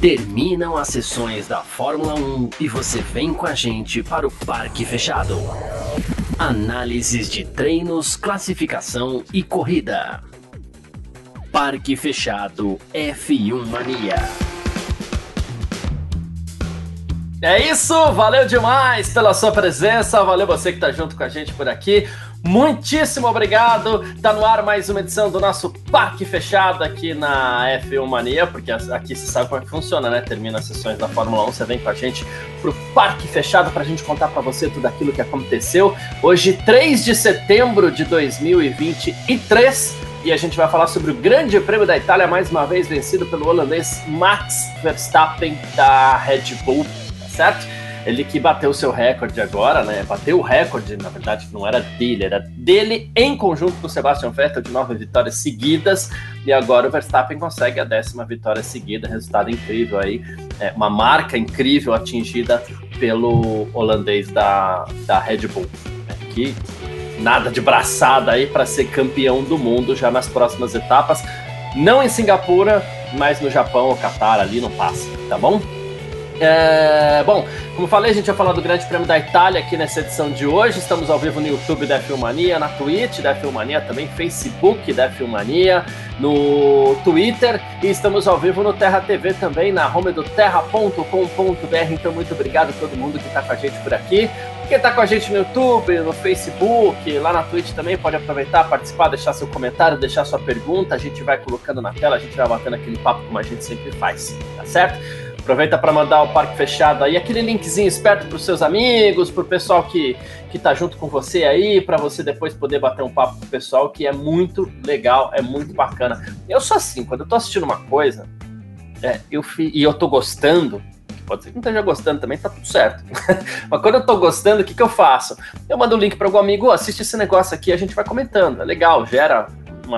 Terminam as sessões da Fórmula 1 e você vem com a gente para o Parque Fechado. Análises de treinos, classificação e corrida. Parque Fechado F1 Mania. É isso, valeu demais pela sua presença, valeu você que tá junto com a gente por aqui. Muitíssimo obrigado, tá no ar mais uma edição do nosso Parque Fechado aqui na F1 Mania, porque aqui você sabe como é que funciona, né? Termina as sessões da Fórmula 1, você vem com a gente pro Parque Fechado pra gente contar pra você tudo aquilo que aconteceu. Hoje, 3 de setembro de 2023, e a gente vai falar sobre o Grande Prêmio da Itália, mais uma vez vencido pelo holandês Max Verstappen da Red Bull, tá certo? Ele que bateu o seu recorde agora, né? Bateu o recorde, na verdade, não era dele, era dele em conjunto com o Sebastian Vettel, de 9 vitórias seguidas. E agora o Verstappen consegue a 10ª vitória seguida. Resultado incrível aí, uma marca incrível atingida pelo holandês da Red Bull. Que nada de braçada aí para ser campeão do mundo já nas próximas etapas. Não em Singapura, mas no Japão ou Qatar ali não passa, tá bom? Bom, como falei, a gente vai falar do Grande Prêmio da Itália aqui nessa edição de hoje. Estamos ao vivo no YouTube da F1 Mania, na Twitch da F1 Mania, também Facebook da F1 Mania, no Twitter, e estamos ao vivo no Terra TV também, na home do terra.com.br. Então muito obrigado a todo mundo que está com a gente por aqui. Quem está com a gente no YouTube, no Facebook, lá na Twitch também pode aproveitar, participar, deixar seu comentário, deixar sua pergunta. A gente vai colocando na tela, a gente vai batendo aquele papo como a gente sempre faz, tá certo? Aproveita para mandar o Parque Fechado aí, aquele linkzinho esperto para os seus amigos, para o pessoal que tá junto com você aí, para você depois poder bater um papo com o pessoal, que é muito legal, é muito bacana. Eu sou assim, quando eu tô assistindo uma coisa e eu tô gostando, pode ser que não esteja gostando também, tá tudo certo. Mas quando eu tô gostando, o que eu faço? Eu mando o link para algum amigo, assiste esse negócio aqui, a gente vai comentando, é legal, gera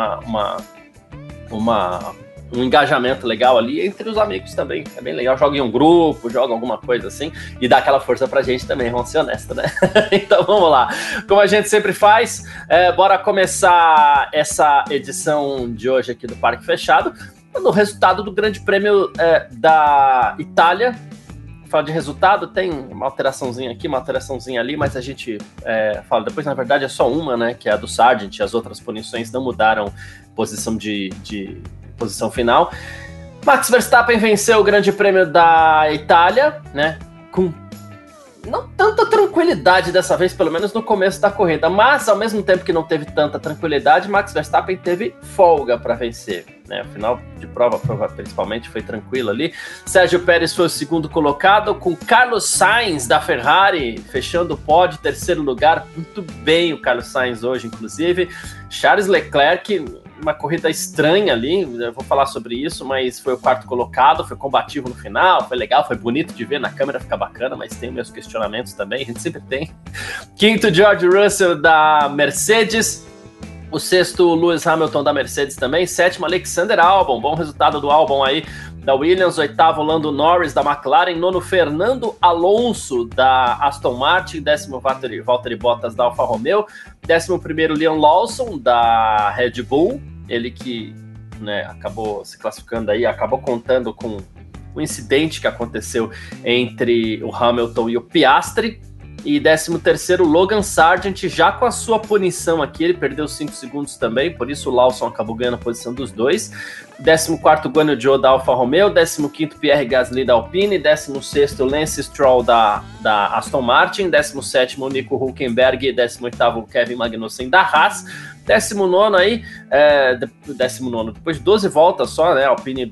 um engajamento legal ali entre os amigos também, é bem legal, joga em um grupo, joga alguma coisa assim, e dá aquela força pra gente também, vamos ser honestos, né? Então vamos lá, como a gente sempre faz, bora começar essa edição de hoje aqui do Parque Fechado, no resultado do Grande Prêmio da Itália. Fala de resultado, tem uma alteraçãozinha aqui, uma alteraçãozinha ali, mas a gente fala depois, na verdade é só uma, né, que é a do Sargent, as outras punições não mudaram posição posição final. Max Verstappen venceu o Grande Prêmio da Itália, né, com não tanta tranquilidade dessa vez, pelo menos no começo da corrida, mas ao mesmo tempo que não teve tanta tranquilidade, Max Verstappen teve folga para vencer, né? O final de prova principalmente foi tranquilo ali. Sérgio Pérez foi o segundo colocado, com Carlos Sainz da Ferrari fechando o pódio, terceiro lugar, muito bem o Carlos Sainz hoje, inclusive. Charles Leclerc, uma corrida estranha ali, eu vou falar sobre isso, mas foi o quarto colocado, foi combativo no final, foi legal, foi bonito de ver, na câmera fica bacana, mas tem meus questionamentos também, a gente sempre tem. Quinto, George Russell da Mercedes, o sexto, Lewis Hamilton da Mercedes também, sétimo, Alexander Albon, bom resultado do Albon aí, da Williams, oitavo, Lando Norris da McLaren, nono, Fernando Alonso da Aston Martin, décimo, Valtteri Bottas da Alfa Romeo, 11º, Liam Lawson da Red Bull, ele que, né, acabou se classificando aí, acabou contando com o incidente que aconteceu entre o Hamilton e o Piastri. E 13º, Logan Sargent, já com a sua punição aqui, ele perdeu 5 segundos também, por isso o Lawson acabou ganhando a posição dos dois. 14º, Guanyu Zhou da Alfa Romeo, 15º, Pierre Gasly da Alpine, 16º, Lance Stroll da Aston Martin, 17º, Nico Hülkenberg, 18º, Kevin Magnussen da Haas, 19º aí, 19º, depois de 12 voltas só, né, a Alpine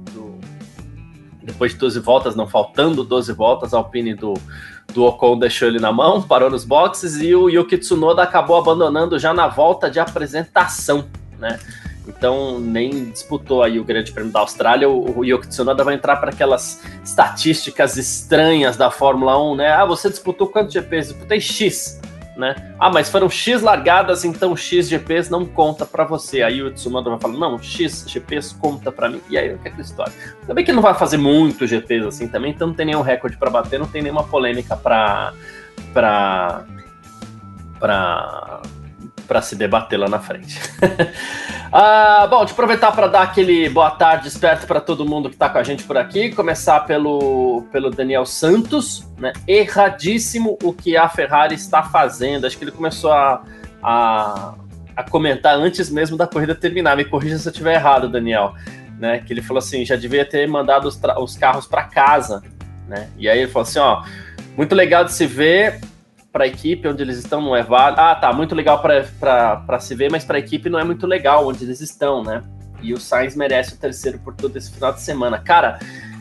depois de 12 voltas, não faltando 12 voltas, a Alpine do Ocon deixou ele na mão, parou nos boxes, e o Yuki Tsunoda acabou abandonando já na volta de apresentação, né? Então nem disputou aí o Grande Prêmio da Austrália. O Yuki Tsunoda vai entrar para aquelas estatísticas estranhas da Fórmula 1, né? Você disputou quantos GPs? Disputei X, né? Mas foram X largadas, então X GPs não conta para você. Aí o Tsunoda vai falar, não, X GPs conta para mim. E aí, o que é aquela história? Também que ele não vai fazer muitos GPs assim também, então não tem nenhum recorde para bater, não tem nenhuma polêmica para para se debater lá na frente. Bom, deixa eu aproveitar para dar aquele boa tarde esperto para todo mundo que está com a gente por aqui. Começar pelo Daniel Santos, né? Erradíssimo o que a Ferrari está fazendo. Acho que ele começou a comentar antes mesmo da corrida terminar. Me corrija se eu estiver errado, Daniel. Né? Que ele falou assim, já devia ter mandado os carros para casa. Né? E aí ele falou assim, ó, muito legal de se ver. Para a equipe onde eles estão não é válido. Tá, muito legal para se ver, mas para a equipe não é muito legal onde eles estão, né? E o Sainz merece o terceiro por todo esse final de semana. Cara,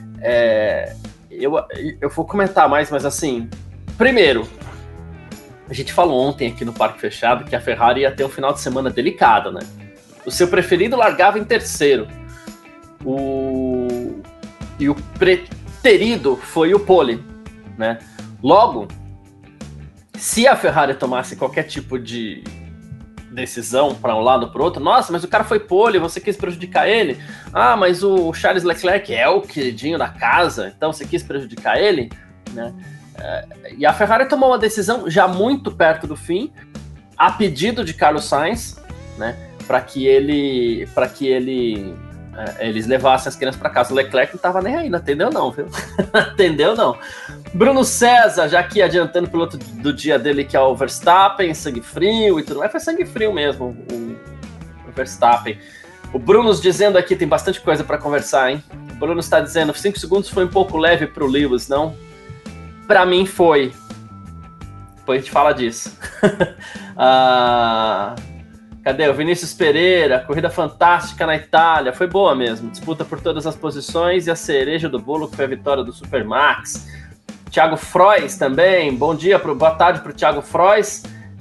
eu vou comentar mais, mas assim, primeiro, a gente falou ontem aqui no Parque Fechado que a Ferrari ia ter um final de semana delicado, né? O seu preferido largava em terceiro. E o preterido foi o pole, né? Logo, se a Ferrari tomasse qualquer tipo de decisão para um lado ou para o outro, nossa, mas o cara foi pole, você quis prejudicar ele? Mas o Charles Leclerc é o queridinho da casa, então você quis prejudicar ele? Né? E a Ferrari tomou uma decisão já muito perto do fim, a pedido de Carlos Sainz, né, para que eles levassem as crianças para casa. O Leclerc não estava nem aí, não atendeu não, viu? Atendeu não. Bruno César, já aqui adiantando o piloto do dia dele, que é o Verstappen, sangue frio e tudo mais. Foi sangue frio mesmo, o Verstappen. O Bruno dizendo aqui, tem bastante coisa para conversar, hein? O Bruno está dizendo, 5 segundos foi um pouco leve para o Lewis, não? Para mim foi. Depois a gente fala disso. Cadê? O Vinícius Pereira, corrida fantástica na Itália, foi boa mesmo, disputa por todas as posições e a cereja do bolo que foi a vitória do Supermax. Thiago Frois também, boa tarde para o Thiago Frois.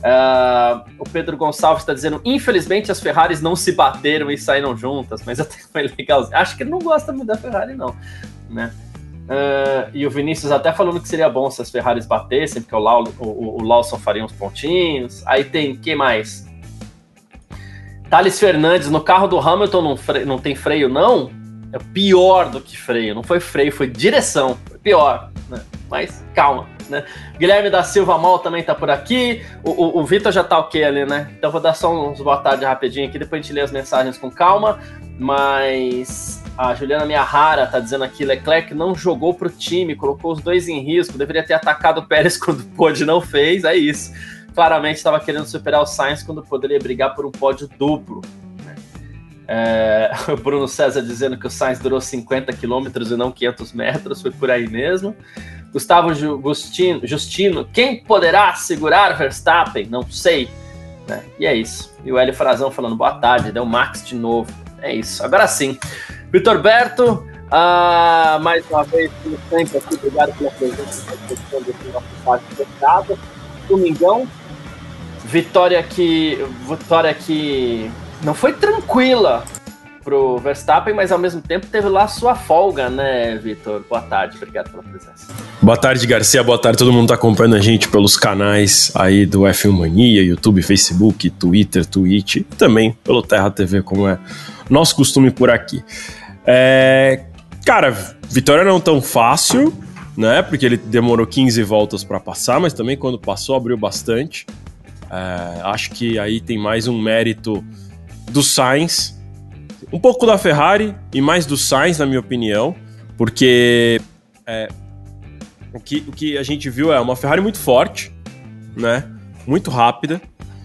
O Pedro Gonçalves está dizendo, infelizmente as Ferraris não se bateram e saíram juntas, mas até foi legal. Acho que ele não gosta muito da Ferrari não, né? E o Vinícius até falando que seria bom se as Ferraris batessem, porque o Lawson faria uns pontinhos. Aí tem, quem mais? Thales Fernandes, no carro do Hamilton não tem freio, não? É pior do que freio. Não foi freio, foi direção. Foi pior, né? Mas calma, né? Guilherme da Silva Mal também tá por aqui. O Vitor já tá ok ali, né? Então vou dar só uns boa tarde rapidinho aqui, depois a gente lê as mensagens com calma. Mas a Juliana Miyahara tá dizendo aqui, Leclerc não jogou pro time, colocou os dois em risco, deveria ter atacado o Pérez quando pôde, não fez, é isso. Claramente estava querendo superar o Sainz quando poderia brigar por um pódio duplo. Né? O Bruno César dizendo que o Sainz durou 50 km e não 500 metros, foi por aí mesmo. Gustavo Justino, quem poderá segurar Verstappen? Não sei. Né? E é isso. E o Hélio Frazão falando, boa tarde, deu Max de novo. É isso, agora sim. Vitor Berto, mais uma vez, como sempre, aqui, obrigado pela presença desse nosso Parque Fechado. Domingão. Vitória que não foi tranquila pro Verstappen, mas ao mesmo tempo teve lá sua folga, né, Vitor? Boa tarde, obrigado pela presença. Boa tarde, Garcia, boa tarde, todo mundo tá acompanhando a gente pelos canais aí do F1 Mania, YouTube, Facebook, Twitter, Twitch, e também pelo Terra TV, como é nosso costume por aqui. Cara, vitória não tão fácil, né, porque ele demorou 15 voltas para passar, mas também quando passou abriu bastante. Acho que aí tem mais um mérito do Sainz, um pouco da Ferrari e mais do Sainz, na minha opinião, porque o que a gente viu é uma Ferrari muito forte, né? Muito rápida,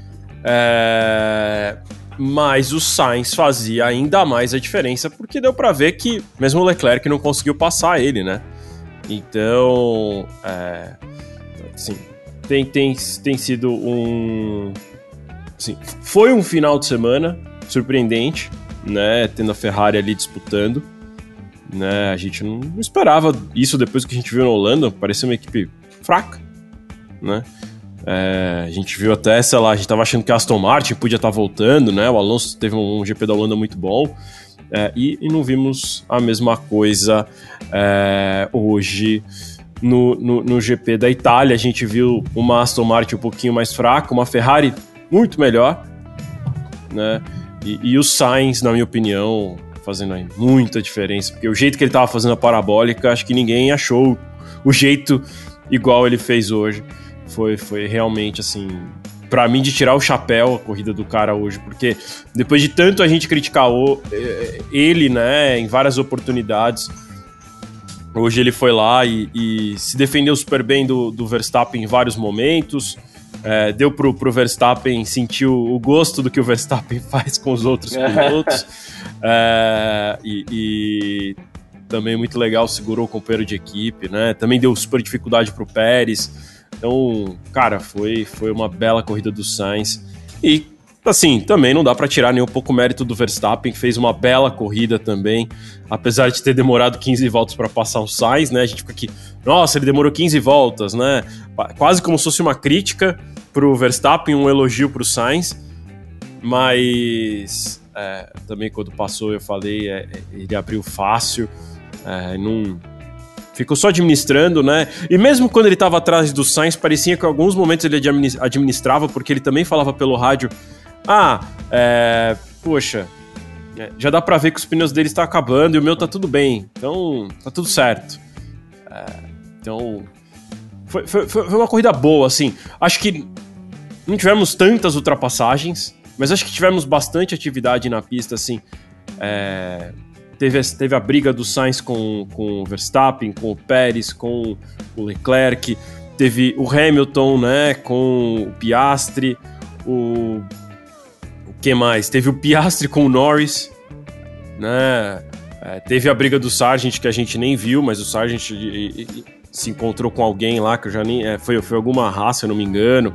mas o Sainz fazia ainda mais a diferença, porque deu para ver que mesmo o Leclerc não conseguiu passar ele, né? Então, assim, tem sido assim, foi um final de semana surpreendente, né? Tendo a Ferrari ali disputando, né? A gente não esperava isso depois do que a gente viu na Holanda, parecia uma equipe fraca, né? A gente viu até, sei lá, a gente tava achando que a Aston Martin podia estar voltando, né? O Alonso teve um GP da Holanda muito bom, e não vimos a mesma coisa hoje. No GP da Itália, a gente viu uma Aston Martin um pouquinho mais fraca, uma Ferrari muito melhor, né? E o Sainz, na minha opinião, fazendo aí muita diferença, porque o jeito que ele estava fazendo a parabólica, acho que ninguém achou o jeito igual ele fez hoje. Foi realmente, assim, pra mim, de tirar o chapéu a corrida do cara hoje, porque depois de tanto a gente criticar ele, né, em várias oportunidades, hoje ele foi lá e se defendeu super bem do Verstappen em vários momentos, deu pro Verstappen sentir o gosto do que o Verstappen faz com os outros pilotos, e também muito legal, segurou o companheiro de equipe, né, também deu super dificuldade pro Pérez. Então, cara, foi uma bela corrida do Sainz. E, assim, também não dá pra tirar nem um pouco o mérito do Verstappen, que fez uma bela corrida também, apesar de ter demorado 15 voltas para passar o Sainz, né? A gente fica aqui, nossa, ele demorou 15 voltas, né? Quase como se fosse uma crítica pro Verstappen, um elogio pro Sainz. Mas, também quando passou, eu falei, ele abriu fácil, não... Ficou só administrando, né? E mesmo quando ele estava atrás do Sainz, parecia que em alguns momentos ele administrava, porque ele também falava pelo rádio, poxa, já dá pra ver que os pneus dele estão acabando e o meu tá tudo bem, então tá tudo certo. Então, foi uma corrida boa, assim. Acho que não tivemos tantas ultrapassagens, mas acho que tivemos bastante atividade na pista, assim. Teve a briga do Sainz com o Verstappen, com o Pérez, com o Leclerc. Teve o Hamilton, né, com o Piastri. O que mais? Teve o Piastri com o Norris, né? Teve a briga do Sargent, que a gente nem viu, mas o Sargent se encontrou com alguém lá, que eu já nem... Foi alguma raça, se eu não me engano.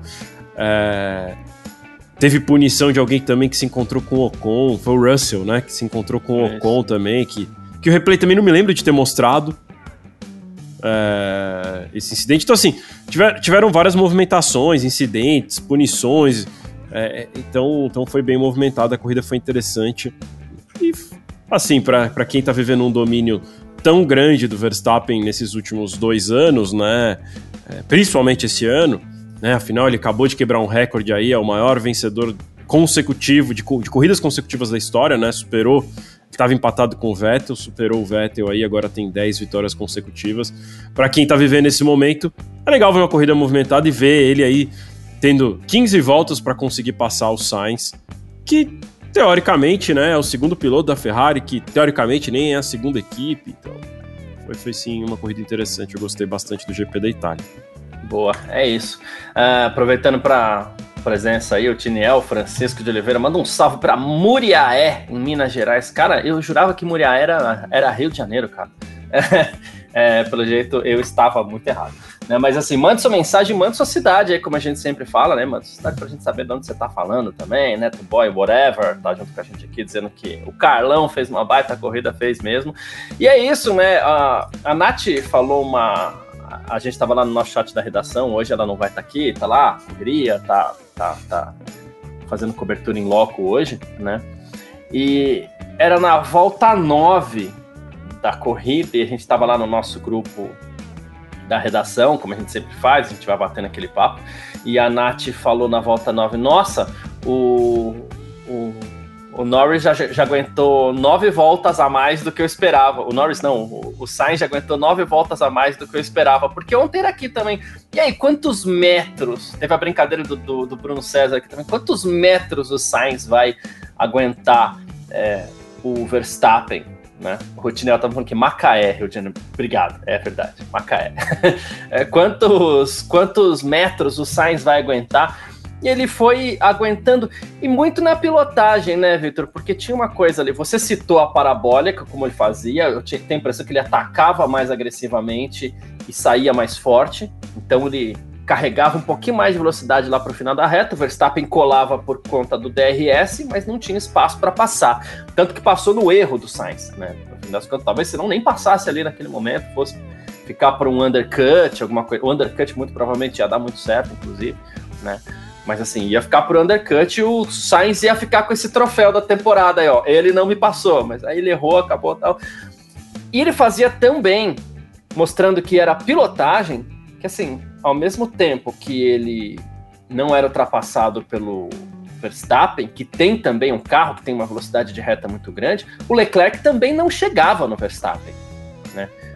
Teve punição de alguém também que se encontrou com o Ocon, foi o Russell, né, que se encontrou com o Ocon também, que o replay também não me lembro de ter mostrado esse incidente. Então, assim, tiveram várias movimentações, incidentes, punições, então foi bem movimentada, a corrida foi interessante. E, assim, para quem tá vivendo um domínio tão grande do Verstappen nesses últimos 2 anos, né, principalmente esse ano, né, afinal ele acabou de quebrar um recorde aí, é o maior vencedor consecutivo de corridas consecutivas da história, né, estava empatado com o Vettel, superou o Vettel aí, agora tem 10 vitórias consecutivas. Para quem tá vivendo esse momento, é legal ver uma corrida movimentada e ver ele aí tendo 15 voltas para conseguir passar o Sainz, que teoricamente, né, é o segundo piloto da Ferrari, que teoricamente nem é a segunda equipe, então foi sim uma corrida interessante, eu gostei bastante do GP da Itália. Boa, é isso. Aproveitando para presença aí, o Tiniel Francisco de Oliveira, manda um salve para Muriaé, em Minas Gerais. Cara, eu jurava que Muriaé era Rio de Janeiro, cara. Pelo jeito, eu estava muito errado. Né? Mas assim, mande sua mensagem, mande sua cidade aí, como a gente sempre fala, né? Mande sua cidade pra gente saber de onde você tá falando também, né? Boy, whatever, tá junto com a gente aqui, dizendo que o Carlão fez uma baita corrida, fez mesmo. E é isso, né? A Nath falou a gente estava lá no nosso chat da redação, hoje ela não vai estar aqui, tá lá, correria, tá fazendo cobertura em loco hoje, né? E era na volta 9 da corrida, e a gente estava lá no nosso grupo da redação, como a gente sempre faz, a gente vai batendo aquele papo, e a Nath falou na volta 9, nossa, o Norris já aguentou 9 voltas a mais do que eu esperava. O Norris não, o Sainz já aguentou 9 voltas a mais do que eu esperava. Porque ontem era aqui também. E aí, quantos metros? Teve a brincadeira do Bruno César aqui também. Quantos metros o Sainz vai aguentar o Verstappen? Né? O Rotinel estava falando que Macaé, Rio de Janeiro. Obrigado, é verdade, Macaé. Quantos metros o Sainz vai aguentar? E ele foi aguentando, e muito na pilotagem, né, Victor? Porque tinha uma coisa ali, você citou a parabólica, como ele fazia, eu tenho a impressão que ele atacava mais agressivamente e saía mais forte, então ele carregava um pouquinho mais de velocidade lá para o final da reta, o Verstappen colava por conta do DRS, mas não tinha espaço para passar, tanto que passou no erro do Sainz, né? No fim das contas, talvez se não nem passasse ali naquele momento, fosse ficar por um undercut, alguma coisa, o undercut muito provavelmente ia dar muito certo, inclusive, né? Mas assim, ia ficar por undercut e o Sainz ia ficar com esse troféu da temporada aí, ó. Ele não me passou, mas aí ele errou, acabou tal. E ele fazia tão bem, mostrando que era pilotagem, que assim, ao mesmo tempo que ele não era ultrapassado pelo Verstappen, que tem também um carro que tem uma velocidade de reta muito grande, o Leclerc também não chegava no Verstappen, né?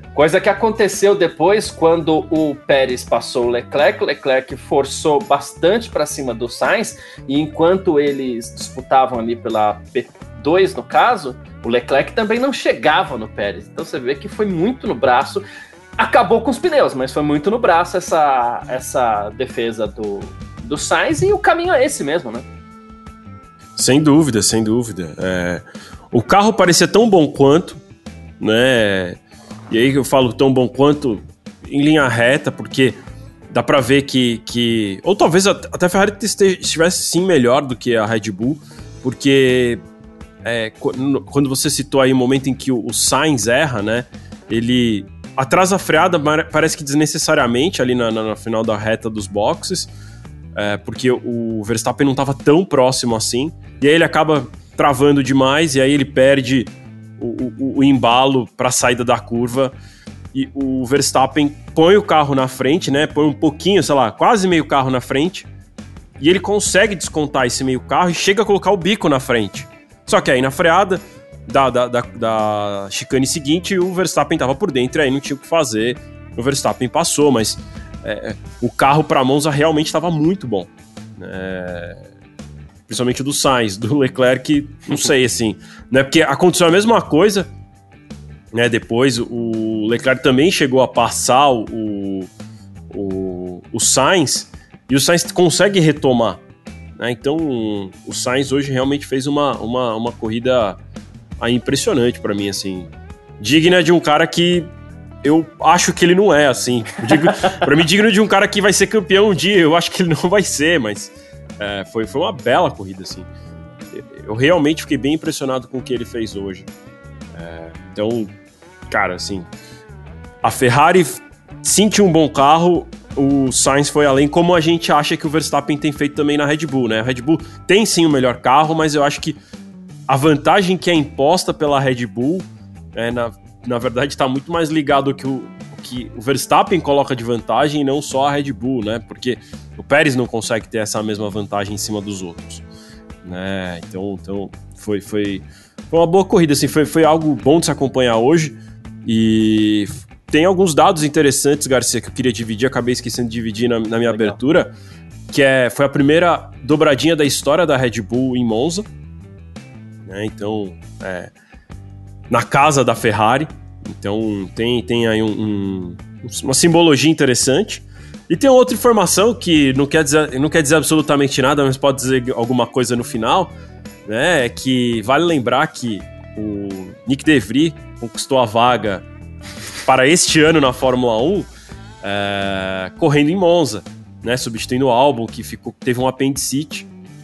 Coisa que aconteceu depois, quando o Pérez passou o Leclerc forçou bastante para cima do Sainz, e enquanto eles disputavam ali pela P2, no caso, o Leclerc também não chegava no Pérez. Então você vê que foi muito no braço, acabou com os pneus, mas foi muito no braço essa defesa do Sainz, e o caminho é esse mesmo, né? Sem dúvida, sem dúvida. O carro parecia tão bom quanto, né? E aí eu falo tão bom quanto em linha reta, porque dá pra ver que ou talvez até a Ferrari estivesse sim melhor do que a Red Bull, porque quando você citou aí o momento em que o Sainz erra, né? Ele atrasa a freada, parece que desnecessariamente ali na final da reta dos boxes, porque o Verstappen não estava tão próximo assim, e aí ele acaba travando demais, e aí ele perde o embalo para a saída da curva, e o Verstappen põe o carro na frente, né? Põe um pouquinho, sei lá, quase meio carro na frente, e ele consegue descontar esse meio carro e chega a colocar o bico na frente. Só que aí na freada da chicane seguinte, o Verstappen estava por dentro, e aí não tinha o que fazer, o Verstappen passou, mas o carro para Monza realmente estava muito bom, principalmente do Sainz. Do Leclerc, não sei, assim, né? Porque aconteceu a mesma coisa, né? Depois o Leclerc também chegou a passar o Sainz, e o Sainz consegue retomar, né? Então o Sainz hoje realmente fez uma corrida aí impressionante para mim, assim, digna de um cara que eu acho que ele não é, assim, para mim digno de um cara que vai ser campeão um dia. Eu acho que ele não vai ser, mas foi uma bela corrida, assim. Eu realmente fiquei bem impressionado com o que ele fez hoje. Então, cara, assim, a Ferrari sentiu um bom carro, o Sainz foi além, como a gente acha que o Verstappen tem feito também na Red Bull, né? A Red Bull tem sim o melhor carro, mas eu acho que a vantagem que é imposta pela Red Bull, na verdade, está muito mais ligado ao que o Verstappen coloca de vantagem, e não só a Red Bull, né? Porque o Pérez não consegue ter essa mesma vantagem em cima dos outros, né? Então foi uma boa corrida, assim, foi algo bom de se acompanhar hoje. E tem alguns dados interessantes, Garcia, que eu queria dividir, acabei esquecendo de dividir na minha abertura, que foi a primeira dobradinha da história da Red Bull em Monza, né? Então, na casa da Ferrari. Então tem aí uma simbologia interessante. E tem outra informação que não quer dizer absolutamente nada, mas pode dizer alguma coisa no final, né? É que vale lembrar que o Nick De Vries conquistou a vaga para este ano na Fórmula 1 correndo em Monza, né? Substituindo o Albon, que teve um apendicite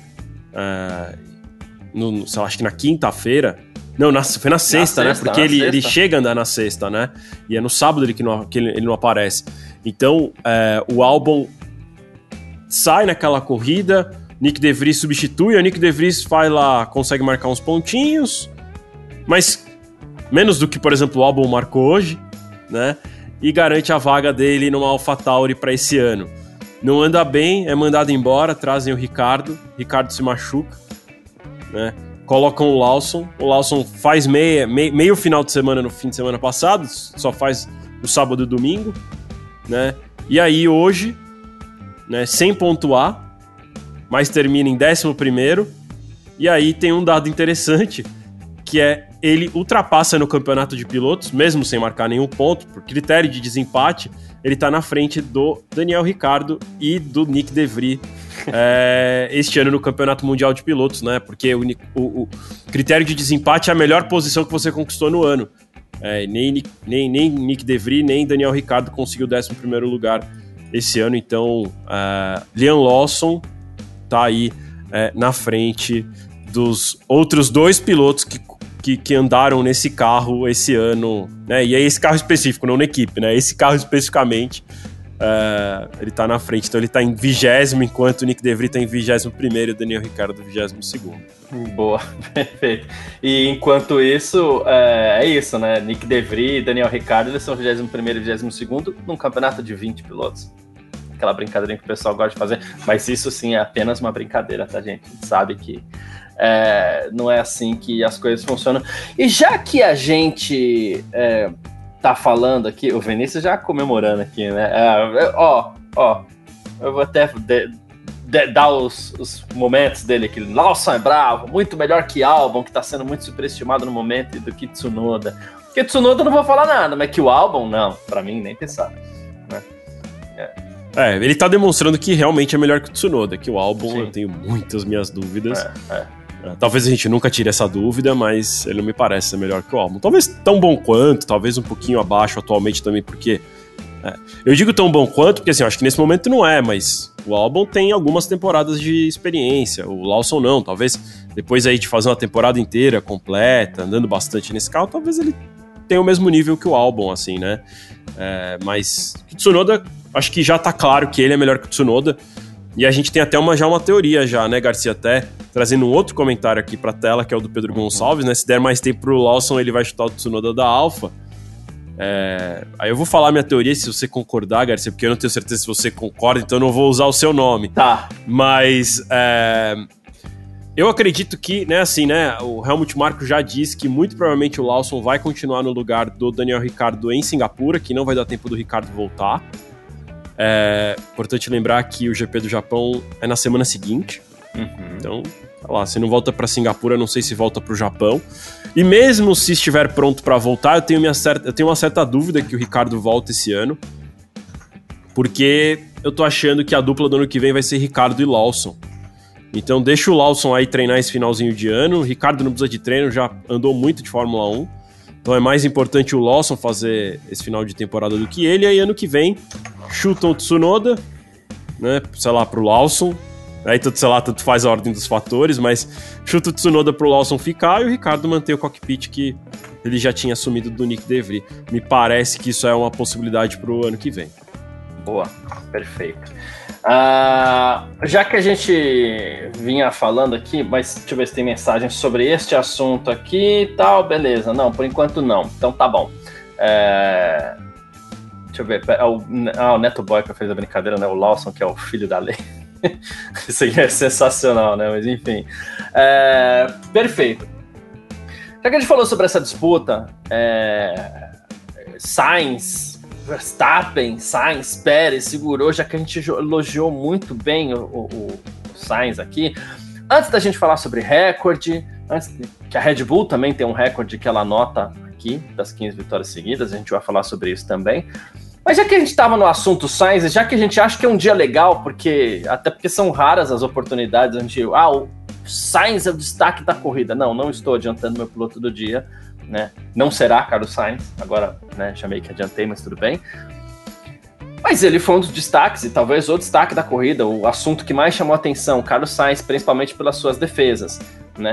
acho que na quinta-feira. Não, foi na sexta, né? Porque ele chega a andar na sexta, né? E é no sábado que ele não aparece. Então, o Albon sai naquela corrida, Nick De Vries substitui, o Nick De Vries vai lá, consegue marcar uns pontinhos, mas menos do que, por exemplo, o Albon marcou hoje, né? E garante a vaga dele numa AlphaTauri para esse ano. Não anda bem, é mandado embora, trazem o Ricardo se machuca, né? Colocam o Lawson faz meio final de semana no fim de semana passado, só faz no sábado e domingo, né? E aí hoje, né, sem pontuar, mas termina em 11º, e aí tem um dado interessante, que ele ultrapassa no campeonato de pilotos, mesmo sem marcar nenhum ponto, por critério de desempate, ele tá na frente do Daniel Ricciardo e do Nick De Vries este ano no Campeonato Mundial de Pilotos, né? Porque o critério de desempate é a melhor posição que você conquistou no ano. Nem Nick De Vries, nem Daniel Ricciardo conseguiu o 11º lugar esse ano, então Liam Lawson tá aí na frente dos outros dois pilotos que andaram nesse carro esse ano, né? E é esse carro específico, não na equipe, né? Esse carro especificamente, ele tá na frente, então ele tá em 20º, enquanto o Nick De Vries tá em 21º e o Daniel Ricciardo 22º. Boa, perfeito. E enquanto isso, é isso, né? Nick De Vries e Daniel Ricciardo, eles são 21º e 22º num campeonato de 20 pilotos. Aquela brincadeirinha que o pessoal gosta de fazer, mas isso sim é apenas uma brincadeira, tá, gente? A gente sabe que não é assim que as coisas funcionam. E já que a gente tá falando aqui, o Vinícius já comemorando aqui, né? Eu vou até dar os momentos dele aqui. Lawson é bravo, muito melhor que Albon, que tá sendo muito superestimado no momento, do que Tsunoda. Porque Tsunoda eu não vou falar nada, mas que o Albon, não, pra mim, nem pensar. Né? Ele tá demonstrando que realmente é melhor que o Tsunoda, que o Albon, sim, eu tenho muitas minhas dúvidas. Talvez a gente nunca tire essa dúvida, mas ele não me parece ser melhor que o Albon. Talvez tão bom quanto, talvez um pouquinho abaixo atualmente também, porque... eu digo tão bom quanto, porque assim, eu acho que nesse momento não é, mas o Albon tem algumas temporadas de experiência, o Lawson não. Talvez depois aí de fazer uma temporada inteira completa, andando bastante nesse carro, talvez ele tenha o mesmo nível que o Albon, assim, né? Mas o Tsunoda, acho que já tá claro que ele é melhor que o Tsunoda. E a gente tem até uma teoria já, né, Garcia? Até trazendo um outro comentário aqui pra tela, que é o do Pedro Gonçalves, né? Se der mais tempo pro Lawson, ele vai chutar o Tsunoda da Alfa. Aí eu vou falar minha teoria, se você concordar, Garcia, porque eu não tenho certeza se você concorda, então eu não vou usar o seu nome. Tá. Mas eu acredito que, né, assim, né, o Helmut Marko já disse que muito provavelmente o Lawson vai continuar no lugar do Daniel Ricciardo em Singapura, que não vai dar tempo do Ricciardo voltar. Importante lembrar que o GP do Japão é na semana seguinte. Então, sei lá, se não volta pra Singapura, não sei se volta pro Japão. E mesmo se estiver pronto pra voltar, eu tenho uma certa dúvida que o Ricciardo volte esse ano, porque eu tô achando que a dupla do ano que vem vai ser Ricciardo e Lawson. Então deixa o Lawson aí treinar esse finalzinho de ano. O Ricciardo não precisa de treino, já andou muito de Fórmula 1. Então é mais importante o Lawson fazer esse final de temporada do que ele. E aí ano que vem chutam o Tsunoda, né, sei lá, pro Lawson. Aí, sei lá, tanto faz a ordem dos fatores, mas chuta o Tsunoda pro Lawson ficar e o Ricciardo manter o cockpit que ele já tinha assumido do Nick De Vries. Me parece que isso é uma possibilidade pro ano que vem. Boa, perfeito. Já que a gente vinha falando aqui, mas deixa eu ver se tem mensagem sobre este assunto aqui e tal, beleza. Não, por enquanto não, então tá bom. Deixa eu ver, o Neto Boy que fez a brincadeira, né? O Lawson, que é o filho da lei. Isso aí é sensacional, né? Mas enfim. Perfeito. Já que a gente falou sobre essa disputa, Sainz, Verstappen, Sainz, Pérez, segurou, já que a gente elogiou muito bem o Sainz aqui. Antes da gente falar sobre recorde, que a Red Bull também tem um recorde que ela anota aqui, das 15 vitórias seguidas, a gente vai falar sobre isso também. Mas já que a gente estava no assunto Sainz, já que a gente acha que é um dia legal, até porque são raras as oportunidades, a gente, o Sainz é o destaque da corrida. Não estou adiantando meu piloto do dia, né? Não será Carlos Sainz, agora, né, já meio que adiantei, mas tudo bem. Mas ele foi um dos destaques, e talvez o destaque da corrida, o assunto que mais chamou a atenção, Carlos Sainz, principalmente pelas suas defesas, né?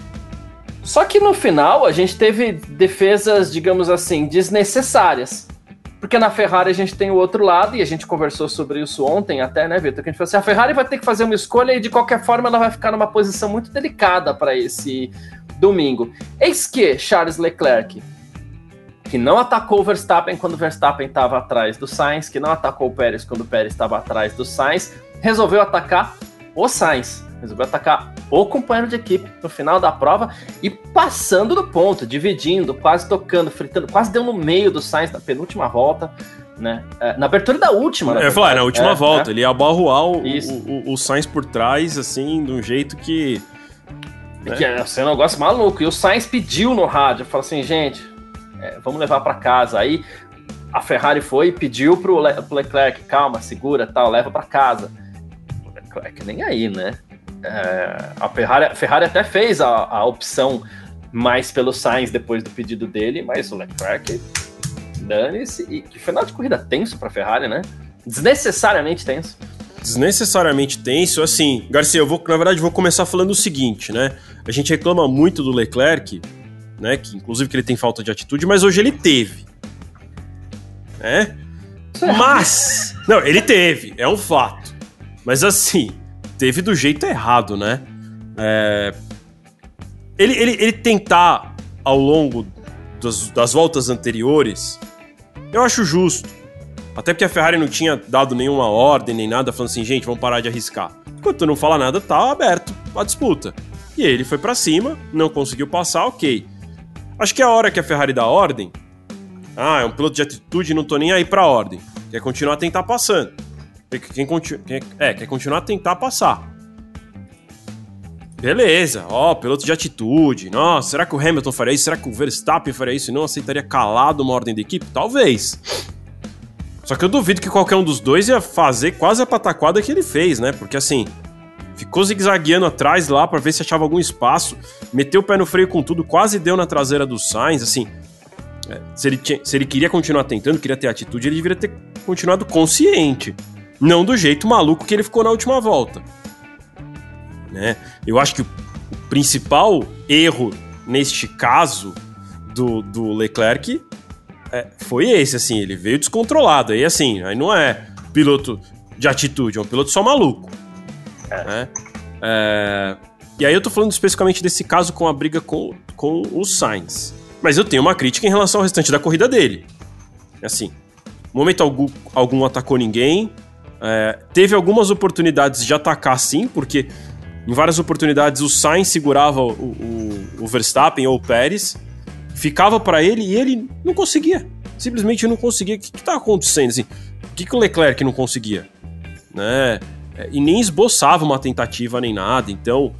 Só que no final a gente teve defesas, digamos assim, desnecessárias. Porque na Ferrari a gente tem o outro lado, e a gente conversou sobre isso ontem até, né, Vitor? Que a gente falou assim, a Ferrari vai ter que fazer uma escolha e de qualquer forma ela vai ficar numa posição muito delicada para esse domingo. Eis que Charles Leclerc, que não atacou o Verstappen quando o Verstappen estava atrás do Sainz, que não atacou o Pérez quando o Pérez estava atrás do Sainz, resolveu atacar o Sainz. Resolveu atacar o companheiro de equipe no final da prova e passando do ponto, dividindo, quase tocando, fritando, quase deu no meio do Sainz na penúltima volta, né? Na abertura da última, né? Na última volta, ele ia abarroar o Sainz por trás, assim, de um jeito que... Né? Que é um negócio maluco. E o Sainz pediu no rádio, falou assim, gente, vamos levar para casa. Aí a Ferrari foi e pediu pro Leclerc, calma, segura, tal, leva para casa. O Leclerc nem aí, né? A Ferrari até fez a opção mais pelo Sainz depois do pedido dele, mas o Leclerc, dane-se, e que final de corrida tenso pra Ferrari, né? Desnecessariamente tenso, assim, Garcia, na verdade vou começar falando o seguinte, né? A gente reclama muito do Leclerc, né? Que inclusive que ele tem falta de atitude, mas hoje ele teve, né? Mas, não, ele teve, é um fato, mas assim, teve do jeito errado, né? Ele tentar, ao longo das voltas anteriores, eu acho justo. Até porque a Ferrari não tinha dado nenhuma ordem, nem nada, falando assim, gente, vamos parar de arriscar. Enquanto não fala nada, tá aberto a disputa. E ele foi pra cima, não conseguiu passar, ok. Acho que a hora que a Ferrari dá ordem, Ah, é um piloto de atitude, não tô nem aí pra ordem. Quer continuar a tentar passando. Quer continuar a tentar passar. Beleza, piloto de atitude. Nossa, será que o Hamilton faria isso? Será que o Verstappen faria isso e não aceitaria calado uma ordem da equipe? Talvez. Só que eu duvido que qualquer um dos dois ia fazer quase a pataquada que ele fez, né? Porque assim, ficou zigue-zagueando atrás lá pra ver se achava algum espaço, meteu o pé no freio com tudo, quase deu na traseira do Sainz, assim. Se ele queria continuar tentando, queria ter atitude, ele deveria ter continuado consciente. Não do jeito maluco que ele ficou na última volta. Né? Eu acho que o principal erro neste caso do Leclerc foi esse, assim, ele veio descontrolado. Aí assim, aí não é piloto de atitude, é um piloto só maluco. Né? E aí eu tô falando especificamente desse caso com a briga com o Sainz. Mas eu tenho uma crítica em relação ao restante da corrida dele. Assim, momento algum atacou ninguém. Teve algumas oportunidades de atacar sim, porque em várias oportunidades o Sainz segurava o Verstappen ou o Pérez, ficava para ele e ele não conseguia. Simplesmente não conseguia. O que estava acontecendo? Assim, o que o Leclerc não conseguia? Né? E nem esboçava uma tentativa nem nada. Então,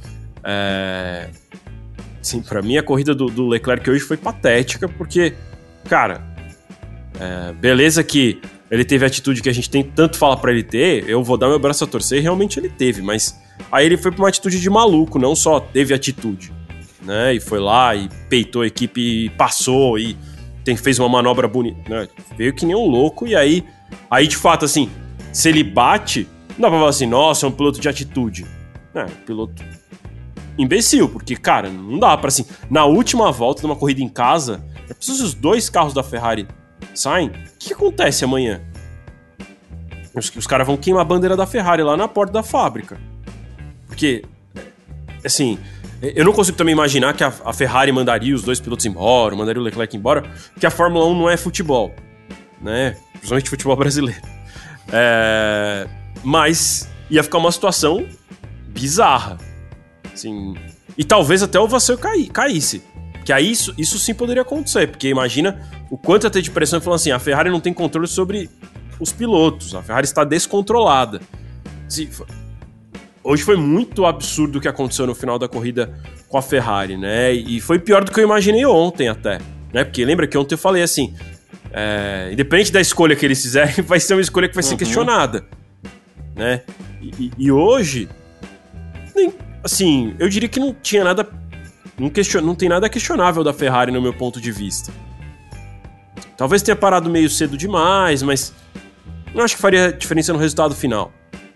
assim, para mim a corrida do Leclerc hoje foi patética, porque, cara, beleza que ele teve a atitude que a gente tem tanto fala para ele ter, eu vou dar meu braço a torcer, e realmente ele teve, mas aí ele foi pra uma atitude de maluco, não só teve atitude, né, e foi lá e peitou a equipe e passou e fez uma manobra bonita, né? Veio que nem um louco, e aí de fato, assim, se ele bate, não dá pra falar assim, nossa, é um piloto de atitude. Um piloto imbecil, porque, cara, não dá pra, assim, na última volta de uma corrida em casa, se os dois carros da Ferrari saem, o que acontece amanhã? Os caras vão queimar a bandeira da Ferrari lá na porta da fábrica. Porque, assim, eu não consigo também imaginar que a Ferrari mandaria os dois pilotos embora, mandaria o Leclerc embora, porque a Fórmula 1 não é futebol, né? Principalmente futebol brasileiro. Mas ia ficar uma situação bizarra. Assim, e talvez até o Vasseur caísse. Que aí isso sim poderia acontecer, porque imagina o quanto ia ter de pressão e falando assim, a Ferrari não tem controle sobre os pilotos, a Ferrari está descontrolada. Hoje foi muito absurdo o que aconteceu no final da corrida com a Ferrari, né? E foi pior do que eu imaginei ontem até, né? Porque lembra que ontem eu falei assim, independente da escolha que eles fizerem, vai ser uma escolha que vai ser questionada, né? E hoje, assim, eu diria que não tinha nada... Não tem nada questionável da Ferrari no meu ponto de vista. Talvez tenha parado meio cedo demais, mas não acho que faria diferença no resultado final.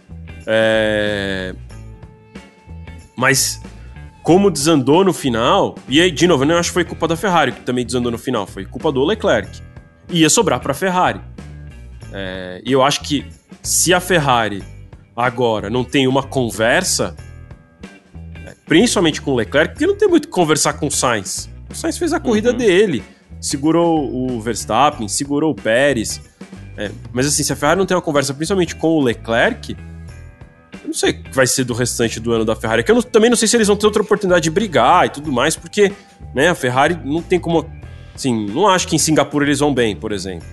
Mas como desandou no final, e aí, de novo, eu não acho que foi culpa da Ferrari que também desandou no final, foi culpa do Leclerc. Ia sobrar para a Ferrari. E eu acho que se a Ferrari agora não tem uma conversa, principalmente com o Leclerc, porque não tem muito que conversar com o Sainz. O Sainz fez a corrida dele, segurou o Verstappen, segurou o Pérez. Mas assim, se a Ferrari não tem uma conversa principalmente com o Leclerc, eu não sei o que vai ser do restante do ano da Ferrari, que eu também não sei se eles vão ter outra oportunidade de brigar e tudo mais, porque, né, a Ferrari não tem como... Assim, não acho que em Singapura eles vão bem, por exemplo.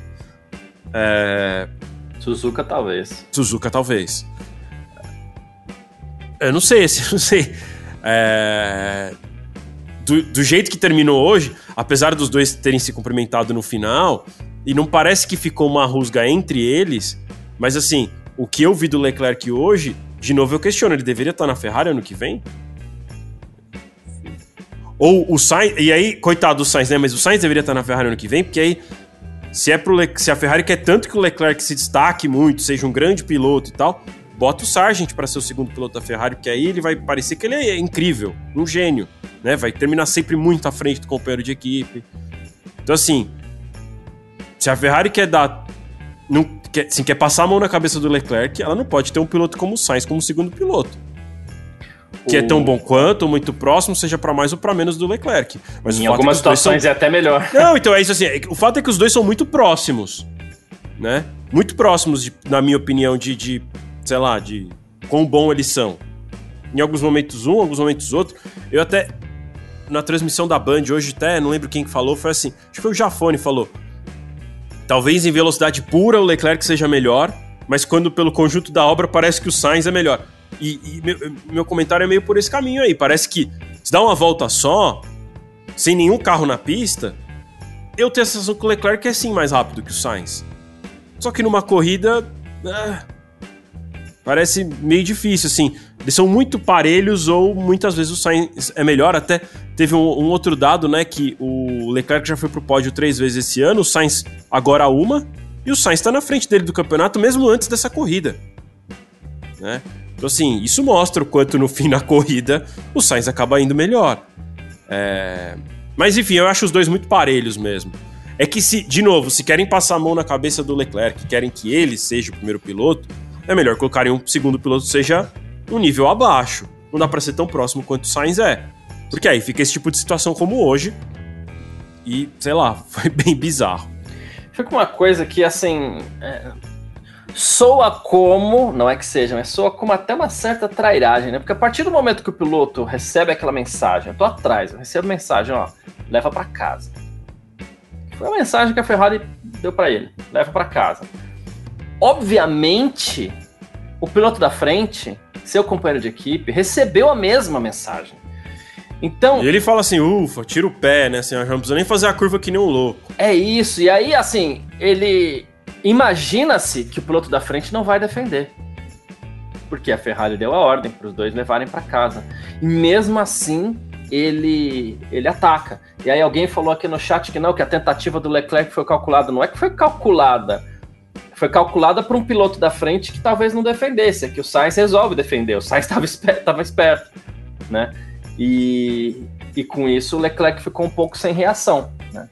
Suzuka talvez. Eu não sei. Do jeito que terminou hoje, apesar dos dois terem se cumprimentado no final, e não parece que ficou uma rusga entre eles, mas assim, o que eu vi do Leclerc hoje, de novo eu questiono, ele deveria estar na Ferrari ano que vem? Ou o Sainz, e aí, coitado do Sainz, né, mas o Sainz deveria estar na Ferrari ano que vem, porque aí, se a Ferrari quer tanto que o Leclerc se destaque muito, seja um grande piloto e tal, bota o Sargent para ser o segundo piloto da Ferrari, porque aí ele vai parecer que ele é incrível, um gênio, né? Vai terminar sempre muito à frente do companheiro de equipe. Então, assim, se a Ferrari quer passar a mão na cabeça do Leclerc, ela não pode ter um piloto como o Sainz como segundo piloto. Que é tão bom quanto, ou muito próximo, seja para mais ou para menos do Leclerc. Mas em algumas situações é até melhor. Não, então é isso assim, o fato é que os dois são muito próximos, né? Muito próximos, na minha opinião, de sei lá, de quão bom eles são. Em alguns momentos um, em alguns momentos outro. Eu até, na transmissão da Band hoje, até não lembro quem falou, foi assim, acho que foi o Jafone falou, talvez em velocidade pura o Leclerc seja melhor, mas quando pelo conjunto da obra parece que o Sainz é melhor. E meu comentário é meio por esse caminho aí. Parece que se dá uma volta só, sem nenhum carro na pista, eu tenho a sensação que o Leclerc é sim mais rápido que o Sainz. Só que numa corrida, parece meio difícil, assim. Eles são muito parelhos ou muitas vezes o Sainz é melhor. Até teve um outro dado, né, que o Leclerc já foi pro pódio 3 vezes esse ano, o Sainz agora uma, e o Sainz tá na frente dele do campeonato mesmo antes dessa corrida, né? Então, assim, isso mostra o quanto no fim da corrida o Sainz acaba indo melhor. Mas, enfim, eu acho os dois muito parelhos mesmo. É que, de novo, se querem passar a mão na cabeça do Leclerc, querem que ele seja o primeiro piloto, é melhor colocarem um segundo piloto que seja um nível abaixo. Não dá pra ser tão próximo quanto o Sainz é. Porque aí fica esse tipo de situação como hoje. E, sei lá, foi bem bizarro. Fica uma coisa que, assim... soa como, não é que seja, mas soa como até uma certa trairagem, né? Porque a partir do momento que o piloto recebe aquela mensagem, eu tô atrás, eu recebo mensagem, ó, leva pra casa. Foi a mensagem que a Ferrari deu pra ele, leva pra casa. Obviamente, o piloto da frente, seu companheiro de equipe, recebeu a mesma mensagem. Então, e ele fala assim, ufa, tira o pé, né? Assim, não precisa nem fazer a curva que nem um louco. É isso, e aí, assim, ele... Imagina-se que o piloto da frente não vai defender. Porque a Ferrari deu a ordem para os dois levarem para casa. E mesmo assim, ele ataca. E aí alguém falou aqui no chat que não, que a tentativa do Leclerc foi calculada. Não é que foi calculada. Foi calculada por um piloto da frente que talvez não defendesse. É que o Sainz resolve defender. O Sainz estava esperto, né? E com isso o Leclerc ficou um pouco sem reação, né?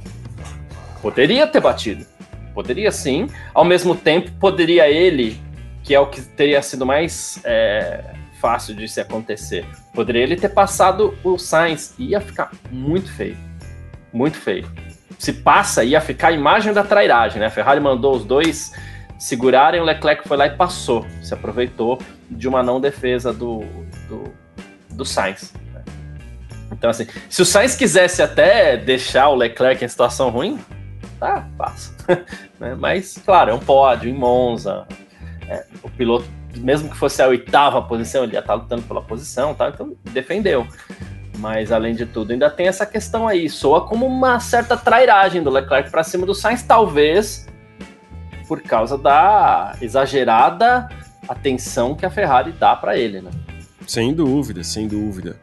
Poderia ter batido. Poderia sim, ao mesmo tempo poderia ele, que é o que teria sido mais fácil de se acontecer, poderia ele ter passado o Sainz, ia ficar muito feio, muito feio. Se passa, ia ficar a imagem da trairagem, né? A Ferrari mandou os dois segurarem, o Leclerc foi lá e passou, se aproveitou de uma não defesa do Sainz. Né? Então assim, se o Sainz quisesse até deixar o Leclerc em situação ruim, tá, passa. Mas, claro, é um pódio em Monza. O piloto, mesmo que fosse a 8ª posição, ele ia estar lutando pela posição, tá? Então defendeu. Mas, além de tudo, ainda tem essa questão aí. Soa como uma certa trairagem do Leclerc para cima do Sainz, talvez por causa da exagerada atenção que a Ferrari dá para ele, né? Sem dúvida, sem dúvida.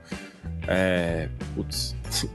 Putz...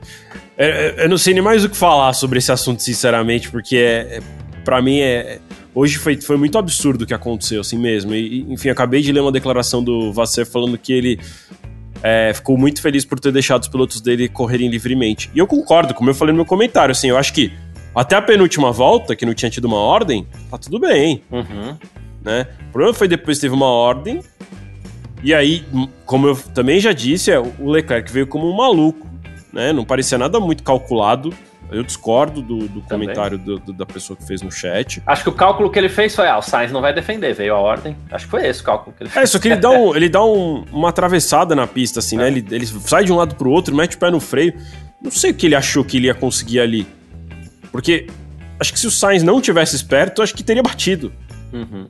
Eu não sei nem mais o que falar sobre esse assunto, sinceramente, porque pra mim hoje foi muito absurdo o que aconteceu, assim mesmo. E, enfim, acabei de ler uma declaração do Vasseur falando que ele ficou muito feliz por ter deixado os pilotos dele correrem livremente. E eu concordo, como eu falei no meu comentário, assim, eu acho que até a penúltima volta, que não tinha tido uma ordem, tá tudo bem. Uhum. Né? O problema foi depois que teve uma ordem, e aí, como eu também já disse, o Leclerc veio como um maluco. Né? Não parecia nada muito calculado. Eu discordo do comentário da pessoa que fez no chat. Acho que o cálculo que ele fez foi, o Sainz não vai defender, veio a ordem. Acho que foi esse o cálculo que ele fez. Só que ele dá uma atravessada na pista, assim, né? Ele sai de um lado pro outro, mete o pé no freio. Não sei o que ele achou que ele ia conseguir ali. Porque acho que se o Sainz não tivesse esperto, acho que teria batido. Uhum.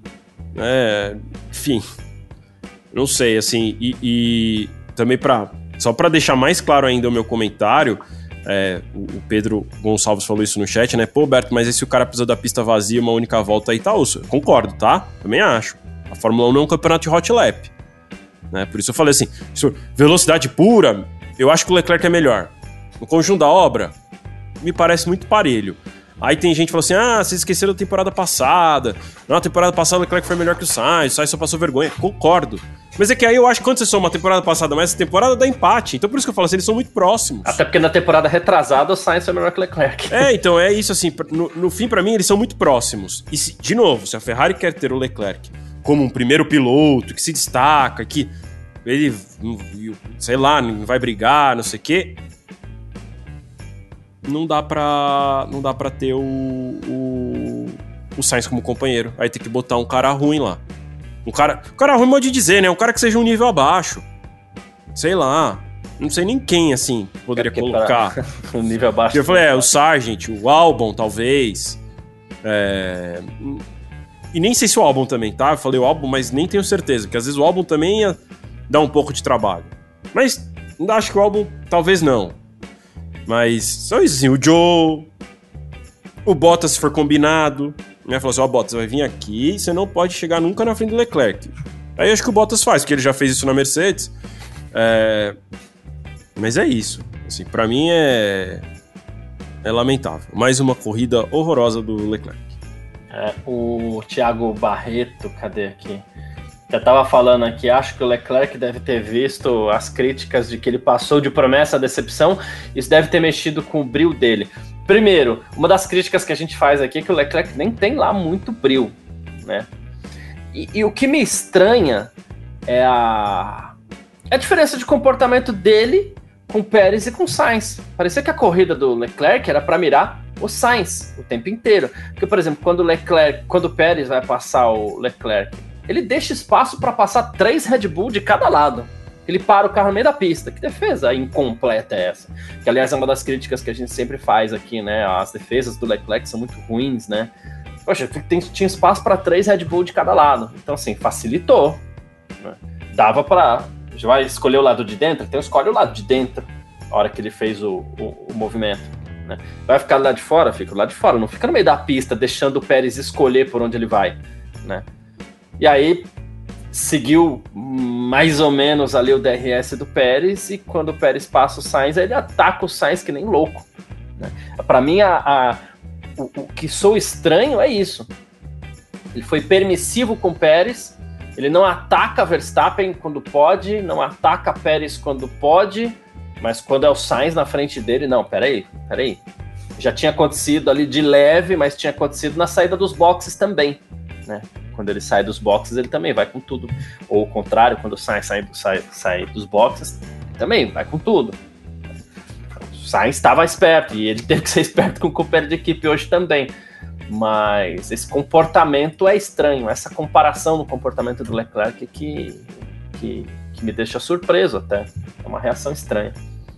Enfim, não sei, assim, e também só pra deixar mais claro ainda o meu comentário, o Pedro Gonçalves falou isso no chat, né? Pô, Berto, mas e se o cara precisa da pista vazia uma única volta aí, tá osso? Concordo, tá? Também acho. A Fórmula 1 não é um campeonato de hot lap. Né? Por isso eu falei assim, velocidade pura, eu acho que o Leclerc é melhor. No conjunto da obra, me parece muito parelho. Aí tem gente que fala assim, vocês esqueceram da temporada passada. Não, a temporada passada o Leclerc foi melhor que o Sainz só passou vergonha. Concordo. Mas é que aí eu acho que quando você soma a temporada passada mais essa temporada, dá empate. Então por isso que eu falo assim, eles são muito próximos. Até porque na temporada retrasada o Sainz foi melhor que o Leclerc. Então é isso assim, no fim pra mim eles são muito próximos. E de novo, se a Ferrari quer ter o Leclerc como um primeiro piloto, que se destaca, que ele, sei lá, não vai brigar, não sei o quê... Não dá pra ter o Sainz como companheiro. Aí tem que botar um cara ruim lá. Um cara ruim, pode dizer, né? Um cara que seja um nível abaixo. Sei lá. Não sei nem quem, assim, poderia colocar. Um nível abaixo. Eu falei, o Sargent, o Albon, talvez. E nem sei se o álbum também, tá? Eu falei o álbum, mas nem tenho certeza, porque às vezes o álbum também ia dar um pouco de trabalho. Mas acho que o álbum, talvez não. Mas só isso assim, o Joe, o Bottas, se for combinado, né? Falou assim, Bottas, vai vir aqui e você não pode chegar nunca na frente do Leclerc. Aí acho que o Bottas faz, porque ele já fez isso na Mercedes. Mas é isso. Assim, pra mim é lamentável. Mais uma corrida horrorosa do Leclerc. O Thiago Barreto, cadê aqui? Já tava falando aqui, acho que o Leclerc deve ter visto as críticas de que ele passou de promessa a decepção. Isso deve ter mexido com o brilho dele. Primeiro, uma das críticas que a gente faz aqui é que o Leclerc nem tem lá muito brilho, né? E o que me estranha é a diferença de comportamento dele com o Pérez e com o Sainz. Parecia que a corrida do Leclerc era para mirar o Sainz o tempo inteiro. Porque, por exemplo, quando o Pérez vai passar o Leclerc, ele deixa espaço para passar 3 Red Bull de cada lado. Ele para o carro no meio da pista. Que defesa incompleta é essa? Que, aliás, é uma das críticas que a gente sempre faz aqui, né? As defesas do Leclerc são muito ruins, né? Poxa, tinha espaço para 3 Red Bull de cada lado. Então, assim, facilitou. Né? Dava para... Já vai escolher o lado de dentro? Então escolhe o lado de dentro na hora que ele fez o movimento. Né? Vai ficar do lado de fora? Fica do lado de fora. Não fica no meio da pista, deixando o Pérez escolher por onde ele vai. Né? E aí, seguiu mais ou menos ali o DRS do Pérez, e quando o Pérez passa o Sainz, ele ataca o Sainz que nem louco. Né? Para mim, o que sou estranho é isso. Ele foi permissivo com o Pérez, ele não ataca Verstappen quando pode, não ataca Pérez quando pode, mas quando é o Sainz na frente dele, não, peraí. Já tinha acontecido ali de leve, mas tinha acontecido na saída dos boxes também, né? Quando ele sai dos boxes, ele também vai com tudo. Ou o contrário, quando o Sainz sai dos boxes, também vai com tudo. O Sainz estava esperto, e ele teve que ser esperto com o companheiro de equipe hoje também. Mas esse comportamento é estranho, essa comparação no comportamento do Leclerc que me deixa surpreso até. É uma reação estranha.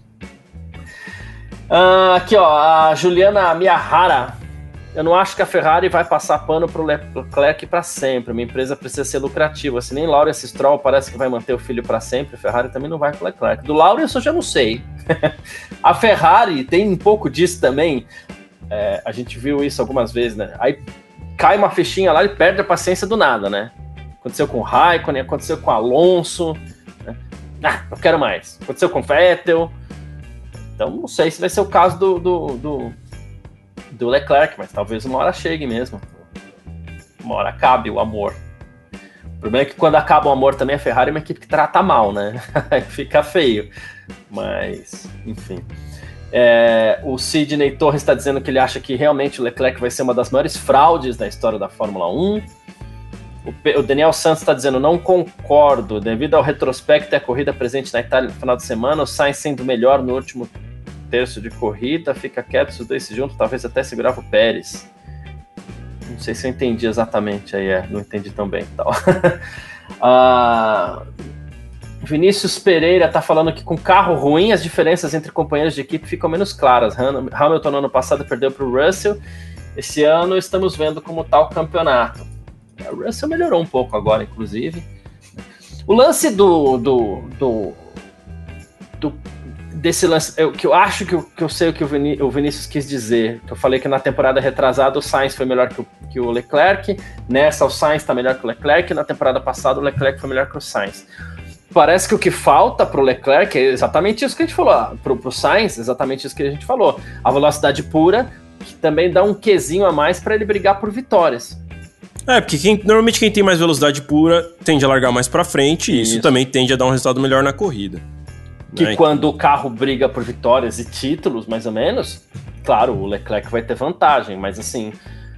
Aqui, ó, a Juliana Miyahara. Eu não acho que a Ferrari vai passar pano pro Leclerc para sempre. Uma empresa precisa ser lucrativa. Se nem Lawrence Stroll parece que vai manter o filho para sempre, a Ferrari também não vai com o Leclerc. Do Lawrence eu já não sei. A Ferrari tem um pouco disso também. A gente viu isso algumas vezes, né? Aí cai uma fichinha lá e perde a paciência do nada, né? Aconteceu com o Raikkonen, aconteceu com o Alonso. Né? Não quero mais. Aconteceu com o Vettel. Então não sei se vai ser o caso do Leclerc, mas talvez uma hora chegue mesmo. Uma hora acabe o amor. O problema é que quando acaba o amor também, a Ferrari é uma equipe que trata mal, né? Fica feio. Mas, enfim... o Sidney Torres está dizendo que ele acha que realmente o Leclerc vai ser uma das maiores fraudes da história da Fórmula 1. O Daniel Santos está dizendo, não concordo, devido ao retrospecto e à corrida presente na Itália no final de semana, o Sainz sendo melhor no último terço de corrida, fica quieto, os dois juntos, talvez até segurava o Pérez. Não sei se eu entendi exatamente, não entendi tão bem. Então. Vinícius Pereira tá falando que com carro ruim as diferenças entre companheiros de equipe ficam menos claras. Hamilton no ano passado perdeu para o Russell, esse ano estamos vendo como tá o campeonato. O Russell melhorou um pouco agora, inclusive. O lance desse lance, que eu acho que eu sei o que o Vinícius quis dizer, que eu falei que na temporada retrasada o Sainz foi melhor que o Leclerc, nessa o Sainz tá melhor que o Leclerc, na temporada passada o Leclerc foi melhor que o Sainz. Parece que o que falta pro Leclerc é exatamente isso que a gente falou, pro Sainz, exatamente isso que a gente falou, a velocidade pura, que também dá um quezinho a mais para ele brigar por vitórias. Porque normalmente quem tem mais velocidade pura tende a largar mais pra frente, e isso também tende a dar um resultado melhor na corrida. Que quando o carro briga por vitórias e títulos, mais ou menos, claro, o Leclerc vai ter vantagem, mas assim,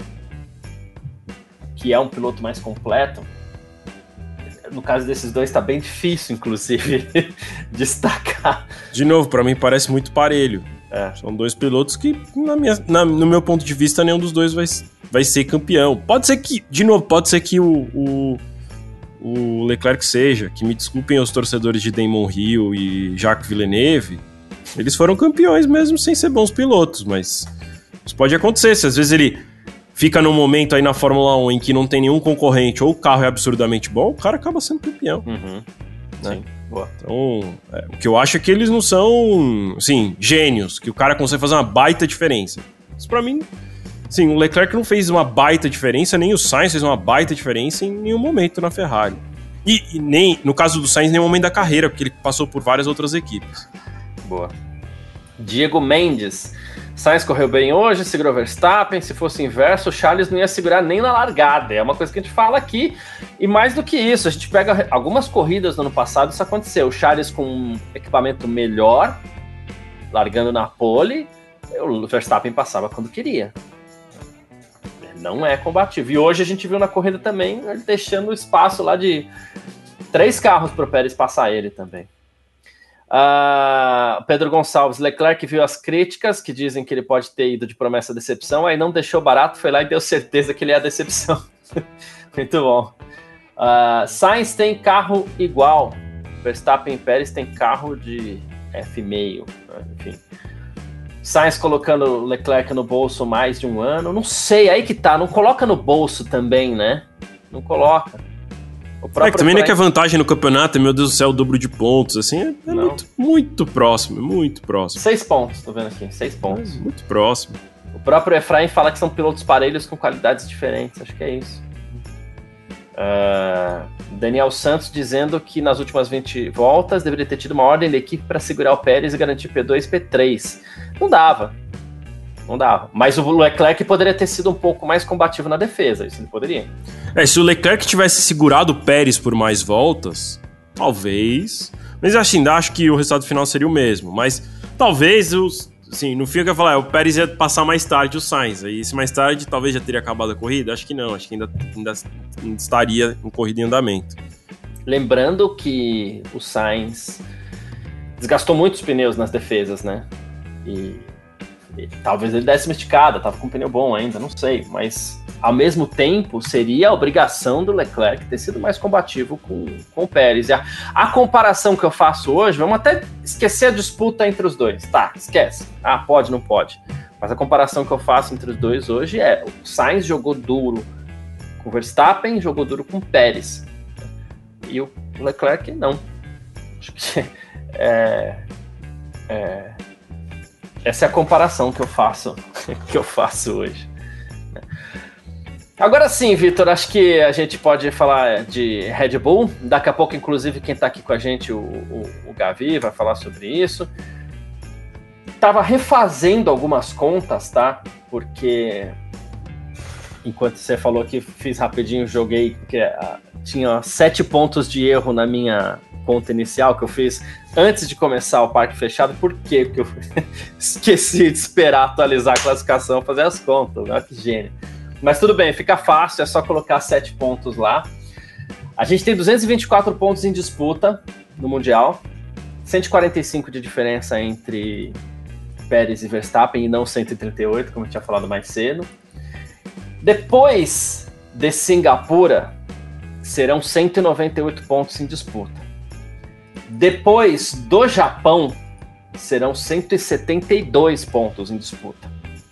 que é um piloto mais completo, no caso desses dois tá bem difícil, inclusive, destacar. De novo, pra mim parece muito parelho. São dois pilotos que, no meu ponto de vista, nenhum dos dois vai ser campeão. Pode ser que, de novo, o Leclerc seja, que me desculpem os torcedores de Damon Hill e Jacques Villeneuve, eles foram campeões mesmo sem ser bons pilotos, mas isso pode acontecer, se às vezes ele fica num momento aí na Fórmula 1 em que não tem nenhum concorrente ou o carro é absurdamente bom, o cara acaba sendo campeão. Uhum. Né? Sim, boa. Então, o que eu acho é que eles não são, assim, gênios, que o cara consegue fazer uma baita diferença. Isso pra mim, sim, o Leclerc não fez uma baita diferença, nem o Sainz fez uma baita diferença em nenhum momento na Ferrari. E nem, no caso do Sainz, nenhum momento da carreira, porque ele passou por várias outras equipes. Boa. Diego Mendes. Sainz correu bem hoje, segurou Verstappen. Se fosse inverso, o Charles não ia segurar nem na largada. É uma coisa que a gente fala aqui. E mais do que isso, a gente pega algumas corridas no ano passado, isso aconteceu. O Charles com um equipamento melhor, largando na pole, o Verstappen passava quando queria. Não é combativo. E hoje a gente viu na corrida também, ele deixando o espaço lá de 3 carros para o Pérez passar ele também. Pedro Gonçalves, Leclerc viu as críticas que dizem que ele pode ter ido de promessa a decepção, aí não deixou barato, foi lá e deu certeza que ele é a decepção. Muito bom. Sainz tem carro igual, Verstappen e Pérez tem carro de F meio, enfim. Sainz colocando o Leclerc no bolso mais de um ano, não sei, aí que tá, não coloca no bolso também, né? Não coloca. Que também não é que a vantagem no campeonato, meu Deus do céu, o dobro de pontos, assim, é muito, muito próximo, muito próximo. 6 pontos, tô vendo aqui, 6 pontos. Muito próximo. O próprio Efraim fala que são pilotos parelhos com qualidades diferentes, acho que é isso. Daniel Santos dizendo que nas últimas 20 voltas deveria ter tido uma ordem da equipe para segurar o Pérez e garantir P2 e P3. Não dava. Mas o Leclerc poderia ter sido um pouco mais combativo na defesa, isso ele poderia. Se o Leclerc tivesse segurado o Pérez por mais voltas, talvez. Mas ainda acho que o resultado final seria o mesmo. Mas talvez, assim, no fim eu ia falar, o Pérez ia passar mais tarde o Sainz. Aí se mais tarde talvez já teria acabado a corrida? Acho que não, acho que ainda estaria em corrida em andamento. Lembrando que o Sainz desgastou muito os pneus nas defesas, né? E talvez ele desse uma esticada, tava com um pneu bom ainda, não sei, mas ao mesmo tempo seria a obrigação do Leclerc ter sido mais combativo com o Pérez. E a comparação que eu faço hoje, vamos até esquecer a disputa entre os dois, tá, esquece, pode, não pode, mas a comparação que eu faço entre os dois hoje é, o Sainz jogou duro com o Verstappen, jogou duro com o Pérez, e o Leclerc não. Acho que essa é a comparação que eu faço hoje. Agora sim, Vitor, acho que a gente pode falar de Red Bull. Daqui a pouco, inclusive, quem está aqui com a gente, o Gavi, vai falar sobre isso. Tava refazendo algumas contas, tá? Porque enquanto você falou que fiz rapidinho, joguei, porque tinha 7 pontos de erro na minha conta inicial que eu fiz antes de começar o parque fechado. Por quê? Porque eu esqueci de esperar atualizar a classificação, fazer as contas, né? Que gênio. Mas tudo bem, fica fácil, é só colocar 7 pontos lá. A gente tem 224 pontos em disputa no Mundial, 145 de diferença entre Pérez e Verstappen, e não 138, como eu tinha falado mais cedo. Depois de Singapura, serão 198 pontos em disputa. Depois do Japão, serão 172 pontos em disputa.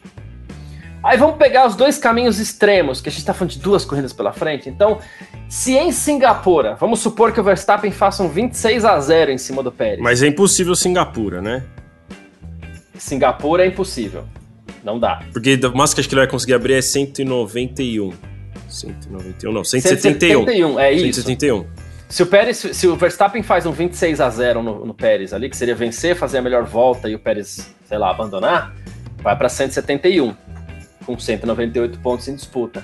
Aí vamos pegar os dois caminhos extremos, que a gente está falando de 2 corridas pela frente. Então, se em Singapura, vamos supor que o Verstappen faça um 26-0 em cima do Pérez. Mas é impossível Singapura, né? Singapura é impossível. Não dá. Porque o máximo que acho que ele vai conseguir abrir é 191. 191, não, 171. 171, é isso. 171. Se o Verstappen faz um 26-0 no Pérez ali, que seria vencer, fazer a melhor volta e o Pérez, sei lá, abandonar, vai para 171, com 198 pontos em disputa.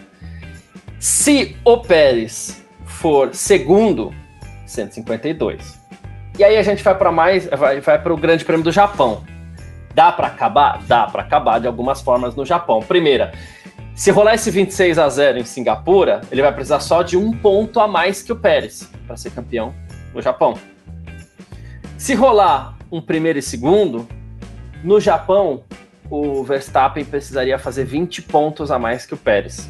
Se o Pérez for segundo, 152. E aí a gente vai para o Grande Prêmio do Japão. Dá para acabar? Dá para acabar de algumas formas no Japão. Primeira, se rolar esse 26-0 em Singapura, ele vai precisar só de 1 ponto a mais que o Pérez para ser campeão no Japão. Se rolar um primeiro e segundo, no Japão, o Verstappen precisaria fazer 20 pontos a mais que o Pérez.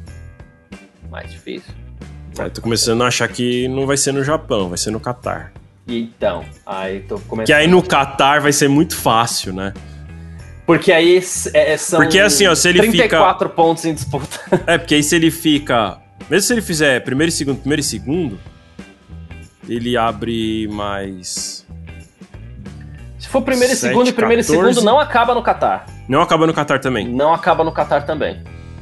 Mais difícil. Tô começando a achar que não vai ser no Japão, vai ser no Catar. Então, aí tô começando... Que aí no Catar vai ser muito fácil, né? Porque aí são porque, assim, ó, se ele 34 pontos em disputa. Porque aí se ele fica... Mesmo se ele fizer primeiro e segundo, ele abre mais... Se for primeiro e 7, segundo, e primeiro 14. e segundo não acaba no Catar. Não acaba no Catar também. Não acaba no Catar também.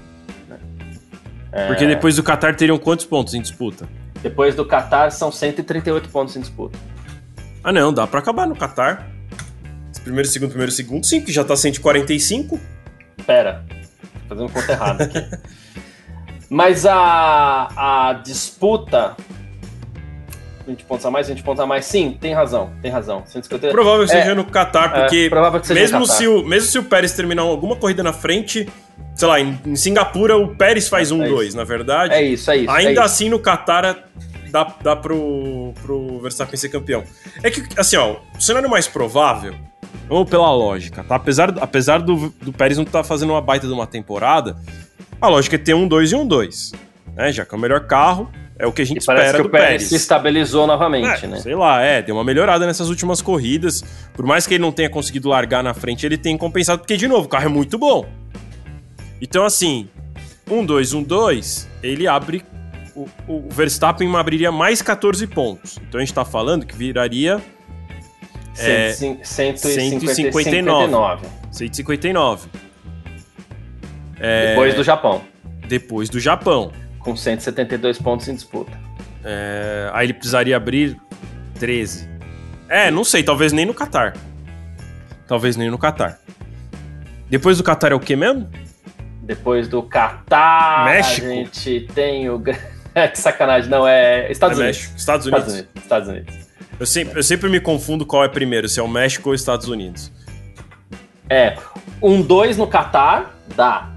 Porque depois do Catar teriam quantos pontos em disputa? Depois do Catar são 138 pontos em disputa. Ah, não, dá pra acabar no Catar. Primeiro, segundo, sim, que já tá 145. Pera, tô fazendo conta errada aqui. Mas a disputa... 20 pontos a mais, 20 pontos a mais. Sim, tem razão. 150... Provável que seja no Qatar, porque provável que seja mesmo, no Qatar. mesmo se o Pérez terminar alguma corrida na frente, sei lá, em Singapura o Pérez faz 1-2, na verdade. É isso. Ainda assim, no Qatar dá pro Verstappen ser campeão. É que, assim, ó, o cenário mais provável, vamos pela lógica, tá? Apesar do Pérez não estar fazendo uma baita de uma temporada, a lógica é ter 1-2 e 1-2, né? Já que é o melhor carro, é o que a gente espera do Pérez. Parece que o Pérez se estabilizou novamente, né? Sei lá, deu uma melhorada nessas últimas corridas. Por mais que ele não tenha conseguido largar na frente, ele tem compensado, porque, de novo, o carro é muito bom. Então, assim, 1-2, 1-2, ele abre... O Verstappen abriria mais 14 pontos. Então a gente tá falando que viraria... 159. 159. Depois do Japão. Com 172 pontos em disputa. Aí ele precisaria abrir 13. Não sei, talvez nem no Qatar. Depois do Qatar é o quê mesmo? Depois do Qatar, México? A gente tem o... que sacanagem, não, é Estados Unidos. México. Estados Unidos. Eu sempre me confundo qual é primeiro, se é o México ou Estados Unidos. 1-2 no Qatar, dá.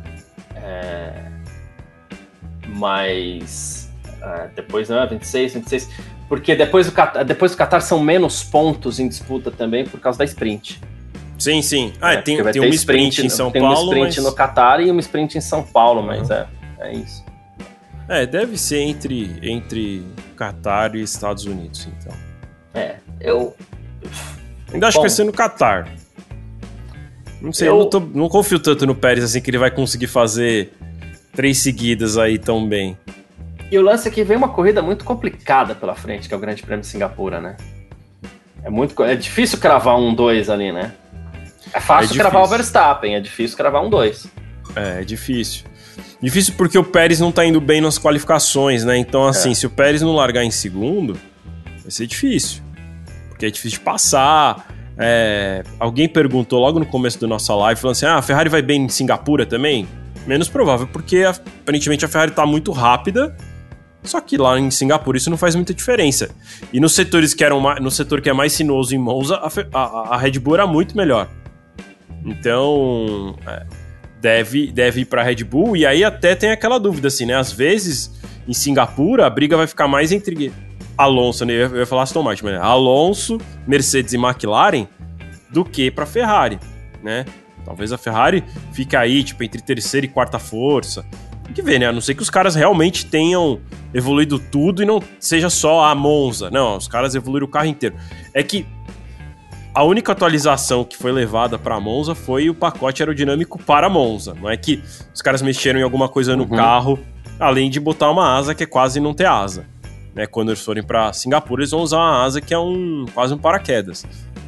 Mas depois não é 26. Porque depois do Qatar são menos pontos em disputa também por causa da sprint. Sim. Tem uma sprint em São Paulo. Tem uma sprint no Qatar e uma sprint em São Paulo, mas é isso. Deve ser entre Qatar e Estados Unidos, então. Eu ainda acho que vai ser no Qatar. Não sei, eu não confio tanto no Pérez assim que ele vai conseguir fazer 3 seguidas aí tão bem. E o lance é que vem uma corrida muito complicada pela frente, que é o Grande Prêmio de Singapura, né? É difícil cravar 1-2 ali, né? É fácil cravar o Verstappen, é difícil cravar 1-2. É difícil. Difícil porque o Pérez não tá indo bem nas qualificações, né? Então, assim, se o Pérez não largar em segundo, vai ser difícil. Porque é difícil de passar. Alguém perguntou logo no começo da nossa live, falando assim, a Ferrari vai bem em Singapura também? Menos provável, porque aparentemente a Ferrari tá muito rápida, só que lá em Singapura isso não faz muita diferença. E nos setores no setor que é mais sinuoso em Monza, a Red Bull era muito melhor. Então... Deve ir pra Red Bull, e aí até tem aquela dúvida, assim, né? Às vezes, em Singapura, a briga vai ficar mais entre Alonso, né? Eu ia falar Aston Martin, mas Alonso, Mercedes e McLaren, do que pra Ferrari, né? Talvez a Ferrari fique aí, tipo, entre terceira e quarta força. Tem que ver, né? A não ser que os caras realmente tenham evoluído tudo e não seja só a Monza. Não, os caras evoluíram o carro inteiro. É que a única atualização que foi levada para Monza foi o pacote aerodinâmico para Monza. Não é que os caras mexeram em alguma coisa no carro, além de botar uma asa que é quase não ter asa. Né? Quando eles forem para Singapura, eles vão usar uma asa que é quase um paraquedas.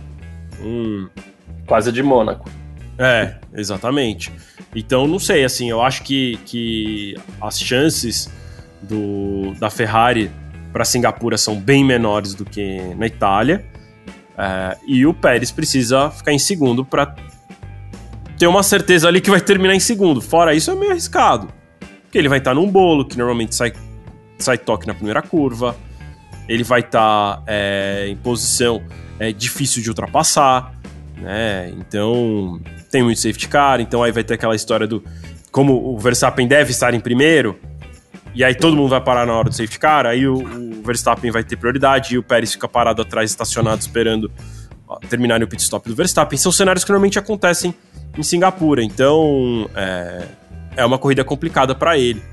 Quase de Mônaco. Exatamente. Então, não sei, assim, eu acho que as chances da Ferrari para Singapura são bem menores do que na Itália. E o Pérez precisa ficar em segundo para ter uma certeza ali que vai terminar em segundo. Fora isso, é meio arriscado. Porque ele vai estar num bolo, que normalmente sai toque na primeira curva. Ele vai estar em posição difícil de ultrapassar, né? Então, tem muito safety car. Então, aí vai ter aquela história do... Como o Verstappen deve estar em primeiro, e aí todo mundo vai parar na hora do safety car, aí o Verstappen vai ter prioridade e o Pérez fica parado atrás, estacionado, esperando terminar o pit stop do Verstappen. São cenários que normalmente acontecem em Singapura, então é uma corrida complicada para ele.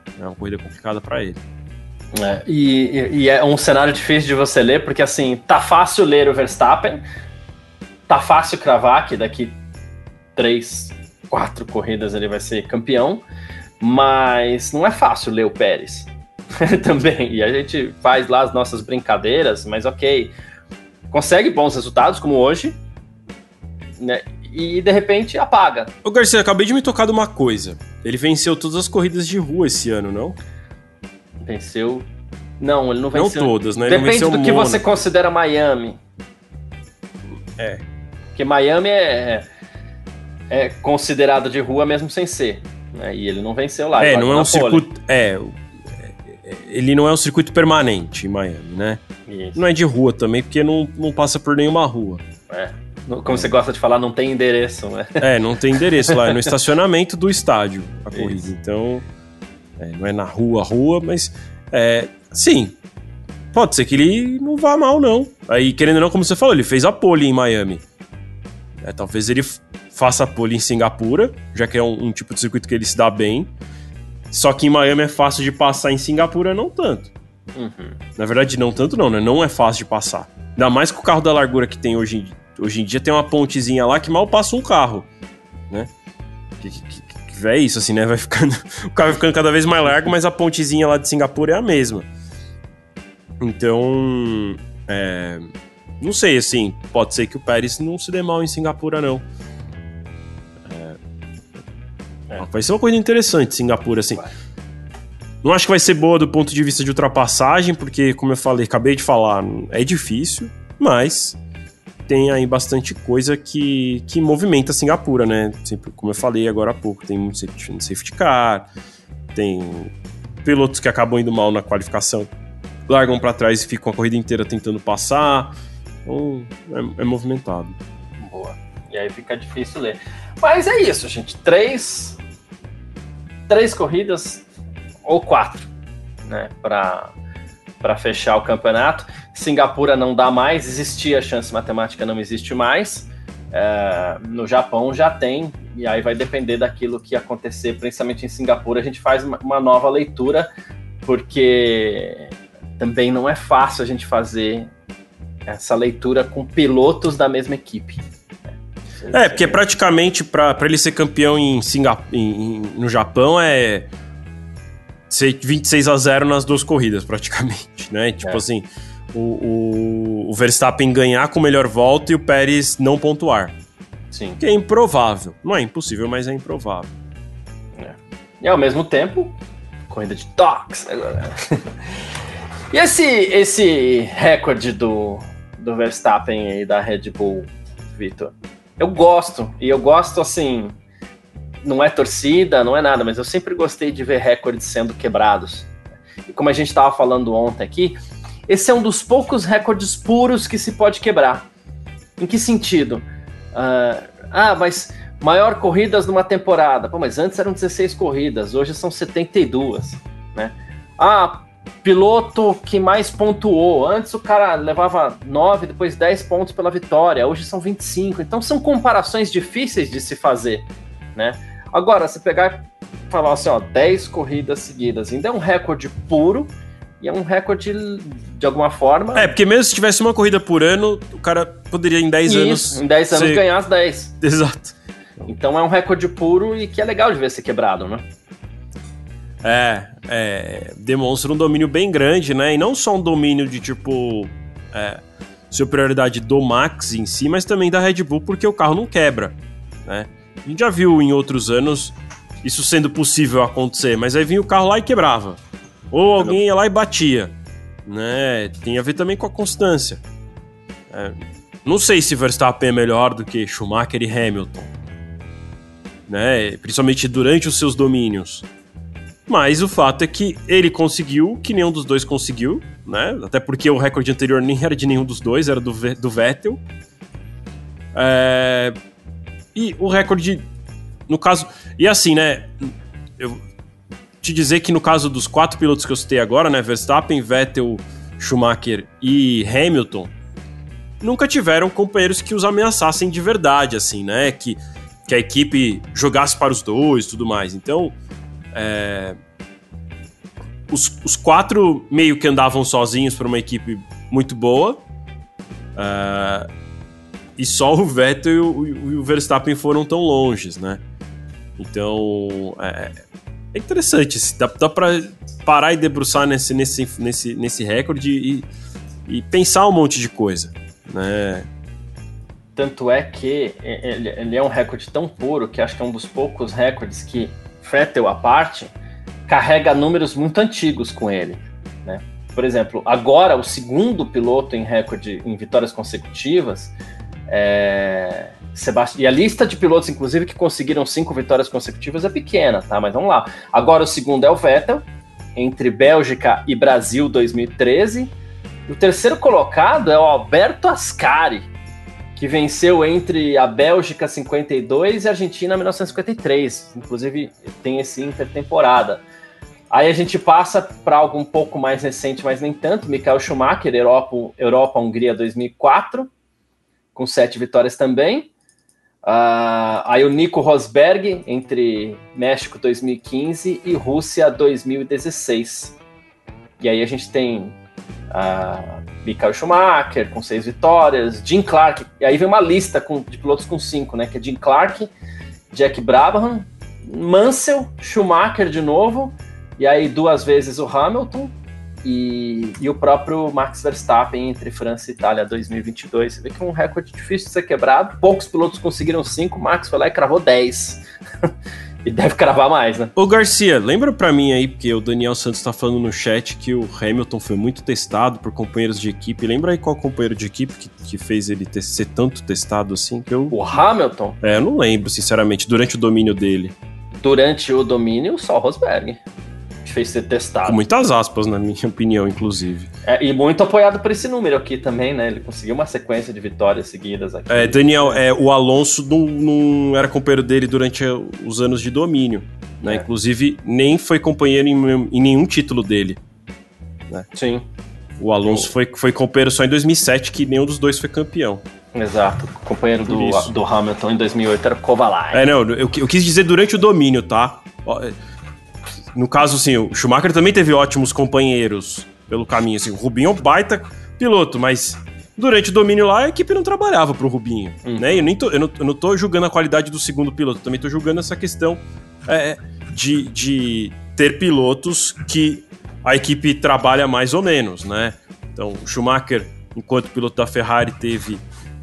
E é um cenário difícil de você ler, porque assim, tá fácil ler o Verstappen, tá fácil cravar que daqui 3, 4 corridas ele vai ser campeão, mas não é fácil ler o Pérez também, e a gente faz lá as nossas brincadeiras, mas ok, consegue bons resultados como hoje, né? E de repente apaga. Ô Garcia, acabei de me tocar de uma coisa. Ele venceu todas as corridas de rua esse ano, não? Venceu. Não, ele não venceu. Não todas, né? Ele Depende não venceu do que Mônaco. você considera Miami. Porque Miami é considerado de rua mesmo sem ser. Né? E ele não venceu lá. Não é um circuito. Ele não é um circuito permanente em Miami, né? Isso. Não é de rua também, porque não passa por nenhuma rua. Como você gosta de falar, não tem endereço, né? Não tem endereço lá, é no estacionamento do estádio a corrida. Isso. Então, não é na rua, mas sim, pode ser que ele não vá mal, não. Aí, querendo ou não, como você falou, ele fez a pole em Miami. Talvez ele faça a pole em Singapura, já que é um tipo de circuito que ele se dá bem. Só que em Miami é fácil de passar, em Singapura não tanto. Uhum. Na verdade, não tanto não, né? Não é fácil de passar. Ainda mais com o carro da largura que tem hoje em dia, tem uma pontezinha lá que mal passa um carro, né? Que é isso, assim, né? O carro vai ficando cada vez mais largo, mas a pontezinha lá de Singapura é a mesma. Então, não sei, assim, pode ser que o Pérez não se dê mal em Singapura, não. Vai ser uma coisa interessante, Singapura, assim. Não acho que vai ser boa do ponto de vista de ultrapassagem, porque, como eu falei, acabei de falar, é difícil, mas tem aí bastante coisa que movimenta Singapura, né? Sempre, como eu falei agora há pouco, tem muito safety car, tem pilotos que acabam indo mal na qualificação, largam pra trás e ficam a corrida inteira tentando passar. Então, é movimentado. Boa. E aí fica difícil ler. Mas é isso, gente. 3 corridas ou 4, né? Para fechar o campeonato. Singapura não dá mais, existia a chance matemática, não existe mais. No Japão já tem, e aí vai depender daquilo que acontecer, principalmente em Singapura. A gente faz uma nova leitura, porque também não é fácil a gente fazer essa leitura com pilotos da mesma equipe. Porque praticamente para ele ser campeão no Japão é ser 26-0 nas 2 corridas, praticamente, né? Tipo assim, o Verstappen ganhar com melhor volta e o Pérez não pontuar. Sim. Que é improvável. Não é impossível, mas é improvável. E ao mesmo tempo, corrida de toques. E esse recorde do Verstappen aí da Red Bull, Vitor? Eu gosto assim, não é torcida, não é nada, mas eu sempre gostei de ver recordes sendo quebrados. E como a gente estava falando ontem aqui, esse é um dos poucos recordes puros que se pode quebrar. Em que sentido? Mas maior corridas numa temporada. Pô, mas antes eram 16 corridas, hoje são 72, né? Piloto que mais pontuou. Antes o cara levava 9, depois 10 pontos pela vitória. Hoje são 25. Então são comparações difíceis de se fazer, né? Agora, se pegar e falar assim, 10 corridas seguidas, ainda é um recorde puro e é um recorde de alguma forma... porque mesmo se tivesse uma corrida por ano, o cara poderia em 10 anos... Em 10 anos ganhar as 10. Exato. Então é um recorde puro e que é legal de ver ser quebrado, né? Demonstra um domínio bem grande, né? E não só um domínio de tipo superioridade do Max em si, mas também da Red Bull, porque o carro não quebra, né? A gente já viu em outros anos isso sendo possível acontecer, mas aí vinha o carro lá e quebrava. Ou alguém ia lá e batia, né? Tem a ver também com a constância. Não sei se Verstappen é melhor do que Schumacher e Hamilton, né? Principalmente durante os seus domínios. Mas o fato é que ele conseguiu, que nenhum dos dois conseguiu, né? Até porque o recorde anterior nem era de nenhum dos dois, era do Vettel. E o recorde, no caso... E assim, né? Eu te dizer que no caso dos 4 pilotos que eu citei agora, né? Verstappen, Vettel, Schumacher e Hamilton, nunca tiveram companheiros que os ameaçassem de verdade, assim, né? Que a equipe jogasse para os dois e tudo mais. Então... Os 4 meio que andavam sozinhos para uma equipe muito boa, E só o Vettel e o Verstappen foram tão longes, né? Então, é interessante. Dá pra parar e debruçar nesse recorde e pensar um monte de coisa, né? Tanto é que ele é um recorde tão puro que acho que é um dos poucos recordes que Vettel, à parte, carrega números muito antigos com ele, né? Por exemplo, agora o segundo piloto em recorde em vitórias consecutivas Sebastião, e a lista de pilotos, inclusive, que conseguiram 5 vitórias consecutivas é pequena, tá? Mas vamos lá. Agora o segundo é o Vettel, entre Bélgica e Brasil 2013. E o terceiro colocado é o Alberto Ascari, que venceu entre a Bélgica 52 e a Argentina 1953. Inclusive, tem esse intertemporada. Aí a gente passa para algo um pouco mais recente, mas nem tanto. Michael Schumacher, Europa-Hungria 2004, com 7 vitórias também. Aí o Nico Rosberg, entre México 2015 e Rússia 2016. E aí a gente tem Michael Schumacher com 6 vitórias, Jim Clark, e aí vem uma lista de pilotos com 5, né? Que é Jim Clark, Jack Brabham, Mansell, Schumacher de novo, e aí 2 vezes o Hamilton e o próprio Max Verstappen entre França e Itália 2022. Você vê que é um recorde difícil de ser quebrado. Poucos pilotos conseguiram 5, Max foi lá e cravou 10. E deve cravar mais, né? Ô Garcia, lembra pra mim aí, porque o Daniel Santos tá falando no chat que o Hamilton foi muito testado por companheiros de equipe. Lembra aí qual companheiro de equipe que fez ele ser tanto testado assim? O Hamilton? Eu não lembro, sinceramente, durante o domínio dele. Durante o domínio, só o Rosberg fez ser testado. Com muitas aspas, na minha opinião, inclusive. E muito apoiado por esse número aqui também, né? Ele conseguiu uma sequência de vitórias seguidas aqui. Daniel, o Alonso não era companheiro dele durante os anos de domínio, né? Inclusive, nem foi companheiro em nenhum título dele. Né? Sim. O Alonso foi companheiro só em 2007, que nenhum dos dois foi campeão. Exato. O companheiro do Hamilton em 2008 era o Kovalainen. Eu quis dizer durante o domínio, tá? No caso, assim, o Schumacher também teve ótimos companheiros pelo caminho. Assim, o Rubinho é um baita piloto, mas durante o domínio lá, a equipe não trabalhava pro Rubinho. Né? Eu não tô julgando a qualidade do segundo piloto, também tô julgando essa questão de ter pilotos que a equipe trabalha mais ou menos, né? Então, o Schumacher, enquanto piloto da Ferrari, teve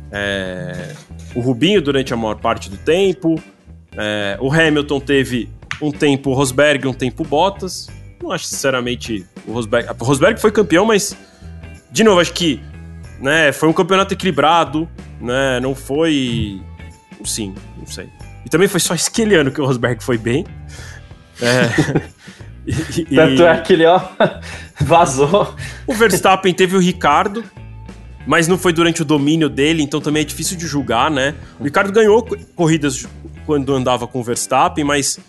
o Rubinho durante a maior parte do tempo. O Hamilton teve um tempo o Rosberg, um tempo o Bottas. Não acho, sinceramente, o Rosberg foi campeão, mas, de novo, acho que, né, foi um campeonato equilibrado, né, não foi... Sim, não sei. E também foi só aquele ano que o Rosberg foi bem. Tanto é que ele, vazou. O Verstappen teve o Ricardo, mas não foi durante o domínio dele, então também é difícil de julgar, né? O Ricardo ganhou corridas quando andava com o Verstappen, mas...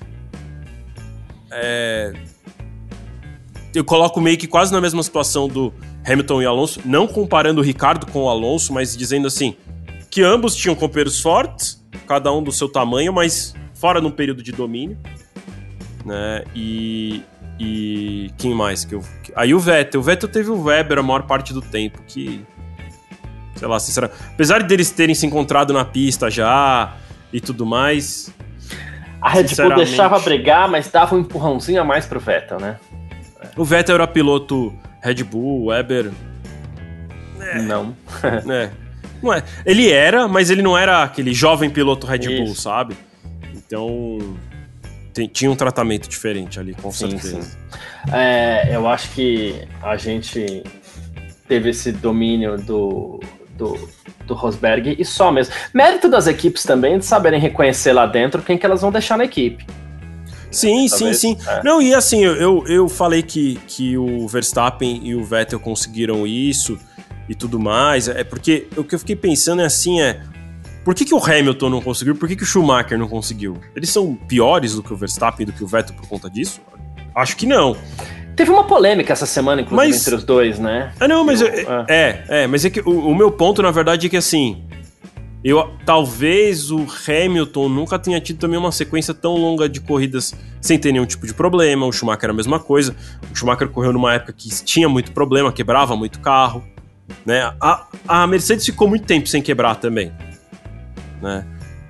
eu coloco meio que quase na mesma situação do Hamilton e Alonso, não comparando o Ricardo com o Alonso, mas dizendo assim, que ambos tinham companheiros fortes, cada um do seu tamanho, mas fora num período de domínio, né? E quem mais? Aí o Vettel teve o Weber a maior parte do tempo, que, sei lá, sinceramente, apesar deles terem se encontrado na pista já e tudo mais... A Red Bull deixava brigar, mas dava um empurrãozinho a mais pro Vettel, né? O Vettel era piloto Red Bull, o Weber... Não. Não é. Ele era, mas ele não era aquele jovem piloto Red Bull, sabe? Então, tinha um tratamento diferente ali, com certeza. Sim. Eu acho que a gente teve esse domínio do Rosberg e só mesmo. Mérito das equipes também de saberem reconhecer lá dentro quem que elas vão deixar na equipe. Sim. Não, e assim, eu falei que o Verstappen e o Vettel conseguiram isso e tudo mais, porque o que eu fiquei pensando por que o Hamilton não conseguiu, por que o Schumacher não conseguiu? Eles são piores do que o Verstappen e do que o Vettel por conta disso? Acho que não. Teve uma polêmica essa semana, inclusive, entre os dois, né? Mas é que o meu ponto, na verdade, é que assim, talvez o Hamilton nunca tenha tido também uma sequência tão longa de corridas sem ter nenhum tipo de problema. O Schumacher era a mesma coisa. O Schumacher correu numa época que tinha muito problema, quebrava muito carro, né? A Mercedes ficou muito tempo sem quebrar também. né?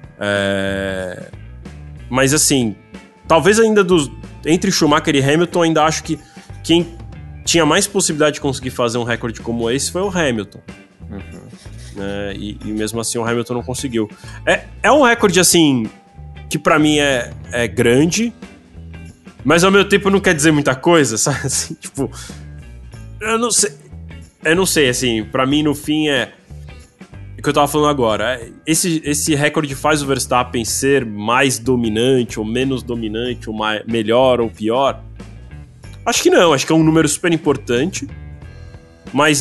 Mas assim, talvez ainda entre Schumacher e Hamilton, ainda acho que quem tinha mais possibilidade de conseguir fazer um recorde como esse foi o Hamilton. E mesmo assim o Hamilton não conseguiu. É um recorde, assim, que pra mim é grande, mas ao mesmo tempo não quer dizer muita coisa, sabe? Assim, tipo, eu não sei, assim, pra mim no fim é o que eu tava falando agora. Esse recorde faz o Verstappen ser mais dominante ou menos dominante, ou melhor ou pior? Acho que não, acho que é um número super importante, mas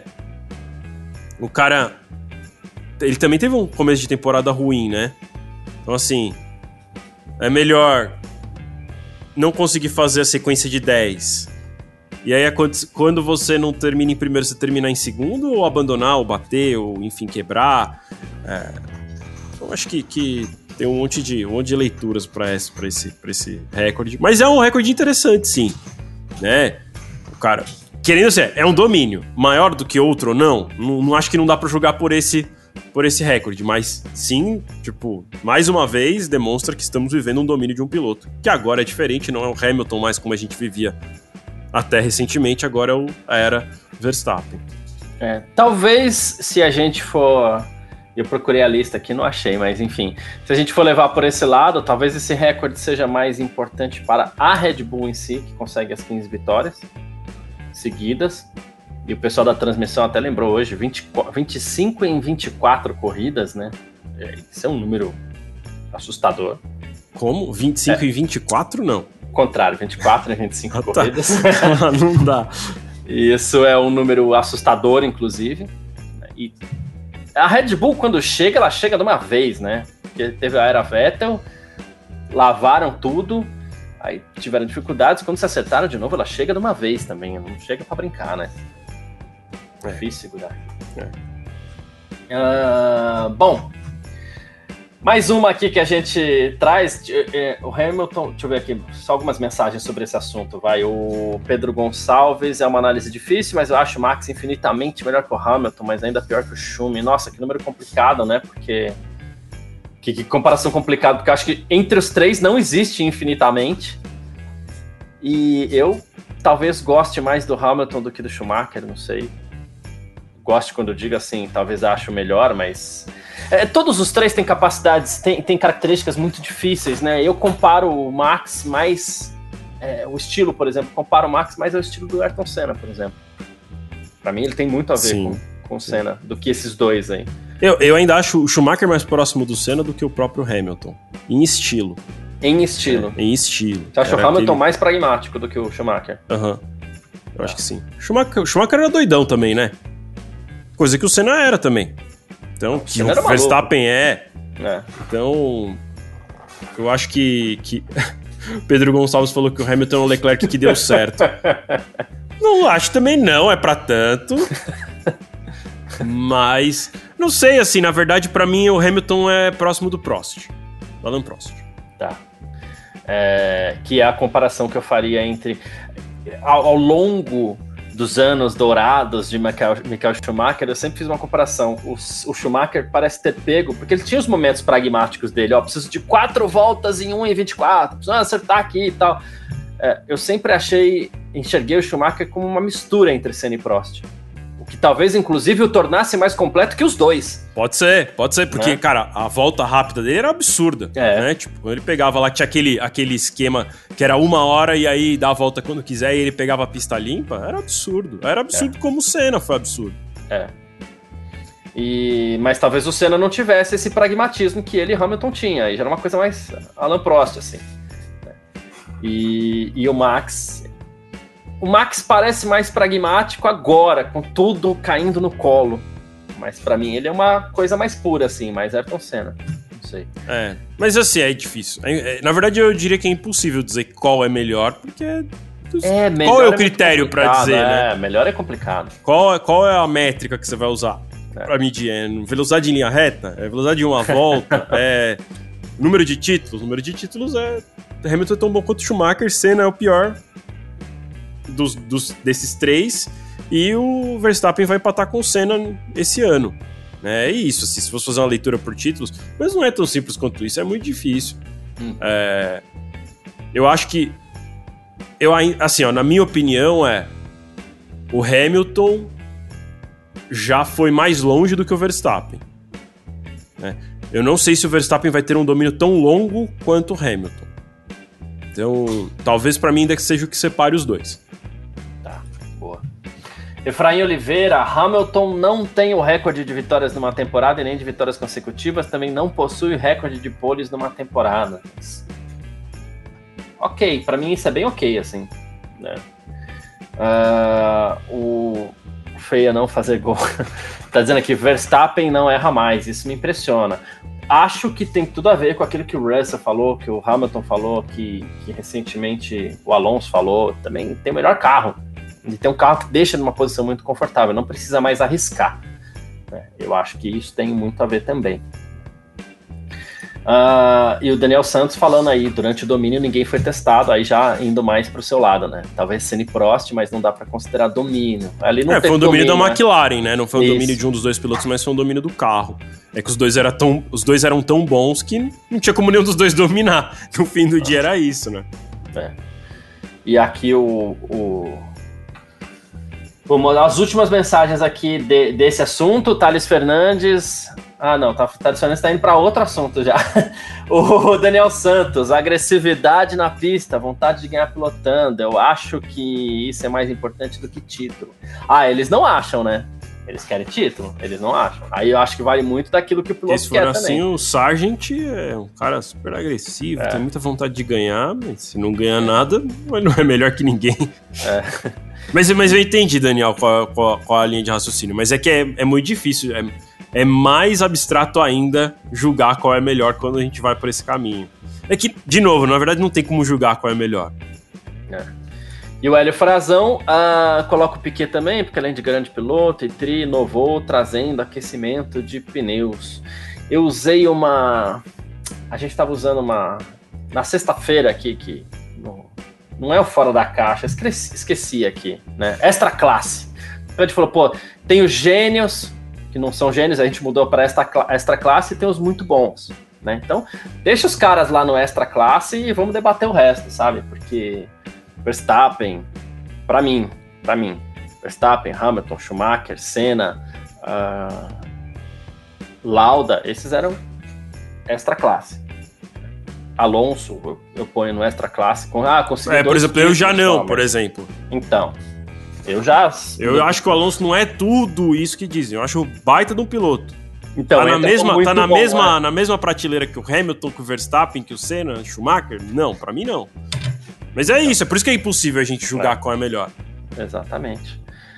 o cara, ele também teve um começo de temporada ruim, né? Então assim, é melhor não conseguir fazer a sequência de 10. E aí quando você não termina em primeiro, você terminar em segundo, ou abandonar, ou bater, ou enfim, quebrar. Então acho que tem um monte de leituras pra esse recorde. Mas é um recorde interessante, sim. Né? O cara, querendo dizer, é um domínio. Maior do que outro ou não, não acho que não dá pra julgar por esse recorde. Mas sim, tipo, mais uma vez demonstra que estamos vivendo um domínio de um piloto. Que agora é diferente, não é o Hamilton mais como a gente vivia até recentemente, agora é a era Verstappen. Talvez, se a gente for... Eu procurei a lista aqui, não achei, mas enfim. Se a gente for levar por esse lado, talvez esse recorde seja mais importante para a Red Bull em si, que consegue as 15 vitórias seguidas. E o pessoal da transmissão até lembrou hoje, 25 em 24 corridas, né? Isso é um número assustador. Como? 25 em 24? Não. Contrário, 24 em 25 corridas. Não dá. Isso é um número assustador, inclusive. E a Red Bull, quando chega, ela chega de uma vez, né? Porque teve a era Vettel, lavaram tudo, aí tiveram dificuldades, quando se acertaram de novo, ela chega de uma vez também, não chega pra brincar, né? Difícil segurar. Bom, mais uma aqui que a gente traz, o Hamilton, deixa eu ver aqui, só algumas mensagens sobre esse assunto, vai. O Pedro Gonçalves, é uma análise difícil, mas eu acho o Max infinitamente melhor que o Hamilton, mas ainda pior que o Schumacher. Nossa, que número complicado, né? Porque... Que comparação complicada, porque eu acho que entre os três não existe infinitamente. E eu talvez goste mais do Hamilton do que do Schumacher, não sei. Gosto quando eu digo assim, talvez acho melhor, mas... todos os três têm capacidades, têm características muito difíceis, né? Eu comparo o Max mais... o estilo, por exemplo, comparo o Max mais ao estilo do Ayrton Senna, por exemplo. Pra mim ele tem muito a ver com o Senna, do que esses dois aí. Eu ainda acho o Schumacher mais próximo do Senna do que o próprio Hamilton. Em estilo. Em estilo. Em estilo. Você acha o Hamilton mais pragmático do que o Schumacher? Eu acho que sim. O Schumacher era doidão também, né? Coisa que o Senna era também. Então, que o Verstappen é. Então, eu acho que Pedro Gonçalves falou que o Hamilton é o Leclerc que deu certo. Não acho também não, é pra tanto. Mas, não sei, assim, na verdade, pra mim o Hamilton é próximo do Prost. Do Alan Prost. Tá. Que é a comparação que eu faria entre... Ao longo dos anos dourados de Michael Schumacher, eu sempre fiz uma comparação. O Schumacher parece ter pego, porque ele tinha os momentos pragmáticos dele, preciso de 4 voltas em 1 em 24, preciso acertar aqui e tal. Eu sempre enxerguei o Schumacher como uma mistura entre Senna e Prost. O que talvez, inclusive, o tornasse mais completo que os dois. Pode ser, porque, cara, a volta rápida dele era absurda, né? Tipo, quando ele pegava lá, tinha aquele esquema que era 1 hora e aí dá a volta quando quiser e ele pegava a pista limpa, era absurdo. Era absurdo como o Senna foi absurdo. Mas talvez o Senna não tivesse esse pragmatismo que ele e Hamilton tinha, aí já era uma coisa mais Alan Prost, assim. E o Max... O Max parece mais pragmático agora, com tudo caindo no colo. Mas pra mim ele é uma coisa mais pura, assim, mais Ayrton Senna. Não sei. Mas assim, é difícil. Na verdade, eu diria que é impossível dizer qual é melhor, porque... qual é o critério pra dizer, né? Melhor é complicado. Qual é a métrica que você vai usar pra medir? É velocidade em linha reta? É velocidade em uma volta? É número de títulos? Número de títulos Hamilton é tão bom quanto Schumacher, Senna é o pior desses três, e o Verstappen vai empatar com o Senna esse ano. É isso, assim, se fosse fazer uma leitura por títulos, mas não é tão simples quanto isso, é muito difícil. Eu acho que, assim, ó, na minha opinião, o Hamilton já foi mais longe do que o Verstappen. Né? Eu não sei se o Verstappen vai ter um domínio tão longo quanto o Hamilton. Então, talvez pra mim ainda que seja o que separe os dois. Tá, boa. Efraim Oliveira, Hamilton não tem o recorde de vitórias numa temporada e nem de vitórias consecutivas, também não possui o recorde de poles numa temporada. Ok, pra mim isso é bem ok, assim, né? O Feia não fazer gol. Tá dizendo aqui, Verstappen não erra mais, isso me impressiona. Acho que tem tudo a ver com aquilo que o Russell falou, que o Hamilton falou, que recentemente o Alonso falou, também tem o melhor carro. Ele tem um carro que deixa numa posição muito confortável, não precisa mais arriscar. Eu acho que isso tem muito a ver também. E o Daniel Santos falando aí, durante o domínio ninguém foi testado, aí já indo mais pro seu lado, né? Talvez Senna e Prost, mas não dá pra considerar domínio. Ali não foi um domínio da né? McLaren, né? Não foi um domínio de um dos dois pilotos, mas foi um domínio do carro. É que os dois eram tão bons que não tinha como nenhum dos dois dominar. No fim do dia era isso, né? E aqui as últimas mensagens aqui desse assunto, Thales Fernandes... não, Thales Fernandes tá indo para outro assunto já. O Daniel Santos, agressividade na pista, vontade de ganhar pilotando. Eu acho que isso é mais importante do que título. Eles não acham, né? Eles querem título, eles não acham. Aí eu acho que vale muito daquilo que o piloto quer também. Se for assim, o Sargent é um cara super agressivo, tem muita vontade de ganhar, mas se não ganhar nada, não é melhor que ninguém. Mas eu entendi, Daniel, qual a linha de raciocínio. Mas é muito difícil, é mais abstrato ainda julgar qual é melhor quando a gente vai por esse caminho. É que, de novo, na verdade não tem como julgar qual é melhor. E o Hélio Frazão coloca o Piquet também, porque além de grande piloto, e inovou trazendo aquecimento de pneus. Eu usei a gente estava usando na sexta-feira aqui, que não é o fora da caixa, esqueci aqui, né? Extra classe. Então a gente falou, tem os gênios, que não são gênios, a gente mudou para extra classe, e tem os muito bons, né? Então, deixa os caras lá no extra classe e vamos debater o resto, sabe? Porque Verstappen, para mim, Verstappen, Hamilton, Schumacher, Senna, Lauda, esses eram extra classe. Alonso, eu ponho no extra classe. Por exemplo, eu já não, por exemplo. Então, eu acho que o Alonso não é tudo isso que dizem. Eu acho o baita de um piloto. Então, na mesma prateleira que o Hamilton, que o Verstappen, que o Senna, Schumacher? Não, pra mim não. Mas é isso, é por isso que é impossível a gente julgar qual é melhor. Exatamente.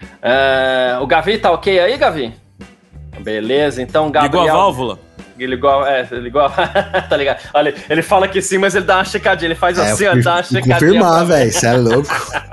O Gavi tá ok aí, Gavi? Beleza, então Gabriel... Ligou a válvula? Ligou tá ligado? Olha, ele fala que sim, mas ele dá uma checadinha, ele faz assim, dá uma checadinha. Confirmar, velho, você é louco.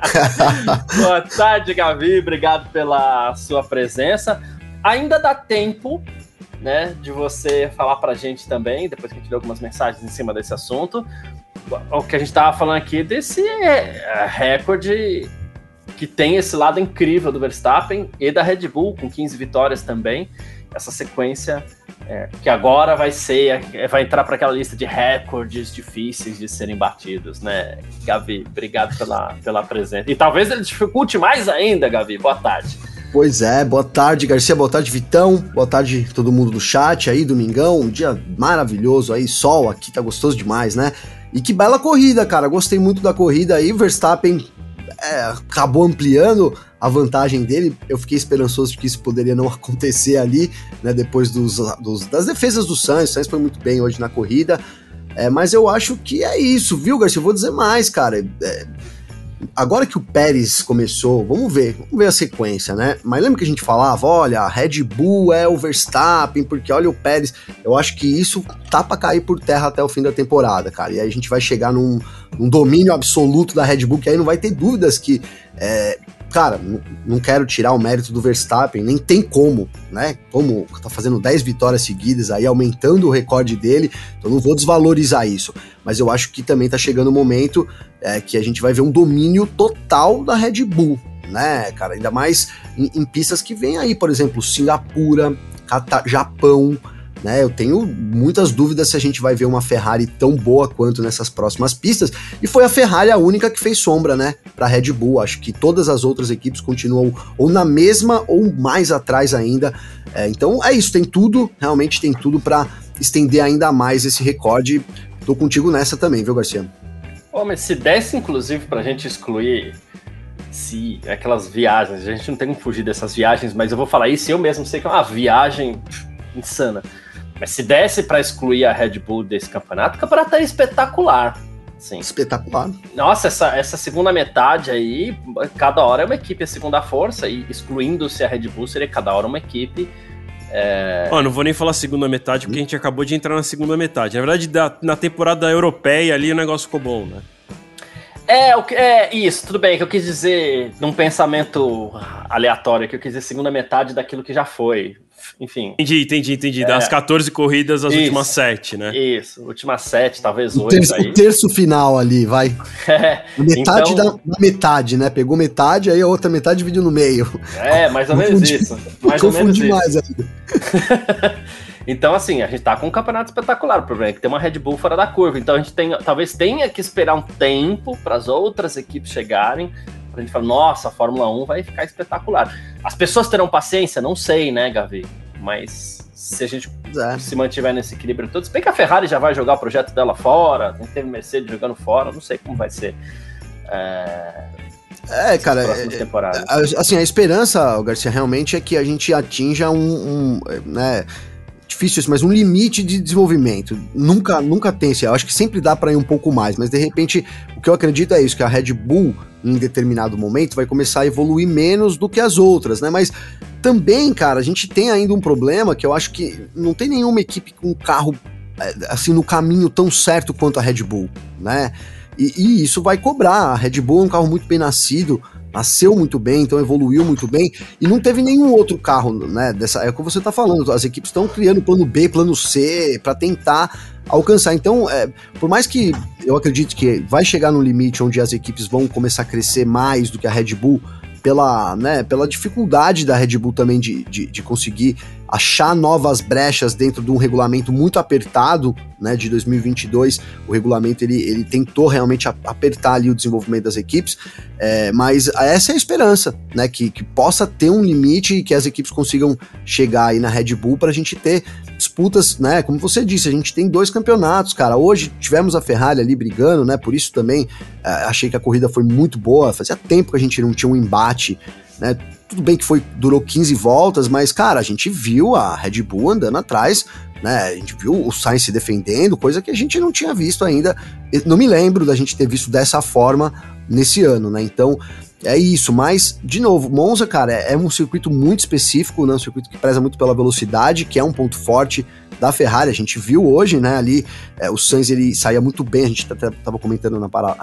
Boa tarde, Gavi, obrigado pela sua presença. Ainda dá tempo, né, de você falar pra gente também, depois que a gente leu algumas mensagens em cima desse assunto, o que a gente tava falando aqui desse recorde que tem esse lado incrível do Verstappen e da Red Bull, com 15 vitórias também, essa sequência que agora vai entrar para aquela lista de recordes difíceis de serem batidos, né? Gavi, obrigado pela presença. E talvez ele dificulte mais ainda, Gavi. Boa tarde. Pois é, boa tarde, Garcia, boa tarde, Vitão, boa tarde todo mundo do chat aí, domingão, um dia maravilhoso aí, sol aqui, tá gostoso demais, né? E que bela corrida, cara, gostei muito da corrida aí, o Verstappen acabou ampliando a vantagem dele, eu fiquei esperançoso de que isso poderia não acontecer ali, né, depois das defesas do Sainz, o Sainz foi muito bem hoje na corrida, mas eu acho que é isso, viu, Garcia, eu vou dizer mais, cara, agora que o Pérez começou, vamos ver a sequência, né? Mas lembra que a gente falava, olha, a Red Bull é o Verstappen, porque olha o Pérez, eu acho que isso tá pra cair por terra até o fim da temporada, cara, e aí a gente vai chegar num domínio absoluto da Red Bull, que aí não vai ter dúvidas que, cara, não quero tirar o mérito do Verstappen, nem tem como, né? Como tá fazendo 10 vitórias seguidas aí, aumentando o recorde dele, então não vou desvalorizar isso. Mas eu acho que também tá chegando o momento que a gente vai ver um domínio total da Red Bull, né, cara? Ainda mais em pistas que vem aí, por exemplo, Singapura, Japão, né? Eu tenho muitas dúvidas se a gente vai ver uma Ferrari tão boa quanto nessas próximas pistas, e foi a Ferrari a única que fez sombra, né, pra Red Bull. Acho que todas as outras equipes continuam ou na mesma ou mais atrás ainda. Então é isso, realmente tem tudo pra estender ainda mais esse recorde. Tô contigo nessa também, viu, Garcia? Mas se desse, inclusive, pra gente excluir aquelas viagens, a gente não tem como fugir dessas viagens, mas eu vou falar isso, eu mesmo sei que é uma viagem insana. Mas se desse pra excluir a Red Bull desse campeonato, o campeonato é espetacular. Sim. Espetacular. Nossa, essa segunda metade aí, cada hora é uma equipe, a segunda força, e excluindo-se a Red Bull, seria cada hora uma equipe. Não vou nem falar segunda metade, porque a gente acabou de entrar na segunda metade. Na verdade, na temporada europeia ali, o negócio ficou bom, né? Isso, tudo bem, que eu quis dizer, num pensamento aleatório, que eu quis dizer segunda metade daquilo que já foi. Enfim. Entendi. Das 14 corridas, as últimas 7, né? Isso, últimas 7, talvez 8 aí. O terço final ali, vai. Metade da metade, né? Pegou metade, aí a outra metade dividiu no meio. Mais ou menos isso. Confundi mais ainda. Então, assim, a gente tá com um campeonato espetacular. O problema é que tem uma Red Bull fora da curva. Então, a gente talvez tenha que esperar um tempo para as outras equipes chegarem, pra gente falar, nossa, a Fórmula 1 vai ficar espetacular. As pessoas terão paciência? Não sei, né, Gavi? Mas se a gente se mantiver nesse equilíbrio todo, se bem que a Ferrari já vai jogar o projeto dela fora, teve Mercedes jogando fora, não sei como vai ser. Cara, assim, a esperança, Garcia, realmente é que a gente atinja né, difícil isso, mas um limite de desenvolvimento. Nunca tem, eu acho que sempre dá para ir um pouco mais, mas de repente o que eu acredito é isso, que a Red Bull em determinado momento vai começar a evoluir menos do que as outras, né? Mas também, cara, a gente tem ainda um problema que eu acho que não tem nenhuma equipe com um carro assim no caminho tão certo quanto a Red Bull, né? E isso vai cobrar. A Red Bull é um carro muito bem nascido, nasceu muito bem, então evoluiu muito bem, e não teve nenhum outro carro, né, é o que você tá falando, as equipes estão criando plano B, plano C, para tentar alcançar. Então, por mais que eu acredite que vai chegar no limite onde as equipes vão começar a crescer mais do que a Red Bull, pela dificuldade da Red Bull também de conseguir achar novas brechas dentro de um regulamento muito apertado, né, de 2022, o regulamento ele tentou realmente apertar ali o desenvolvimento das equipes, mas essa é a esperança, né, que possa ter um limite e que as equipes consigam chegar aí na Red Bull pra gente ter disputas, né, como você disse, a gente tem 2 campeonatos, cara, hoje tivemos a Ferrari ali brigando, né, por isso também achei que a corrida foi muito boa, fazia tempo que a gente não tinha um embate, né, tudo bem que durou 15 voltas, mas, cara, a gente viu a Red Bull andando atrás, né? A gente viu o Sainz se defendendo, coisa que a gente não tinha visto ainda. Eu não me lembro da gente ter visto dessa forma nesse ano, né? Então, é isso. Mas, de novo, Monza, cara, é um circuito muito específico, né? Um circuito que preza muito pela velocidade, que é um ponto forte da Ferrari. A gente viu hoje, né, ali, o Sainz, ele saía muito bem, a gente tava comentando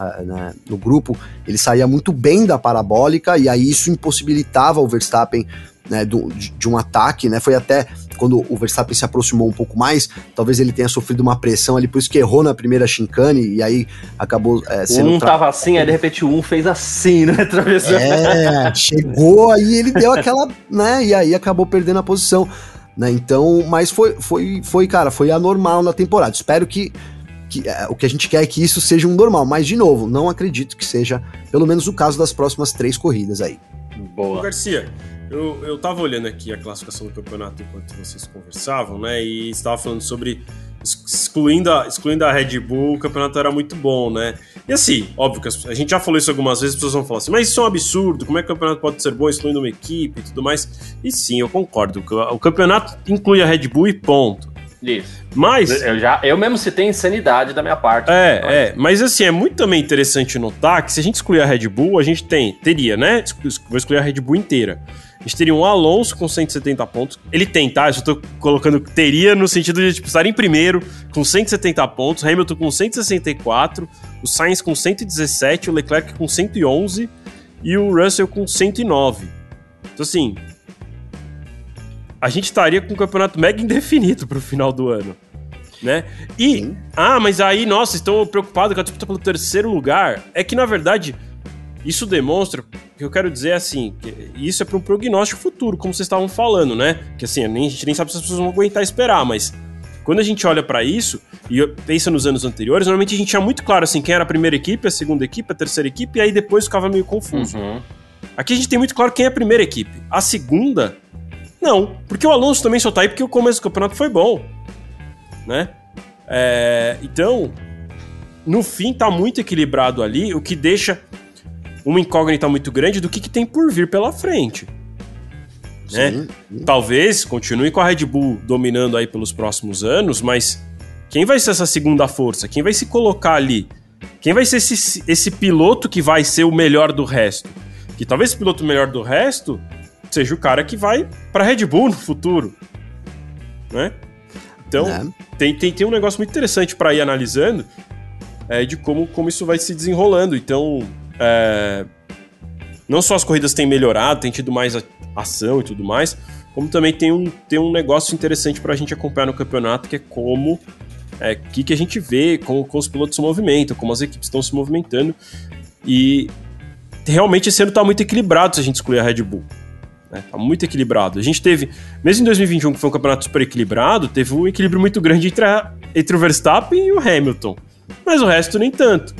no grupo, ele saía muito bem da parabólica, e aí isso impossibilitava o Verstappen, né, de um ataque, né, foi até quando o Verstappen se aproximou um pouco mais, talvez ele tenha sofrido uma pressão ali, por isso que errou na primeira chicane, e aí acabou sendo... Um tava assim, aí de repente o fez assim, né, travessão. Chegou, aí ele deu aquela, né, e aí acabou perdendo a posição. Né, então, mas foi, cara, foi anormal na temporada. Espero que o que a gente quer é que isso seja um normal, mas de novo, não acredito que seja pelo menos o caso das próximas 3 corridas aí. Boa. Garcia, eu tava olhando aqui a classificação do campeonato enquanto vocês conversavam, né, e estava falando sobre excluindo a Red Bull, o campeonato era muito bom, né? E assim, óbvio que a gente já falou isso algumas vezes, as pessoas vão falar assim, mas isso é um absurdo, como é que o campeonato pode ser bom excluindo uma equipe e tudo mais? E sim, eu concordo, o campeonato inclui a Red Bull e ponto. Isso. Mas... Eu mesmo citei insanidade da minha parte. Mas assim, é muito também interessante notar que se a gente excluir a Red Bull, a gente teria, né? Vou excluir a Red Bull inteira. A gente teria um Alonso com 170 pontos. Ele tem, tá? Eu só tô colocando teria no sentido de estar em primeiro com 170 pontos, Hamilton com 164, o Sainz com 117, o Leclerc com 111 e o Russell com 109. Então assim, a gente estaria com um campeonato mega indefinido pro final do ano, né? E, mas aí, nossa, estão preocupados com a disputa pelo terceiro lugar. É que, na verdade, isso demonstra, o que eu quero dizer é assim, que isso é para um prognóstico futuro, como vocês estavam falando, né? Que assim, a gente nem sabe se as pessoas vão aguentar esperar, mas quando a gente olha para isso e pensa nos anos anteriores, normalmente a gente tinha muito claro assim, quem era a primeira equipe, a segunda equipe, a terceira equipe, e aí depois ficava meio confuso. Aqui a gente tem muito claro quem é a primeira equipe. A segunda, não, porque o Alonso também só tá aí porque o começo do campeonato foi bom, né? Então, no fim tá muito equilibrado ali, o que deixa uma incógnita muito grande do que tem por vir pela frente. Né? Talvez continue com a Red Bull dominando aí pelos próximos anos, mas quem vai ser essa segunda força? Quem vai se colocar ali? Quem vai ser esse piloto que vai ser o melhor do resto? Que talvez esse piloto melhor do resto seja o cara que vai pra Red Bull no futuro, né? Então, tem um negócio muito interessante para ir analisando de como isso vai se desenrolando. Então, não só as corridas têm melhorado, tem tido mais ação e tudo mais, como também tem um negócio interessante pra gente acompanhar no campeonato, que é como que a gente vê, como os pilotos se movimentam, como as equipes estão se movimentando. E realmente esse ano tá muito equilibrado se a gente excluir a Red Bull. Tá muito equilibrado. A gente teve, mesmo em 2021, que foi um campeonato super equilibrado, teve um equilíbrio muito grande entre o Verstappen e o Hamilton. Mas o resto nem tanto.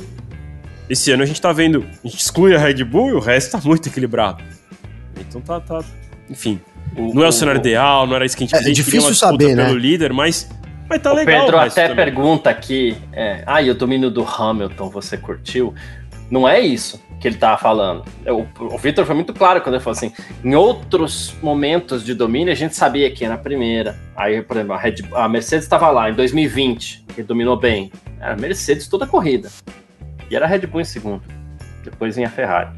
Esse ano a gente tá vendo, a gente exclui a Red Bull e o resto tá muito equilibrado. Então tá enfim, não é o cenário ideal, não era isso que a gente queria. É difícil saber, né? Pelo líder, mas tá o legal. Pedro até também pergunta aqui, e o domínio do Hamilton, você curtiu? Não é isso que ele tava falando. O Victor foi muito claro quando ele falou assim, em outros momentos de domínio a gente sabia quem era a primeira. Aí, por exemplo, a Mercedes estava lá em 2020, que dominou bem. Era a Mercedes toda a corrida. E era a Red Bull em segundo. Depois vinha a Ferrari.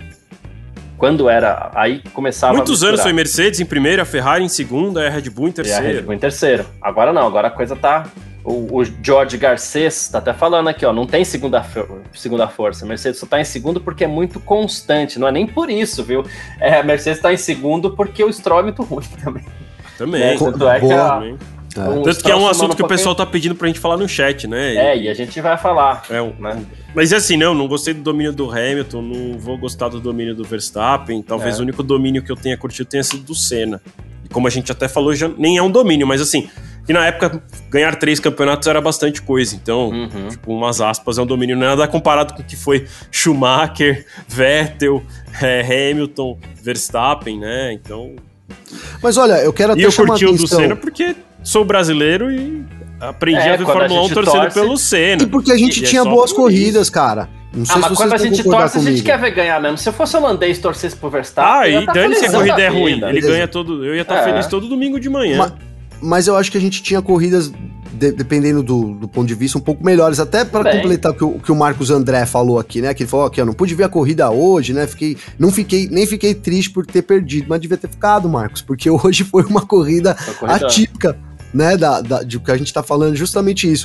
Quando era... Aí começava muitos anos foi Mercedes em primeira, a Ferrari em segunda, e a Red Bull em terceiro. E a Red Bull em terceiro. Agora não, agora a coisa tá... O George Garcês tá até falando aqui, ó, não tem segunda força. A Mercedes só tá em segundo porque é muito constante. Não é nem por isso, viu? A Mercedes tá em segundo porque o Stroll é muito ruim também. Também. Tanto é que tanto que é um assunto que o pessoal tá pedindo pra gente falar no chat, né? E a gente vai falar. Né? Mas assim, não gostei do domínio do Hamilton, não vou gostar do domínio do Verstappen. Talvez o único domínio que eu tenha curtido tenha sido do Senna. E como a gente até falou, já nem é um domínio, mas assim, que na época ganhar 3 campeonatos era bastante coisa. Então, tipo, umas aspas, é um domínio nada comparado com o que foi Schumacher, Vettel, Hamilton, Verstappen, né? Então... Mas olha, eu quero até chamar a atenção... E eu curti o do Senna porque sou brasileiro e aprendi a ver Fórmula 1 torcendo pelo Senna. E porque a gente tinha boas corridas, cara. Não sei se mas quando a gente torce, a gente quer ver ganhar mesmo. Se eu fosse holandês e torcesse pro Verstappen... e dane-se a corrida é ruim. Ele ganha todo... Eu ia estar feliz todo domingo de manhã. Mas eu acho que a gente tinha corridas, dependendo do ponto de vista, um pouco melhores. Até para completar o que o Marcos André falou aqui, né? Que ele falou, eu não pude ver a corrida hoje, né? Nem fiquei triste por ter perdido, mas devia ter ficado, Marcos, porque hoje foi uma corrida atípica, né? De que a gente tá falando justamente isso.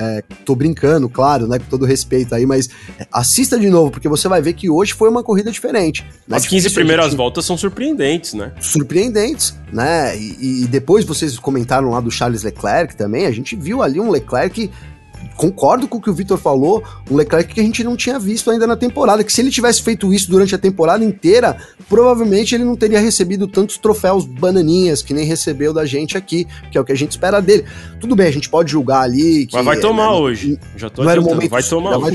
Tô brincando, claro, né? Com todo respeito aí, mas assista de novo, porque você vai ver que hoje foi uma corrida diferente. As 15 primeiras voltas são surpreendentes, né? Surpreendentes, né? E depois vocês comentaram lá do Charles Leclerc também, a gente viu ali um Leclerc... Concordo com o que o Victor falou, um Leclerc que a gente não tinha visto ainda na temporada, que se ele tivesse feito isso durante a temporada inteira, provavelmente ele não teria recebido tantos troféus bananinhas que nem recebeu da gente aqui, que é o que a gente espera dele. Tudo bem, a gente pode julgar ali... Mas vai tomar hoje. Já tô não era o momento, vai tomar hoje.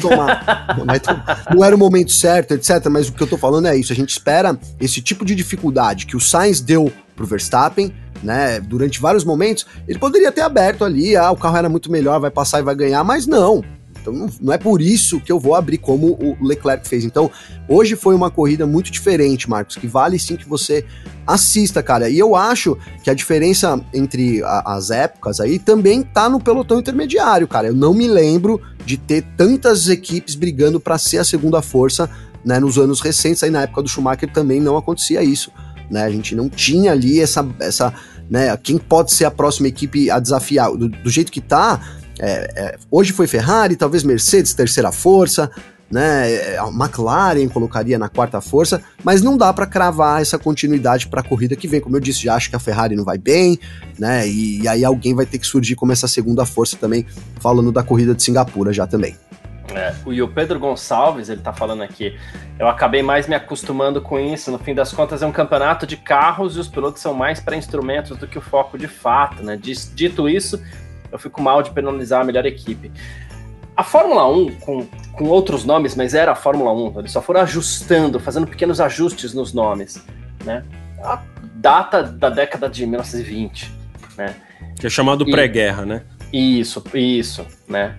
Não era o momento certo, etc. Mas o que eu tô falando é isso, a gente espera esse tipo de dificuldade que o Sainz deu pro Verstappen, né, durante vários momentos, ele poderia ter aberto ali, o carro era muito melhor, vai passar e vai ganhar, mas não. Então não é por isso que eu vou abrir como o Leclerc fez. Então, hoje foi uma corrida muito diferente, Marcos, que vale sim que você assista, cara. E eu acho que a diferença entre as épocas aí também tá no pelotão intermediário, cara. Eu não me lembro de ter tantas equipes brigando para ser a segunda força, né, nos anos recentes. Aí na época do Schumacher também não acontecia isso, né? A gente não tinha ali essa né, quem pode ser a próxima equipe a desafiar. Do jeito que tá, hoje foi Ferrari, talvez Mercedes, terceira força, né, a McLaren colocaria na quarta força, mas não dá para cravar essa continuidade para a corrida que vem. Como eu disse, já acho que a Ferrari não vai bem, né, e aí alguém vai ter que surgir como essa segunda força também, falando da corrida de Singapura já também. E o Pedro Gonçalves, ele tá falando aqui, eu acabei mais me acostumando com isso, no fim das contas é um campeonato de carros e os pilotos são mais para instrumentos do que o foco de fato, né? Dito isso, eu fico mal de penalizar a melhor equipe. A Fórmula 1, com outros nomes, mas era a Fórmula 1, eles só foram ajustando, fazendo pequenos ajustes nos nomes, né? A data da década de 1920, né? Que é chamado pré-guerra, né? Isso, né?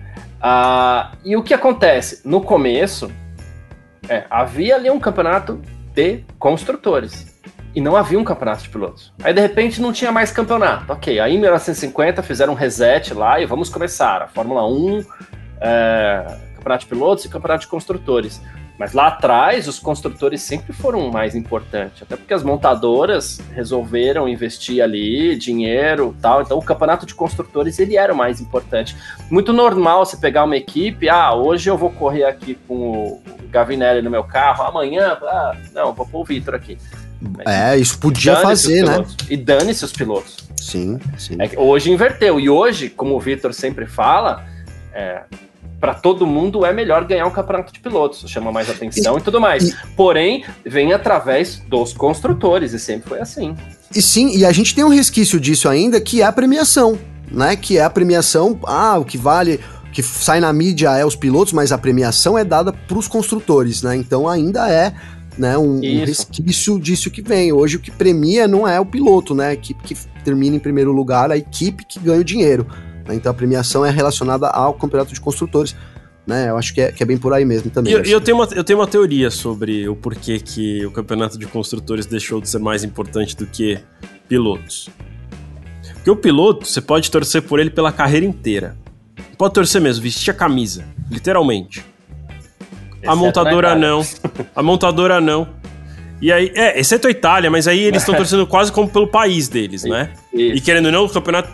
E o que acontece? No começo, havia ali um campeonato de construtores e não havia um campeonato de pilotos. Aí, de repente, não tinha mais campeonato. Ok, aí em 1950 fizeram um reset lá e vamos começar. A Fórmula 1, campeonato de pilotos e campeonato de construtores. Mas lá atrás, os construtores sempre foram mais importantes, até porque as montadoras resolveram investir ali dinheiro e tal, então o campeonato de construtores ele era o mais importante. Muito normal você pegar uma equipe, hoje eu vou correr aqui com o Gavinelli no meu carro, amanhã, não, vou pôr o Vitor aqui. Mas isso podia fazer, né? E dane-se os pilotos. Sim. Hoje inverteu, e hoje, como o Vitor sempre fala, para todo mundo é melhor ganhar um campeonato de pilotos, chama mais atenção e tudo mais. Porém, vem através dos construtores, e sempre foi assim. E a gente tem um resquício disso ainda, que é a premiação, né? Que é a premiação, o que vale, o que sai na mídia é os pilotos, mas a premiação é dada para os construtores, né? Então ainda é, né, um resquício disso que vem. Hoje o que premia não é o piloto, né? A equipe que termina em primeiro lugar, a equipe que ganha o dinheiro. Então a premiação é relacionada ao campeonato de construtores, né? Eu acho que é bem por aí mesmo também. Eu tenho uma teoria sobre o porquê que o campeonato de construtores deixou de ser mais importante do que pilotos. Porque o piloto, você pode torcer por ele pela carreira inteira. Pode torcer mesmo, vestir a camisa, literalmente. A montadora não. A montadora não. E aí, exceto a Itália, mas aí eles estão torcendo quase como pelo país deles, né? E querendo ou não, o campeonato...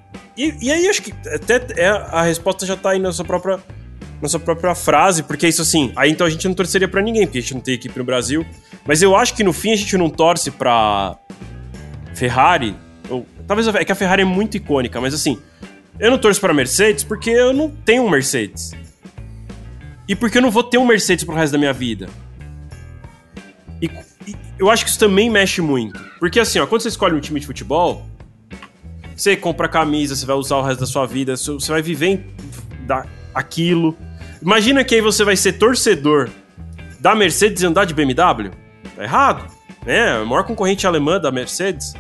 E aí acho que até a resposta já tá aí na sua própria frase, porque é isso assim, aí então a gente não torceria pra ninguém, porque a gente não tem equipe no Brasil, mas eu acho que no fim a gente não torce pra Ferrari, ou talvez é que a Ferrari é muito icônica, mas assim, eu não torço pra Mercedes porque eu não tenho um Mercedes. E porque eu não vou ter um Mercedes pro resto da minha vida. E eu acho que isso também mexe muito, porque assim, quando você escolhe um time de futebol, você compra camisa, você vai usar o resto da sua vida, você vai viver aquilo. Imagina que aí você vai ser torcedor da Mercedes e andar de BMW. Tá errado, né? A maior concorrente alemã da Mercedes.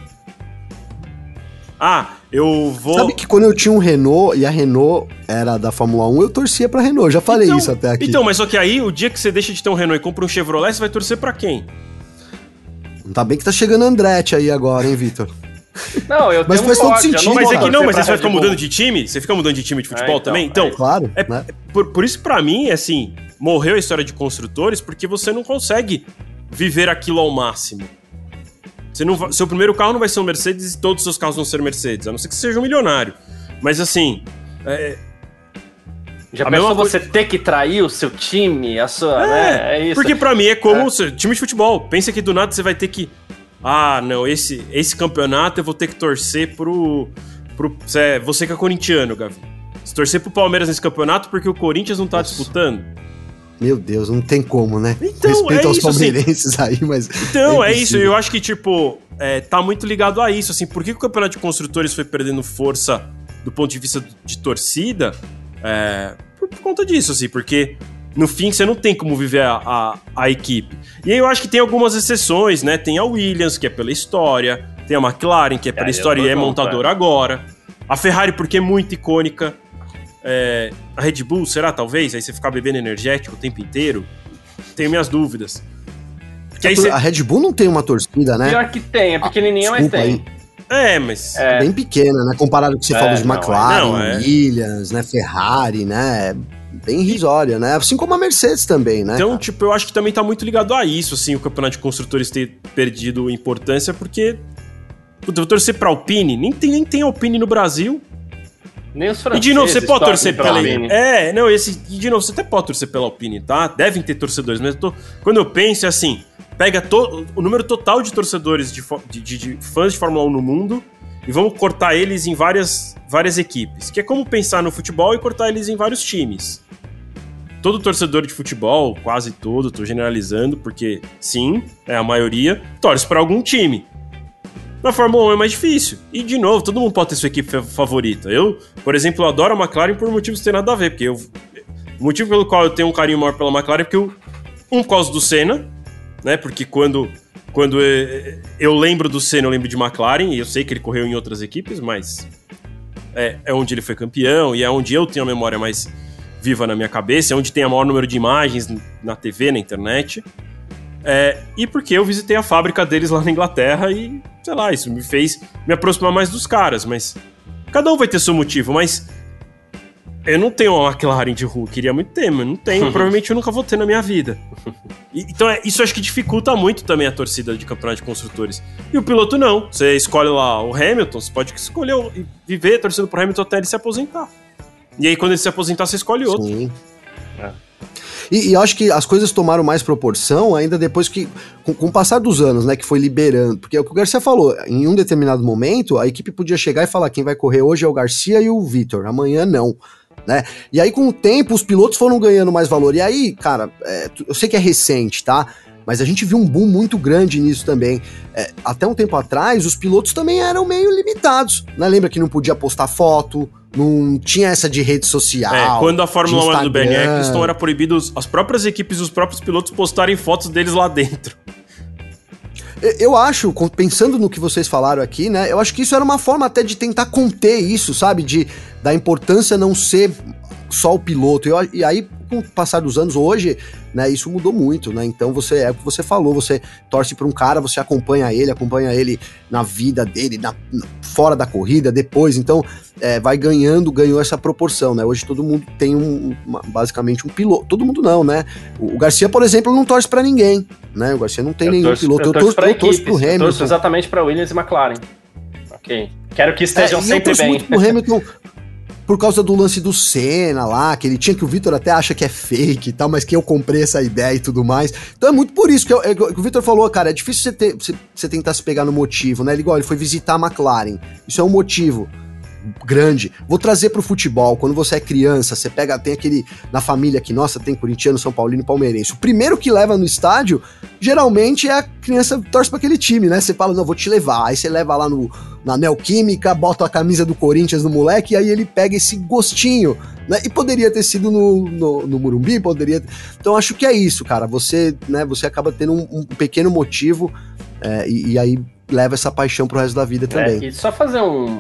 Eu vou... Sabe que quando eu tinha um Renault e a Renault era da Fórmula 1, eu torcia pra Renault. Eu já falei isso até aqui. Então, mas só que aí, o dia que você deixa de ter um Renault e compra um Chevrolet, você vai torcer pra quem? Tá bem que tá chegando Andretti aí agora, hein, Vitor? Não, eu mas faz todo sentido. Mas é que não, mas você vai ficar mudando de time? Você fica mudando de time de futebol também? Então, claro. Né? Por isso, pra mim, assim, morreu a história de construtores, porque você não consegue viver aquilo ao máximo. Seu primeiro carro não vai ser um Mercedes e todos os seus carros vão ser Mercedes, a não ser que você seja um milionário. Mas assim... Já pensou você ter que trair o seu time, a sua... né? É isso. Porque pra mim é como time de futebol. Pensa que do nada você vai ter que... não, esse campeonato eu vou ter que torcer pro você que é corintiano, Gavi. Se torcer pro Palmeiras nesse campeonato porque o Corinthians não tá disputando. Meu Deus, não tem como, né? Então, respeito aos isso, palmeirenses assim, aí, mas... Então, é isso. Eu acho que, tá muito ligado a isso, assim. Por que o campeonato de construtores foi perdendo força do ponto de vista de torcida? Por conta disso, assim. Porque, no fim, você não tem como viver a equipe. E aí eu acho que tem algumas exceções, né? Tem a Williams, que é pela história. Tem a McLaren, que é pela história e é montadora agora. A Ferrari, porque é muito icônica. A Red Bull, será, talvez? Aí você ficar bebendo energético o tempo inteiro? Tenho minhas dúvidas. A Red Bull não tem uma torcida, né? Pior que tem, é pequenininha, mas tem. Mas... Bem pequena, né? Comparado com o que você falou de McLaren, Williams, né? Ferrari, né? Bem irrisória, né? Assim como a Mercedes também, né? Então, eu acho que também tá muito ligado a isso, assim, o campeonato de construtores ter perdido importância, porque... eu vou torcer pra Alpine, nem tem Alpine no Brasil. Nem os franceses. E de novo, você pode torcer pela Alpine. E de novo, você até pode torcer pela Alpine, tá? Devem ter torcedores, mas quando eu penso, é assim, pega o número total de torcedores de fãs de Fórmula 1 no mundo e vamos cortar eles em várias equipes. Que é como pensar no futebol e cortar eles em vários times. todo torcedor de futebol, quase todo, tô generalizando, porque sim, é a maioria, torce para algum time. Na Fórmula 1 é mais difícil. E, de novo, todo mundo pode ter sua equipe favorita. Eu, por exemplo, adoro a McLaren por motivos que tem nada a ver, porque o motivo pelo qual eu tenho um carinho maior pela McLaren é porque por causa do Senna, né? Porque quando eu lembro do Senna, eu lembro de McLaren, e eu sei que ele correu em outras equipes, mas é onde ele foi campeão, e é onde eu tenho a memória mais viva na minha cabeça, é onde tem o maior número de imagens na TV, na internet. E porque eu visitei a fábrica deles lá na Inglaterra e, sei lá, isso me fez me aproximar mais dos caras, mas cada um vai ter seu motivo, mas eu não tenho uma McLaren de rua, queria muito ter, mas não tenho, provavelmente eu nunca vou ter na minha vida. Então isso acho que dificulta muito também a torcida de campeonato de construtores. E o piloto não, você escolhe lá o Hamilton, você pode escolher viver torcendo pro Hamilton até ele se aposentar. E aí quando ele se aposentar você escolhe outro. Sim. E eu acho que as coisas tomaram mais proporção ainda depois que, com o passar dos anos, né, que foi liberando. Porque é o que o Garcia falou, em um determinado momento, a equipe podia chegar e falar, quem vai correr hoje é o Garcia e o Vitor, amanhã não, né? E aí, com o tempo, os pilotos foram ganhando mais valor. E aí, cara, eu sei que é recente, tá? Mas a gente viu um boom muito grande nisso também. Até um tempo atrás, os pilotos também eram meio limitados, né? Lembra que não podia postar foto, não tinha essa de rede social. Quando a Fórmula 1 era do Bernie Eccleston, era proibido as próprias equipes e os próprios pilotos postarem fotos deles lá dentro. Eu acho, pensando no que vocês falaram aqui, né? Eu acho que isso era uma forma até de tentar conter isso, sabe? Da importância não ser só o piloto. E aí, com o passar dos anos, hoje, né, isso mudou muito, né? Então é o que você falou, você torce para um cara, você acompanha ele na vida dele, fora da corrida, depois, então ganhou essa proporção, né? Hoje todo mundo tem basicamente um piloto, todo mundo não, né? O Garcia, por exemplo, não torce para ninguém, né? O Garcia não tem nenhum piloto, eu torço pro Hamilton. Eu torço exatamente para Williams e McLaren. Ok. Quero que estejam sempre bem. Muito pro Hamilton, por causa do lance do Senna lá, que ele tinha, que o Vitor até acha que é fake e tal, mas que eu comprei essa ideia e tudo mais. Então é muito por isso que o Vitor falou, cara, é difícil você tentar se pegar no motivo, né? Ele foi visitar a McLaren. Isso é um motivo grande. Vou trazer pro futebol. Quando você é criança, você tem aquele na família que, nossa, tem corintiano, São Paulino e palmeirense. O primeiro que leva no estádio, geralmente a criança torce pra aquele time, né? Você fala, não, vou te levar. Aí você leva lá na Neoquímica, bota a camisa do Corinthians no moleque, e aí ele pega esse gostinho, né? E poderia ter sido no Morumbi, poderia. Então acho que é isso, cara. Você acaba tendo um pequeno motivo e aí leva essa paixão pro resto da vida também. E só fazer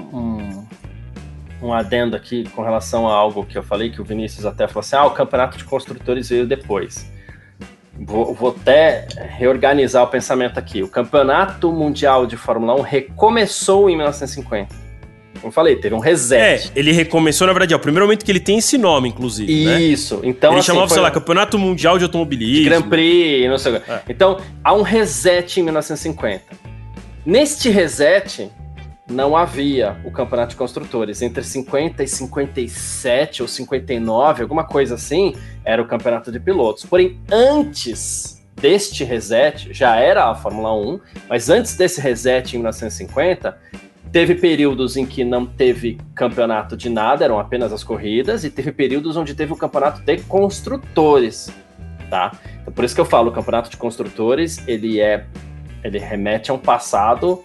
um adendo aqui com relação a algo que eu falei, que o Vinícius até falou assim, o campeonato de construtores veio depois. Vou até reorganizar o pensamento aqui. O campeonato mundial de Fórmula 1 recomeçou em 1950. Como eu falei, teve um reset. Ele recomeçou, na verdade, é o primeiro momento que ele tem esse nome, inclusive, né? Isso. Então, ele chamava, sei lá, Campeonato Mundial de Automobilismo. De Grand Prix, não sei o que. Então, há um reset em 1950. Neste reset, não havia o campeonato de construtores. Entre 50 e 57 ou 59, alguma coisa assim, era o campeonato de pilotos. Porém, antes deste reset, já era a Fórmula 1, mas antes desse reset em 1950, teve períodos em que não teve campeonato de nada, eram apenas as corridas, e teve períodos onde teve o campeonato de construtores, tá? Então, por isso que eu falo, o campeonato de construtores, ele remete a um passado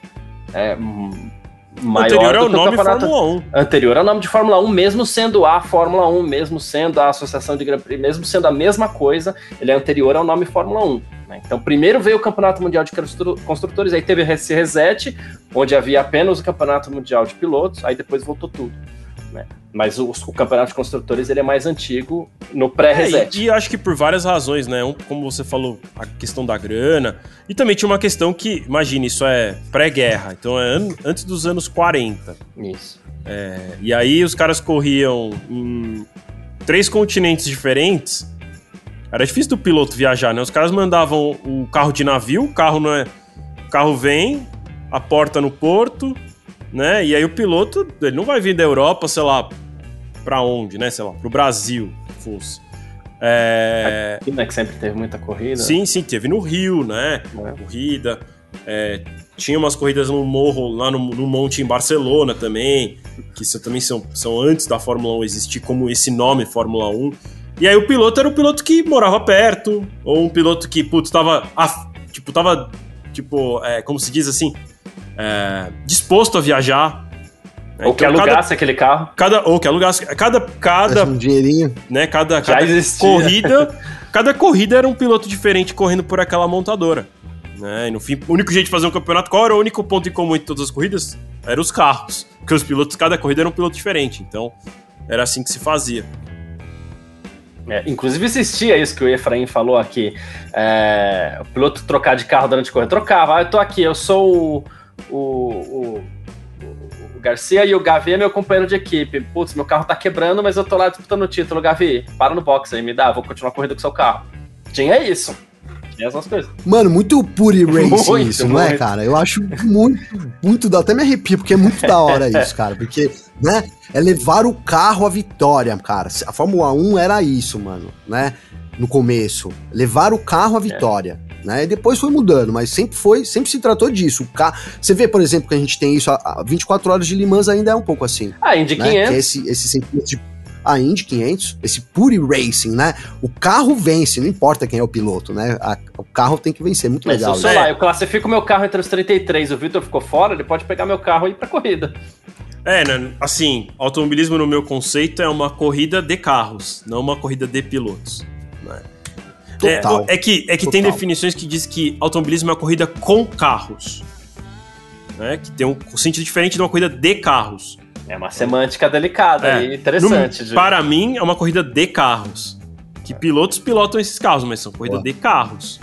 maior anterior ao do que o nome campeonato Fórmula 1. Anterior ao nome de Fórmula 1, mesmo sendo a Fórmula 1, mesmo sendo a Associação de Grand Prix, mesmo sendo a mesma coisa, ele é anterior ao nome Fórmula 1. Né? Então, primeiro veio o Campeonato Mundial de Construtores, aí teve esse reset, onde havia apenas o Campeonato Mundial de Pilotos, aí depois voltou tudo. Né? Mas o Campeonato de Construtores ele é mais antigo no pré-reset. E acho que por várias razões, né? Como você falou, a questão da grana. E também tinha uma questão que, imagine, isso é pré-guerra. Então é antes dos anos 40. Isso. E aí os caras corriam em 3 continentes diferentes. Era difícil do piloto viajar, né? Os caras mandavam o carro de navio, o carro vem, a porta no porto, né? E aí o piloto, ele não vai vir da Europa, sei lá, pra onde, né? Sei lá, pro Brasil, fosse. Aqui, né, que sempre teve muita corrida. Sim, teve no Rio, né? Corrida. Tinha umas corridas no morro, lá no monte em Barcelona também, que também são antes da Fórmula 1 existir como esse nome Fórmula 1. E aí o piloto era um piloto que morava perto, ou um piloto que, putz, como se diz assim, disposto a viajar. Ou que alugasse aquele carro. Ou que alugasse. Cada um dinheirinho. Né, cada existia. Cada corrida era um piloto diferente correndo por aquela montadora. Né? E no fim, o único jeito de fazer um campeonato, qual era o único ponto em comum entre todas as corridas? Eram os carros. Porque os pilotos, cada corrida era um piloto diferente. Então, era assim que se fazia. Inclusive existia isso que o Efraim falou aqui. O piloto trocar de carro durante a corrida. Trocava. Eu tô aqui, eu sou o Garcia e o Gavi é meu companheiro de equipe. Putz, meu carro tá quebrando, mas eu tô lá disputando o título. Gavi, para no box aí, me dá, vou continuar a corrida com o seu carro. Tinha isso. Tinha essas coisas. Mano, muito puri racing isso, não é, cara? Eu acho muito até me arrepio, porque é muito da hora isso, cara. Porque, né, é levar o carro à vitória, cara. A Fórmula 1 era isso, mano, né? No começo. Levar o carro à vitória. Né? E depois foi mudando, mas sempre se tratou disso. O carro, você vê, por exemplo, que a gente tem isso, a 24 horas de Le Mans ainda é um pouco assim. A Indy 500. Que é esse sentimento de a Indy 500, esse pure racing, né? O carro vence, não importa quem é o piloto, né? O carro tem que vencer, muito legal. Sei lá, eu classifico meu carro entre os 33, o Vitor ficou fora, ele pode pegar meu carro e ir pra corrida. Né? Assim, automobilismo no meu conceito é uma corrida de carros, não uma corrida de pilotos. Né? Total. É que tem definições que diz que automobilismo é uma corrida com carros. Né? Que tem um sentido diferente de uma corrida de carros. É uma semântica delicada e interessante. Para mim, é uma corrida de carros. Que pilotos pilotam esses carros, mas são corrida de carros.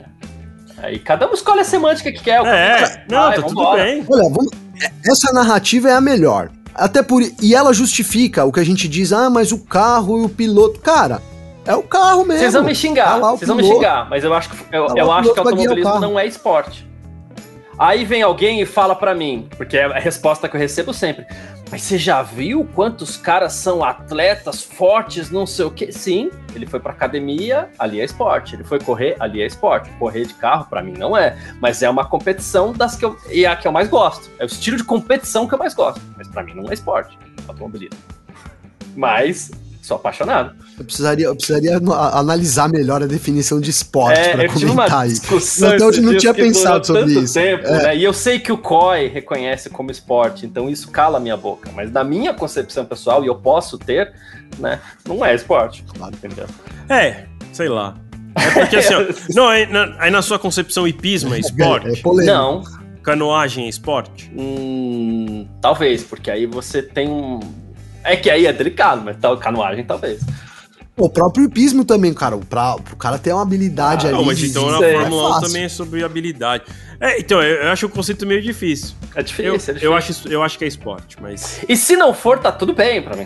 Aí cada um escolhe a semântica que quer. Tá tudo bem. Olha, essa narrativa é a melhor. E ela justifica o que a gente diz, mas o carro e o piloto... Cara... É o carro mesmo. Vocês vão me xingar, mas eu acho que o automobilismo não é esporte. Aí vem alguém e fala pra mim, porque é a resposta que eu recebo sempre, mas você já viu quantos caras são atletas fortes, não sei o quê? Sim, ele foi pra academia, ali é esporte. Ele foi correr, ali é esporte. Correr de carro, pra mim, não é. Mas é uma competição e é a que eu mais gosto. É o estilo de competição que eu mais gosto. Mas pra mim não é esporte, automobilismo. Mas... sou apaixonado. Eu precisaria analisar melhor a definição de esporte pra comentar aí. Até hoje não tinha pensado sobre isso. Tempo, né? E eu sei que o COI reconhece como esporte, então isso cala a minha boca. Mas na minha concepção pessoal, e eu posso ter, né, não é esporte. Claro, entendeu? Sei lá. É porque assim, aí na sua concepção hipismo é esporte? Não. Canoagem é esporte? Talvez, porque aí você tem um... É que aí é delicado, mas canoagem talvez. O próprio hipismo também, cara. O cara ter uma habilidade ali. Não, mas então na Fórmula 1 também é sobre habilidade. Então, eu acho o conceito meio difícil. É difícil, Eu acho que é esporte, mas... E se não for, tá tudo bem pra mim.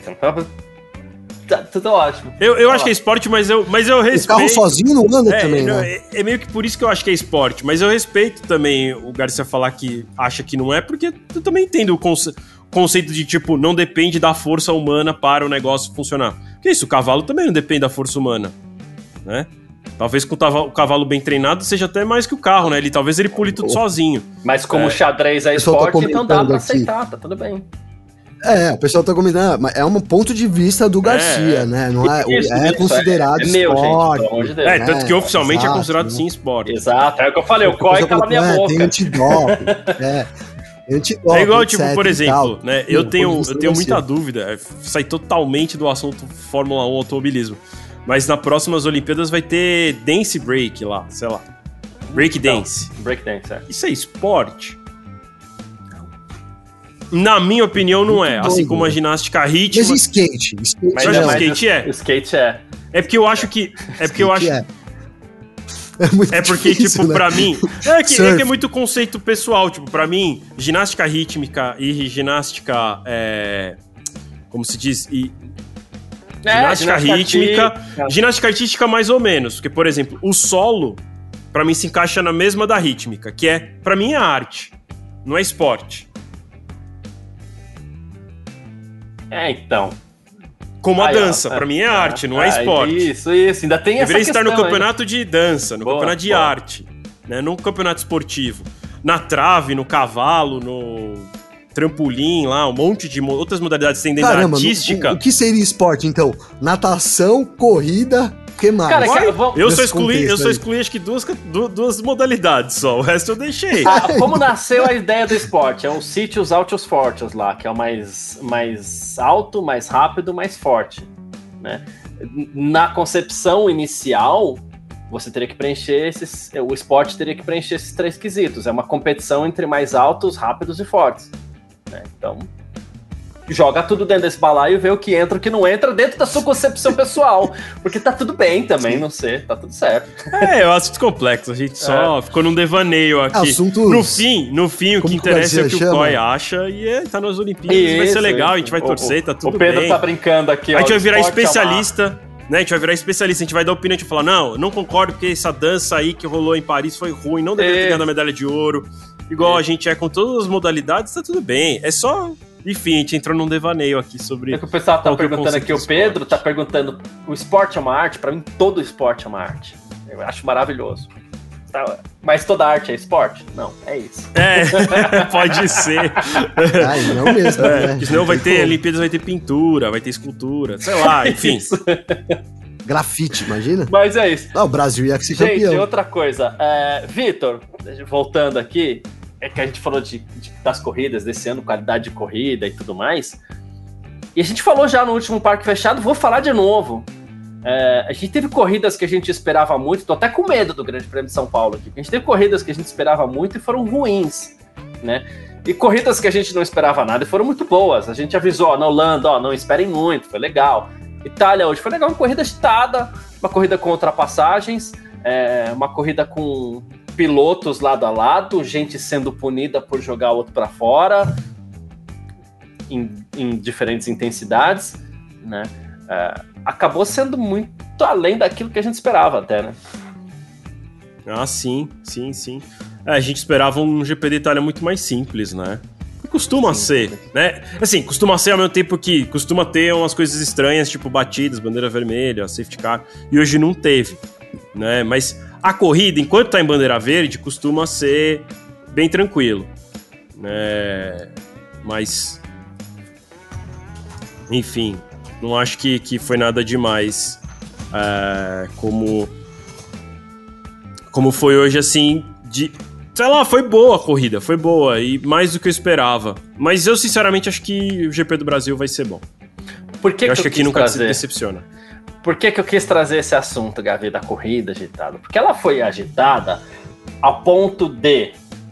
Tá tudo ótimo. Eu acho que é esporte, mas eu respeito... O carro sozinho não anda também, né? É meio que por isso que eu acho que é esporte. Mas eu respeito também o Garcia falar que acha que não é, porque eu também entendo o conceito de, tipo, não depende da força humana para o negócio funcionar. Porque isso, o cavalo também não depende da força humana, né? Talvez com o cavalo bem treinado seja até mais que o carro, né? Talvez ele pule tudo sozinho. Mas como o xadrez é esporte, então dá pra aceitar, tá tudo bem. O pessoal tá comentando, é um ponto de vista do Garcia, né? Não é considerado esporte. Meu, gente, pelo amor de Deus. Tanto que oficialmente é considerado sim esporte. Exato, é o que eu falei, o COI cala minha boca. Tem antidoping, É igual, tipo, por exemplo, né? Eu tenho muita dúvida, sai totalmente do assunto Fórmula 1 automobilismo. Mas nas próximas Olimpíadas vai ter dance break lá, sei lá. Break dance. Break dance, Isso é esporte? Na minha opinião, não é. Assim como a ginástica rítmica. Mas e skate? Mas o skate é. O skate é. É porque eu acho que. É porque, difícil, tipo, né? pra mim... É que é muito conceito pessoal. Tipo, pra mim, ginástica rítmica e ginástica... como se diz? Ginástica rítmica... Ginástica artística, mais ou menos. Porque, por exemplo, o solo, pra mim, se encaixa na mesma da rítmica. Que é, pra mim, é arte. Não é esporte. Então... Como a dança, pra mim é arte, não é esporte. Isso, ainda tem essa Deveria estar no questão campeonato de dança, no campeonato de arte, né? Não no campeonato esportivo. Na trave, no cavalo, trampolim lá, um monte de outras modalidades tem dentro da artística. O que seria esporte, então? Natação, corrida, o que mais? Cara, eu só excluí acho que duas modalidades só, o resto eu deixei. Como nasceu a ideia do esporte? É o sítios altos fortes lá, que é o mais alto, mais rápido, mais forte, né? Na concepção inicial, você teria que preencher o esporte teria que preencher esses 3 quesitos. É uma competição entre mais altos, rápidos e fortes, né? Então, joga tudo dentro desse balaio e vê o que entra e o que não entra dentro da sua concepção pessoal. Porque tá tudo bem também, não sei, tá tudo certo. Eu acho complexo, a gente só ficou num devaneio aqui. Assuntos... No fim, o que interessa é o que o COI acha e tá nas Olimpíadas, vai ser legal, a gente vai torcer, tá tudo bem. O Pedro tá brincando aqui, ó. A gente vai virar especialista, né? A gente vai virar especialista, a gente vai dar opinião, a gente vai falar, não concordo porque essa dança aí que rolou em Paris foi ruim, não deveria ter ganhado a medalha de ouro. Igual a gente é com todas as modalidades, tá tudo bem. É só... Enfim, a gente entrou num devaneio aqui sobre... É que o pessoal tá perguntando aqui, o Pedro tá perguntando, o esporte é uma arte? Pra mim, todo esporte é uma arte. Eu acho maravilhoso. Mas toda arte é esporte? Não, é isso. Pode ser. Não mesmo, né? Porque senão vai ter Olimpíadas, vai ter pintura, vai ter escultura, sei lá, enfim. Grafite, imagina? Mas é isso. O Brasil ia ser campeão. Gente, outra coisa. Vitor, voltando aqui, é que a gente falou das corridas desse ano, qualidade de corrida e tudo mais. E a gente falou já no último Parque Fechado, vou falar de novo. A gente teve corridas que a gente esperava muito, tô até com medo do Grande Prêmio de São Paulo aqui. A gente teve corridas que a gente esperava muito e foram ruins, né? E corridas que a gente não esperava nada e foram muito boas. A gente avisou, na Holanda, não esperem muito, foi legal. Itália hoje foi legal, uma corrida agitada, uma corrida com ultrapassagens, uma corrida com pilotos lado a lado, gente sendo punida por jogar o outro para fora, em diferentes intensidades, né? Acabou sendo muito além daquilo que a gente esperava até, né? Sim. A gente esperava um GP de Itália muito mais simples, né? E costuma ser, né? Assim, costuma ser ao mesmo tempo que costuma ter umas coisas estranhas, tipo batidas, bandeira vermelha, safety car, e hoje não teve, né? Mas a corrida, enquanto tá em bandeira verde, costuma ser bem tranquilo, né? Mas, enfim, não acho que foi nada demais, como foi hoje, assim, sei lá, foi boa a corrida, foi boa, e mais do que eu esperava. Mas eu, sinceramente, acho que o GP do Brasil vai ser bom. Eu acho que aqui nunca se decepciona. Por que eu quis trazer esse assunto, Gavi, da corrida agitada? Porque ela foi agitada a ponto de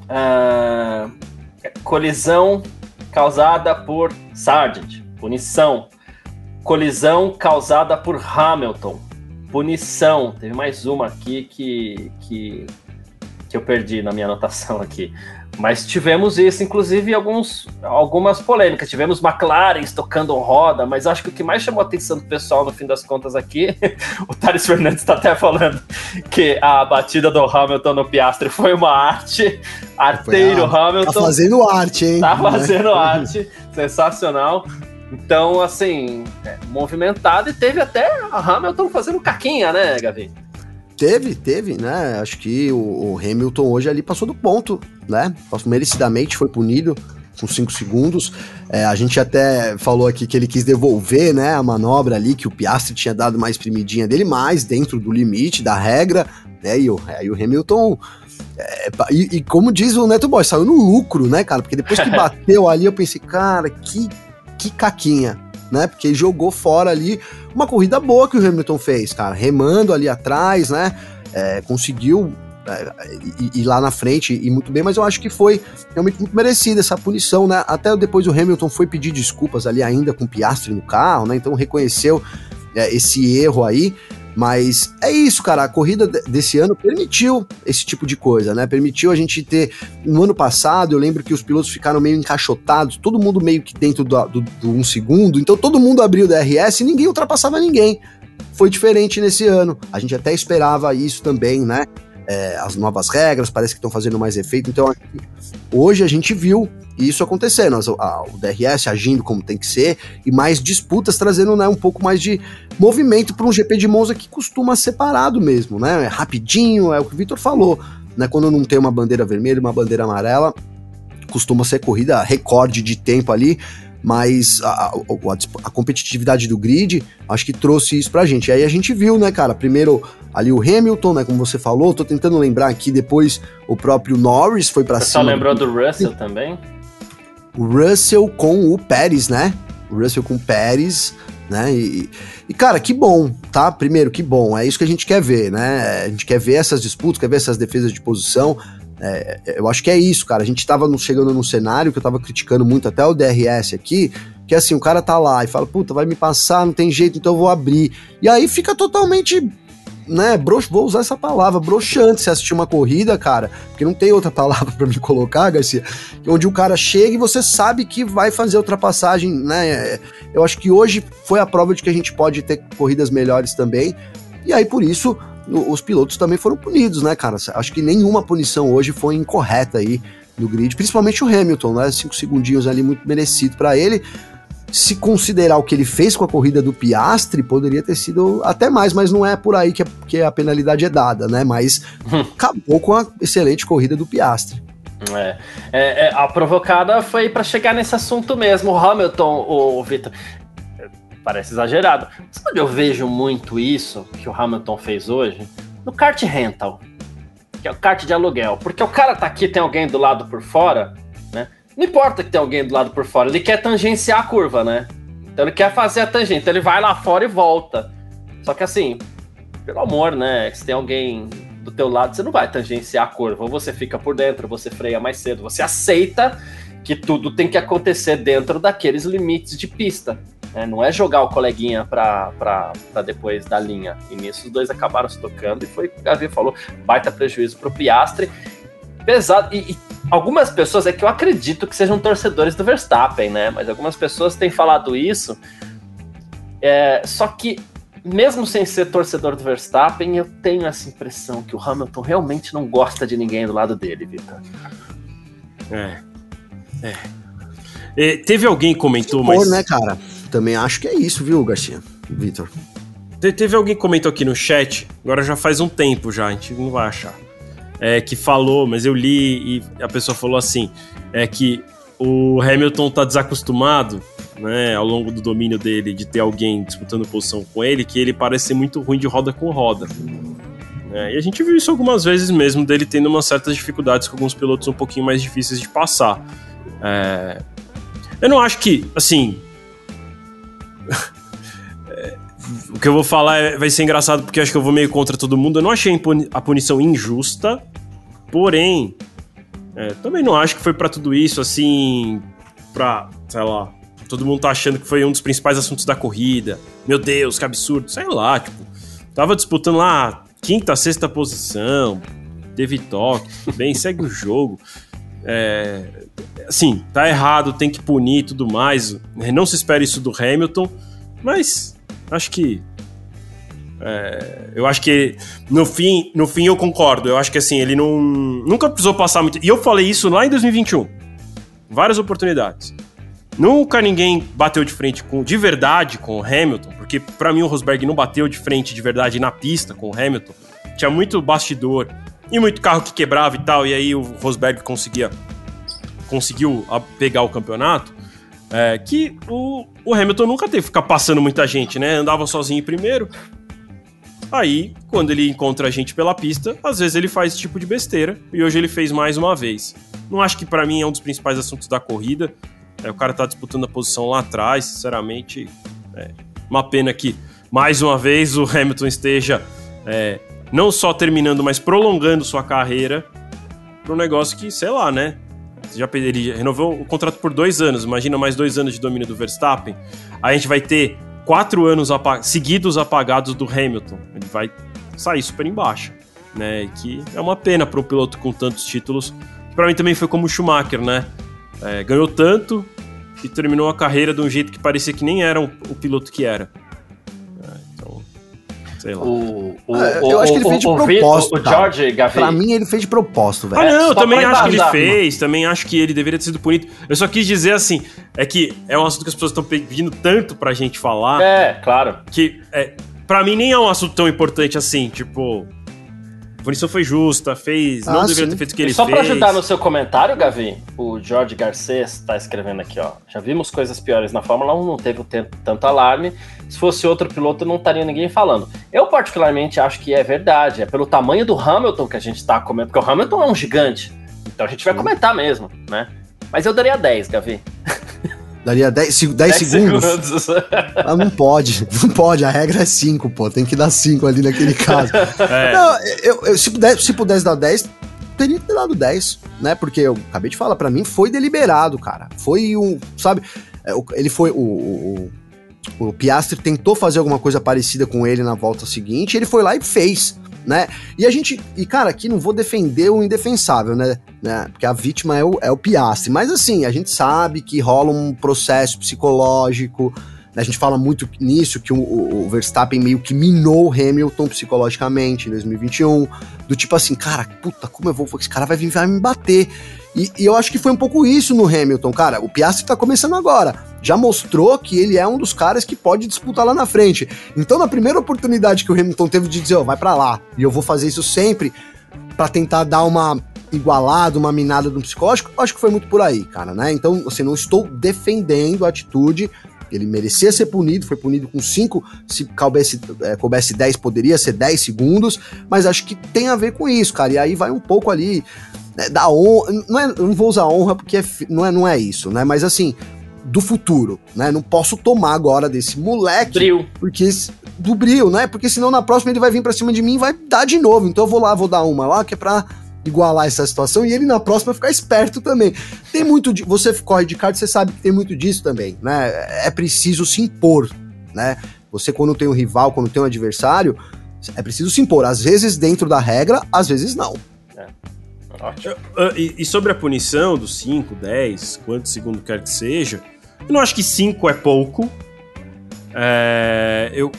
colisão causada por Sargent, punição. Colisão causada por Hamilton, punição. Teve mais uma aqui que eu perdi na minha anotação aqui. Mas tivemos isso, inclusive algumas polêmicas. Tivemos McLaren tocando roda, mas acho que o que mais chamou a atenção do pessoal, no fim das contas aqui, o Thales Fernandes está até falando que a batida do Hamilton no Piastri foi uma arte. Arteiro Hamilton. Tá fazendo arte, hein? Tá fazendo arte. Sensacional. Então, assim, movimentado, e teve até a Hamilton fazendo caquinha, né, Gavi? Teve, né? Acho que o Hamilton hoje ali passou do ponto, né? Merecidamente foi punido com 5 segundos. A gente até falou aqui que ele quis devolver, né, a manobra ali, que o Piastri tinha dado uma espremidinha dele, mais dentro do limite da regra, né? E o Hamilton... E como diz o Neto Boy, saiu no lucro, né, cara? Porque depois que bateu ali, eu pensei, cara, que caquinha, né? Porque jogou fora ali uma corrida boa que o Hamilton fez, cara, remando ali atrás, né? Conseguiu ir lá na frente e muito bem, mas eu acho que foi realmente muito merecida essa punição, né? Até depois o Hamilton foi pedir desculpas ali ainda com o Piastri no carro, né? Então reconheceu esse erro aí. Mas é isso, cara, a corrida desse ano permitiu esse tipo de coisa, né? Permitiu a gente ter, no ano passado, eu lembro que os pilotos ficaram meio encaixotados, todo mundo meio que dentro do 1 segundo, então todo mundo abriu o DRS e ninguém ultrapassava ninguém. Foi diferente nesse ano, a gente até esperava isso também, né? As novas regras parece que estão fazendo mais efeito, então hoje a gente viu isso acontecendo, o DRS agindo como tem que ser, e mais disputas trazendo, né, um pouco mais de movimento para um GP de Monza que costuma ser parado mesmo, né, rapidinho, é o que o Vitor falou, né, quando não tem uma bandeira vermelha, uma bandeira amarela, costuma ser corrida recorde de tempo ali, mas a competitividade do grid, acho que trouxe isso pra gente. E aí a gente viu, né, cara, primeiro ali o Hamilton, né, como você falou, tô tentando lembrar aqui, depois o próprio Norris foi pra cima. Você só lembrou do Russell também? O Russell com o Pérez, né? O Russell com o Pérez, né? E, cara, que bom, tá? Primeiro, que bom. É isso que a gente quer ver, né? A gente quer ver essas disputas, quer ver essas defesas de posição. Eu acho que é isso, cara. A gente tava chegando num cenário que eu tava criticando muito até o DRS aqui, que assim, o cara tá lá e fala, puta, vai me passar, não tem jeito, então eu vou abrir. E aí fica totalmente, né, vou usar essa palavra, broxante se assistir uma corrida, cara, porque não tem outra palavra pra me colocar, Garcia, onde o cara chega e você sabe que vai fazer ultrapassagem, né, eu acho que hoje foi a prova de que a gente pode ter corridas melhores também, e aí por isso os pilotos também foram punidos, né, cara, acho que nenhuma punição hoje foi incorreta aí no grid, principalmente o Hamilton, né, 5 segundinhos ali muito merecido pra ele. Se considerar o que ele fez com a corrida do Piastri, poderia ter sido até mais, mas não é por aí que a penalidade é dada, né? Mas acabou com a excelente corrida do Piastri. A provocada foi para chegar nesse assunto mesmo. O Hamilton, o Vitor, parece exagerado, mas quando eu vejo muito isso que o Hamilton fez hoje, no kart rental, que é o kart de aluguel, porque o cara tá aqui, tem alguém do lado por fora, né? Não importa que tem alguém do lado por fora, ele quer tangenciar a curva, né? Então ele quer fazer a tangente, então ele vai lá fora e volta. Só que assim, pelo amor, né? Se tem alguém do teu lado, você não vai tangenciar a curva. Ou você fica por dentro, você freia mais cedo. Você aceita que tudo tem que acontecer dentro daqueles limites de pista. Né? Não é jogar o coleguinha pra depois da linha. E nisso os dois acabaram se tocando e foi o que o Gavi falou, baita prejuízo pro Piastri. Pesado, e algumas pessoas, é que eu acredito que sejam torcedores do Verstappen, né? Mas algumas pessoas têm falado isso. Só que, mesmo sem ser torcedor do Verstappen, eu tenho essa impressão que o Hamilton realmente não gosta de ninguém do lado dele, Vitor. Teve alguém que comentou, mas... né, cara? Também acho que é isso, viu, Garcia? Vitor. Teve alguém que comentou aqui no chat, agora já faz um tempo já, a gente não vai achar. Que falou, mas eu li e a pessoa falou assim, que o Hamilton tá desacostumado, né, ao longo do domínio dele, de ter alguém disputando posição com ele, que ele parece ser muito ruim de roda com roda. E a gente viu isso algumas vezes mesmo, dele tendo umas certas dificuldades com alguns pilotos um pouquinho mais difíceis de passar. Eu não acho que, assim... O que eu vou falar vai ser engraçado porque eu acho que eu vou meio contra todo mundo. Eu não achei a punição injusta, porém, também não acho que foi pra tudo isso, assim, pra, sei lá, todo mundo tá achando que foi um dos principais assuntos da corrida. Meu Deus, que absurdo, sei lá, tipo, tava disputando lá 5ª, 6ª posição, teve toque, bem, segue o jogo. Assim, tá errado, tem que punir e tudo mais. Não se espera isso do Hamilton, mas acho que eu acho que no fim eu concordo. Eu acho que assim, ele nunca precisou passar muito. E eu falei isso lá em 2021. Várias oportunidades. Nunca ninguém bateu de frente de verdade com o Hamilton, porque pra mim o Rosberg não bateu de frente de verdade na pista com o Hamilton. Tinha muito bastidor e muito carro que quebrava e tal, e aí o Rosberg conseguiu pegar o campeonato. Que o Hamilton nunca teve que ficar passando muita gente, né? Andava sozinho em primeiro. Aí, quando ele encontra a gente pela pista, às vezes ele faz esse tipo de besteira. E hoje ele fez mais uma vez. Não acho que pra mim é um dos principais assuntos da corrida. O cara tá disputando a posição lá atrás, sinceramente. Uma pena que, mais uma vez, o Hamilton esteja não só terminando, mas prolongando sua carreira pra um negócio que, sei lá, né? Ele renovou o contrato por 2 anos. Imagina mais 2 anos de domínio do Verstappen. Aí a gente vai ter 4 anos seguidos apagados do Hamilton. Ele vai sair super embaixo, né? E que é uma pena para um piloto com tantos títulos. Para mim também foi como o Schumacher, né? Ganhou tanto e terminou a carreira de um jeito que parecia que nem era o piloto que era. Então, sei lá. Eu acho que ele fez de propósito. O George Gavi. Pra mim, ele fez de propósito, velho. Não, eu também acho que ele fez. Também acho que ele deveria ter sido punido. Eu só quis dizer assim, que é um assunto que as pessoas estão pedindo tanto pra gente falar. Claro. Que, pra mim, nem é um assunto tão importante assim, tipo... A punição foi justa, não deveria ter feito o que ele fez. Só pra ajudar no seu comentário, Gavi, o Jorge Garcês tá escrevendo aqui, ó. Já vimos coisas piores na Fórmula 1, não teve tanto alarme. Se fosse outro piloto, não estaria ninguém falando. Eu, particularmente, acho que é verdade. É pelo tamanho do Hamilton que a gente tá comentando, porque o Hamilton é um gigante. Então a gente vai comentar mesmo, né? Mas eu daria 10, Gavi. Daria 10 segundos? Ah, não pode, a regra é 5, pô, tem que dar 5 ali naquele caso. Não, se pudesse dar 10, teria que ter dado 10, né, porque eu acabei de falar, pra mim foi deliberado, cara, foi sabe, ele foi, o Piastri tentou fazer alguma coisa parecida com ele na volta seguinte, ele foi lá e fez, né, e cara, aqui não vou defender o indefensável, né, porque a vítima é o Piastri, mas assim, a gente sabe que rola um processo psicológico, né, a gente fala muito nisso, que o Verstappen meio que minou o Hamilton psicologicamente em 2021, do tipo assim, cara, puta, como eu vou, esse cara vai vir me bater, e eu acho que foi um pouco isso no Hamilton, cara, o Piastri tá começando agora, já mostrou que ele é um dos caras que pode disputar lá na frente, então na primeira oportunidade que o Hamilton teve de dizer, vai pra lá, e eu vou fazer isso sempre, pra tentar dar uma igualada, uma minada no psicológico, eu acho que foi muito por aí, cara, né, então, assim, não estou defendendo a atitude, ele merecia ser punido, foi punido com 5, se coubesse 10, poderia ser 10 segundos, mas acho que tem a ver com isso, cara, e aí vai um pouco ali, né, da honra, eu não vou usar honra porque não é isso, né, mas assim, do futuro, né, não posso tomar agora desse moleque, Bril. Porque do bril, né, porque senão na próxima ele vai vir pra cima de mim e vai dar de novo, então eu vou dar uma lá, que é pra igualar essa situação, e ele na próxima vai ficar esperto também. Tem muito você corre de kart, você sabe que tem muito disso também, né? É preciso se impor, né? Você quando tem um rival, quando tem um adversário, é preciso se impor. Às vezes dentro da regra, às vezes não. Ótimo. E sobre a punição dos 5, 10, quanto segundo quer que seja, eu não acho que 5 é pouco. Eu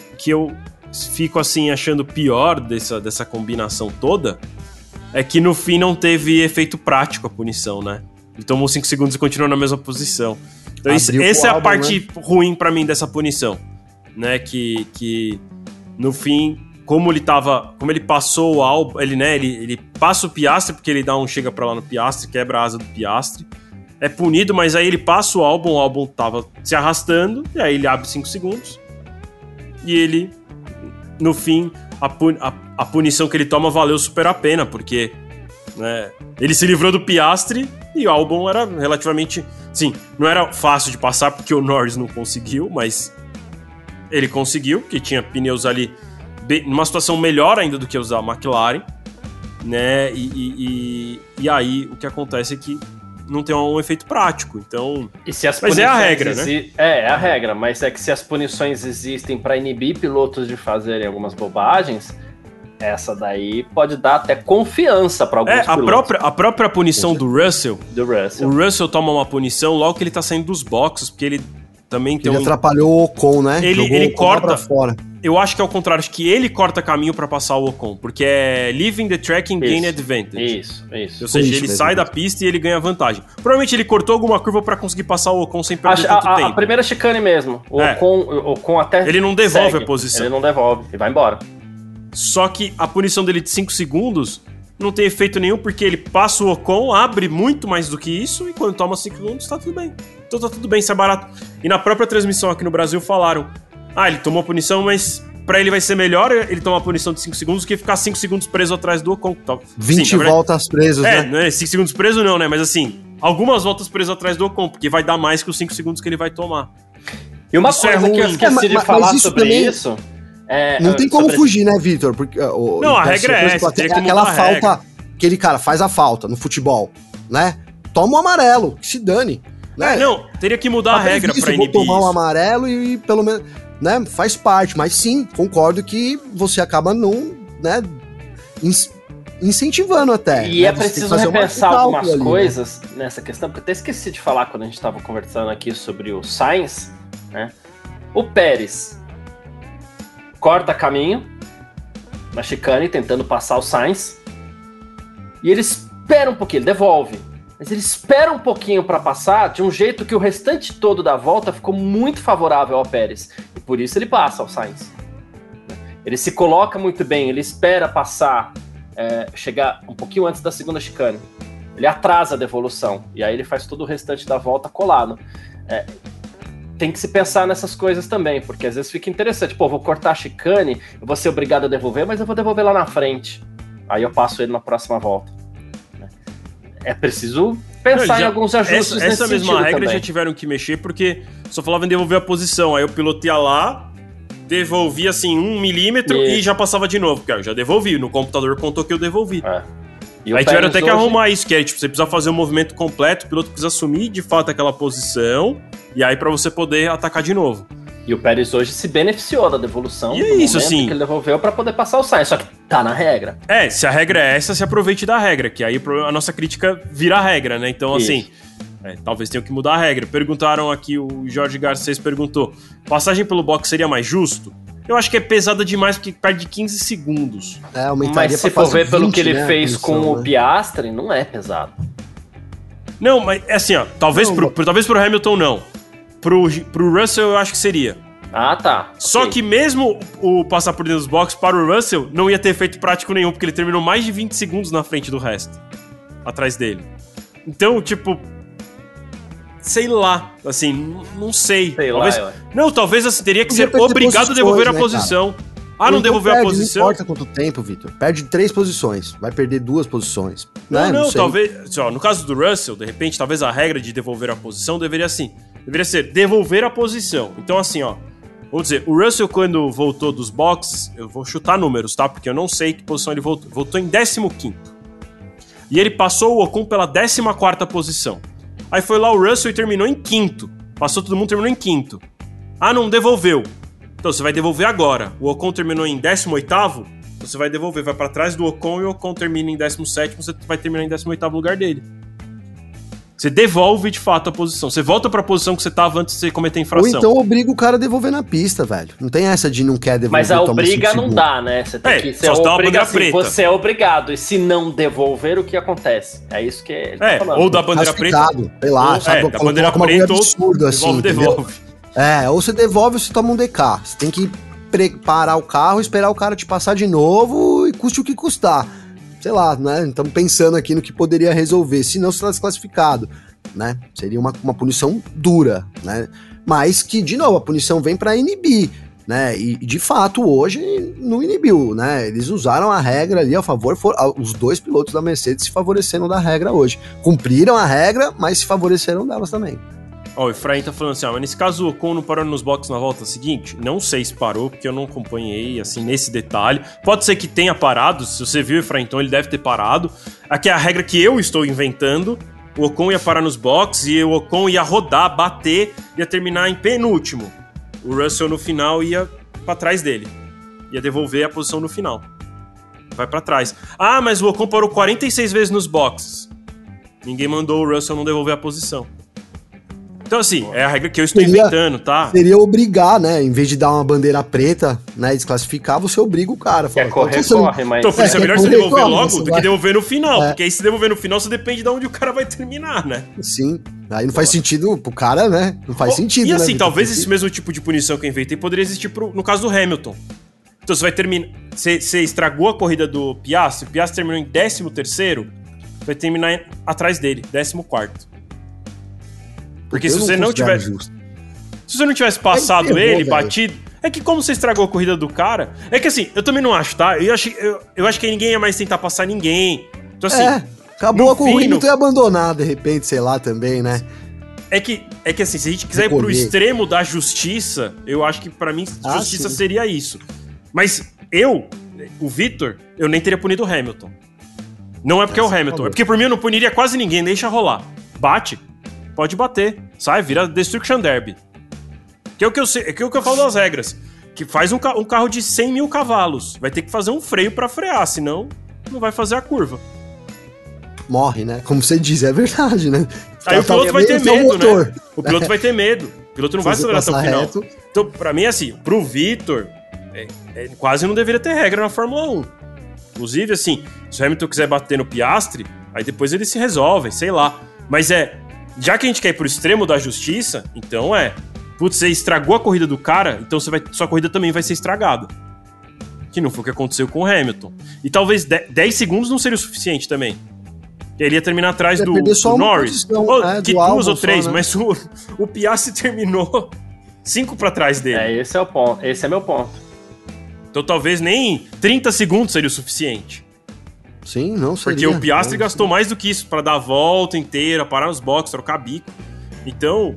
fico assim achando pior dessa combinação toda é que no fim não teve efeito prático a punição, né? Ele tomou 5 segundos e continuou na mesma posição. Então essa é a parte ruim pra mim dessa punição, né? Que no fim, como ele passou o Albon, ele passa o Piastri porque ele dá um chega pra lá no Piastri, quebra a asa do Piastri, é punido, mas aí ele passa o Albon tava se arrastando, e aí ele abre 5 segundos, e ele, no fim, a punição que ele toma valeu super a pena, porque, né, ele se livrou do Piastri e o Albon era relativamente... Sim, não era fácil de passar porque o Norris não conseguiu, mas ele conseguiu, porque tinha pneus ali numa situação melhor ainda do que usar a McLaren, né? E aí o que acontece é que não tem um efeito prático, então... Mas é a regra, né? É a regra, mas é que se as punições existem para inibir pilotos de fazerem algumas bobagens, essa daí pode dar até confiança para alguns pilotos. A própria punição do Russell. O Russell toma uma punição logo que ele tá saindo dos boxes, porque ele também tem ele atrapalhou o Ocon, né? Ele corta pra fora. Eu acho que é o contrário, acho que ele corta caminho pra passar o Ocon, porque é leaving the track and gain advantage. Isso. Ou seja, ele sai da pista e ele ganha vantagem. Provavelmente ele cortou alguma curva pra conseguir passar o Ocon sem perder tanto tempo. A primeira chicane mesmo. O Ocon até ele não devolve segue. A posição. Ele não devolve e vai embora. Só que a punição dele de 5 segundos não tem efeito nenhum, porque ele passa o Ocon, abre muito mais do que isso, e quando toma 5 segundos tá tudo bem. Então tá tudo bem, isso é barato. E na própria transmissão aqui no Brasil falaram, ele tomou punição, mas pra ele vai ser melhor ele tomar a punição de 5 segundos do que ficar 5 segundos preso atrás do Ocon. 20 voltas presos, né? Não é 5 segundos preso não, né? Mas assim, algumas voltas preso atrás do Ocon, porque vai dar mais que os 5 segundos que ele vai tomar. E uma coisa que eu esqueci de falar sobre isso... não tem como fugir, né, Vitor? Porque, não, a regra é essa, tem aquela falta, aquele cara faz a falta no futebol, né? Toma o amarelo, que se dane. Né? Não, teria que mudar a regra pra inibir vou tomar isso. o amarelo e pelo menos, né, faz parte, mas sim, concordo que você acaba não, né, incentivando até. E é preciso repensar algumas coisas, né, nessa questão, porque eu até esqueci de falar quando a gente estava conversando aqui sobre o Sainz, né? O Pérez corta caminho na chicane, tentando passar o Sainz, e ele espera um pouquinho, ele devolve, mas ele espera um pouquinho para passar de um jeito que o restante todo da volta ficou muito favorável ao Pérez, e por isso ele passa ao Sainz. Ele se coloca muito bem, ele espera passar chegar um pouquinho antes da segunda chicane. Ele atrasa a devolução, e aí ele faz todo o restante da volta colado. Tem que se pensar nessas coisas também, porque às vezes fica interessante. Pô, vou cortar a chicane, eu vou ser obrigado a devolver, mas eu vou devolver lá na frente. Aí eu passo ele na próxima volta. É preciso pensar em alguns ajustes nesse essa mesma sentido regra também. já tiveram que mexer, porque só falava em devolver a posição. Aí o piloto ia lá, devolvia assim 1 milímetro e já passava de novo. Porque eu já devolvi, no computador contou que eu devolvi. E aí tiveram até que arrumar isso, que é tipo, você precisa fazer o movimento completo, o piloto precisa assumir de fato aquela posição, e aí pra você poder atacar de novo. E o Pérez hoje se beneficiou da devolução. E é isso, assim. Que ele devolveu pra poder passar o Sainz, só que tá na regra. Se a regra é essa, se aproveite da regra, que aí a nossa crítica vira a regra, né? Então, isso. assim, talvez tenham que mudar a regra. Perguntaram aqui, o Jorge Garcês perguntou, passagem pelo box seria mais justo? Eu acho que é pesada demais, porque perde 15 segundos. Mas se for ver pelo que ele fez com o Piastri, não é pesado. Não, mas assim, ó, talvez pro Hamilton não. Pro Russell eu acho que seria. Ah, tá. Só que mesmo o passar por dentro dos boxes para o Russell não ia ter efeito prático nenhum, porque ele terminou mais de 20 segundos na frente do resto. Atrás dele. Então, tipo... Sei lá, assim, não sei. Talvez assim, teria que ser obrigado a devolver a posição. Cara. Não devolveu a posição? Não importa quanto tempo, Vitor. Perde 3 posições. Vai perder 2 posições. Não, talvez... No caso do Russell, de repente, talvez a regra de devolver a posição deveria ser devolver a posição. Então, assim, ó... Vamos dizer, o Russell, quando voltou dos boxes... Eu vou chutar números, tá? Porque eu não sei que posição ele voltou. Voltou em 15º. E ele passou o Ocon pela 14ª posição. Aí foi lá o Russell e terminou em 5º. Passou todo mundo, terminou em 5º. Não devolveu. Então você vai devolver agora. O Ocon terminou em 18º, você vai devolver, vai pra trás do Ocon e o Ocon termina em 17º, você vai terminar em 18º lugar dele. Você devolve de fato a posição. Você volta pra posição que você tava antes de você cometer a infração. Ou então obriga o cara a devolver na pista, velho. Não tem essa de não quer devolver. Mas a obriga não dá, né? Você tem que ser só dá uma bandeira preta. Você é obrigado. E se não devolver, o que acontece? É isso que ele tá falando. Ou da bandeira preta. Sei lá, sabe? Da bandeira preta absurdo, assim, devolve. Ou você devolve ou você toma um DK. Você tem que parar o carro, esperar o cara te passar de novo e custe o que custar. Sei lá, né? Estamos pensando aqui no que poderia resolver. Se não, você está desclassificado, né? Seria uma punição dura, né? Mas que, de novo, a punição vem para inibir, né? E, de fato, hoje não inibiu, né? Eles usaram a regra ali a favor, os 2 pilotos da Mercedes se favoreceram da regra hoje. Cumpriram a regra, mas se favoreceram delas também. O Efraim tá falando assim, mas nesse caso o Ocon não parou nos boxes na volta seguinte? Não sei se parou, porque eu não acompanhei, assim, nesse detalhe. Pode ser que tenha parado, se você viu o Efraim, então ele deve ter parado. Aqui é a regra que eu estou inventando. O Ocon ia parar nos boxes e o Ocon ia rodar, bater, ia terminar em penúltimo. O Russell no final ia pra trás dele. Ia devolver a posição no final. Vai pra trás. Mas o Ocon parou 46 vezes nos boxes. Ninguém mandou o Russell não devolver a posição. Então, assim, é a regra que eu estou inventando, tá? Seria obrigar, né? Em vez de dar uma bandeira preta, né? Desclassificar, você obriga o cara. Quer correr, corre, mas... Então, por isso é melhor você devolver logo do que devolver no final. Porque aí, se devolver no final, você depende de onde o cara vai terminar, né? Sim. Aí não faz sentido pro cara, né? Não faz sentido, né? E assim, né? talvez esse mesmo tipo de punição que eu inventei poderia existir no caso do Hamilton. Então, você vai terminar... Você estragou a corrida do Piastri, o Piastri terminou em 13º, vai terminar atrás dele, 14º. Porque se você não tivesse... Se você não tivesse passado ele, batido... É que como você estragou a corrida do cara... É que assim, eu também não acho, tá? Eu acho que ninguém ia mais tentar passar ninguém. Então assim... Acabou a corrida, tu ia abandonar, de repente, sei lá, também, né? É que assim, se a gente quiser ir pro extremo da justiça, eu acho que pra mim, justiça seria isso. Mas o Vitor, eu nem teria punido o Hamilton. Não é porque é o Hamilton. É porque por mim eu não puniria quase ninguém, deixa rolar. Bate. Pode bater, sai, vira Destruction Derby. Que é o que eu sei, é o que eu falo das regras. Que faz um carro de 100 mil cavalos. Vai ter que fazer um freio pra frear, senão não vai fazer a curva. Morre, né? Como você diz, é verdade, né? Aí o piloto vai ter medo, né? O piloto vai ter medo. O piloto não vai acelerar até o final. Reto. Então, pra mim, assim, pro Vitor, quase não deveria ter regra na Fórmula 1. Inclusive, assim, se o Hamilton quiser bater no Piastri, aí depois eles se resolvem, sei lá. Mas já que a gente quer ir pro extremo da justiça, então putz, você estragou a corrida do cara, então sua corrida também vai ser estragada. que não foi o que aconteceu com o Hamilton. E talvez 10 segundos não seria o suficiente também. Ele ia terminar atrás do Norris. Que 2 ou 3, né? Mas o Piastri terminou 5 para trás dele. Esse é o ponto. Esse é meu ponto. Então talvez nem 30 segundos seria o suficiente. Sim, não seria. Porque o Piastri gastou mais do que isso para dar a volta inteira, parar nos boxes, trocar bico. Então,